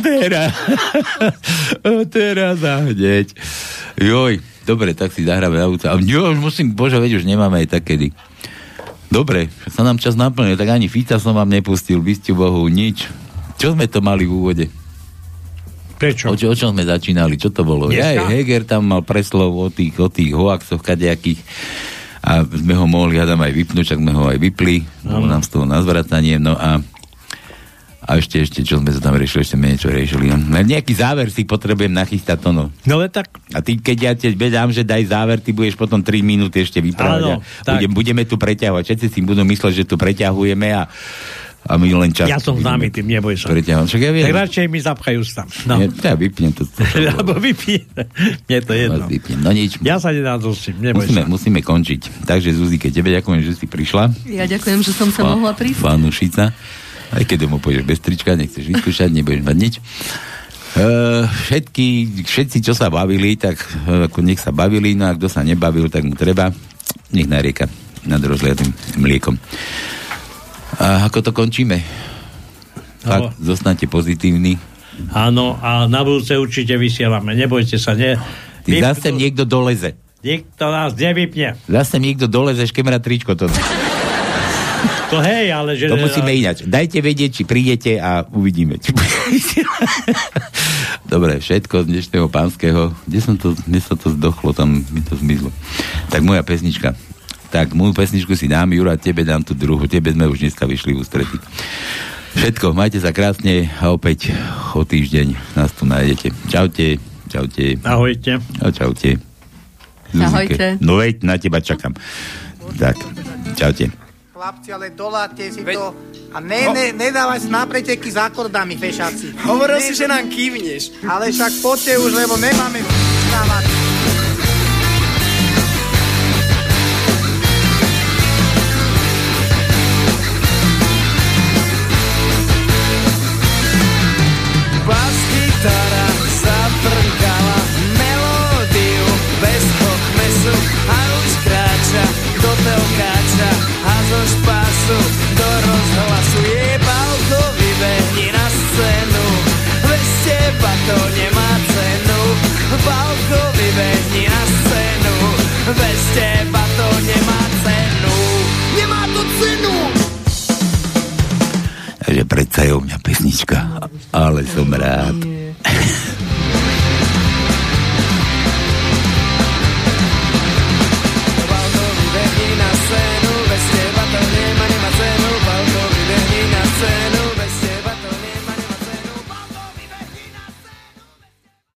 teraz hneď. Joj, dobre, tak si zahráme na budúce. Jo, už musím, bože, veď už nemáme aj tak kedy. Dobre, sa nám čas naplnil, tak ani Fica som vám nepustil, vysťu Bohu, nič. Čo sme to mali v úvode? Prečo? O čom sme začínali? Čo to bolo? Heger tam mal preslov o tých hoaxoch kadejakých a sme ho mohli, hádam, aj vypnúť, tak sme ho aj vypli. Bolo nám z toho na zvracanie. No a ešte, čo sme sa tam riešili, ešte sme niečo riešili. Nejaký záver si potrebujem nachystať to, no. No ale tak... A ty, keď ja tebe dám, že daj záver, ty budeš potom 3 minúty ešte vyprávať. Budeme tu preťahovať. Všetci si budú mysleť, že tu preťahujeme a my len čas... Ja som známy tým, neboj sa. Však ja viem. Tak radšej mi zapchajú tam. No. Ja vypnem to. Alebo vypnem. Mne to jedno. No nič. Ja sa nedám zostím, neboj sa. Musíme končiť. Takže Zuzike, tebe ďakujem, že si prišla. Ja ďakujem, že som sa mohla prísť. Fanúšica. Aj keď domov pôjdeš bez trička, nechceš vyskúšať, nebudeš mať nič. Všetci, čo sa bavili, tak ako nech sa bavili, no a kto sa nebavil, tak mu treba, nech narieka nad rozliatým mliekom. A ako to končíme? Tak, zostanete pozitívni. Áno, a na budúce určite vysielame, nebojte sa, nie? Zase niekto doleze. Niekto nás nevypne. Zase niekto doleze, škemra tričko to. To hej, ale že... To musíme ináč. Dajte vedieť, či prídete a uvidíme. Dobre, všetko z dnešného pánskeho. Kde sa to zdochlo, tam mi to zmizlo. Tak moja pesnička. Tak, moju pesničku si dám, Jura, tebe dám tú druhú. Tebe sme už dneska vyšli v ústretí. Všetko, majte sa krásne a opäť o týždeň nás tu nájdete. Čaute. Ahojte. Čaute. Ahojte. No veď, na teba čakám. Tak, čaute. Chlapci, ale doláte si to a nedávaj sa na preteky s akordami, fešáci. Hovoril si, že nám kývneš. Ale však poďte už, lebo nemáme stávať. Bas-gitara zabrnkala melódiu bez hochmesu a už kráča do telkáča a zo špásu do rozhlasu je Balko, vybehni na scénu, bez teba to nemá cenu. Balko, vybehni na scénu, bez teba to nemá cenu. Nemá to cenu! Takže predsa je u mňa pesnička, ale som rád.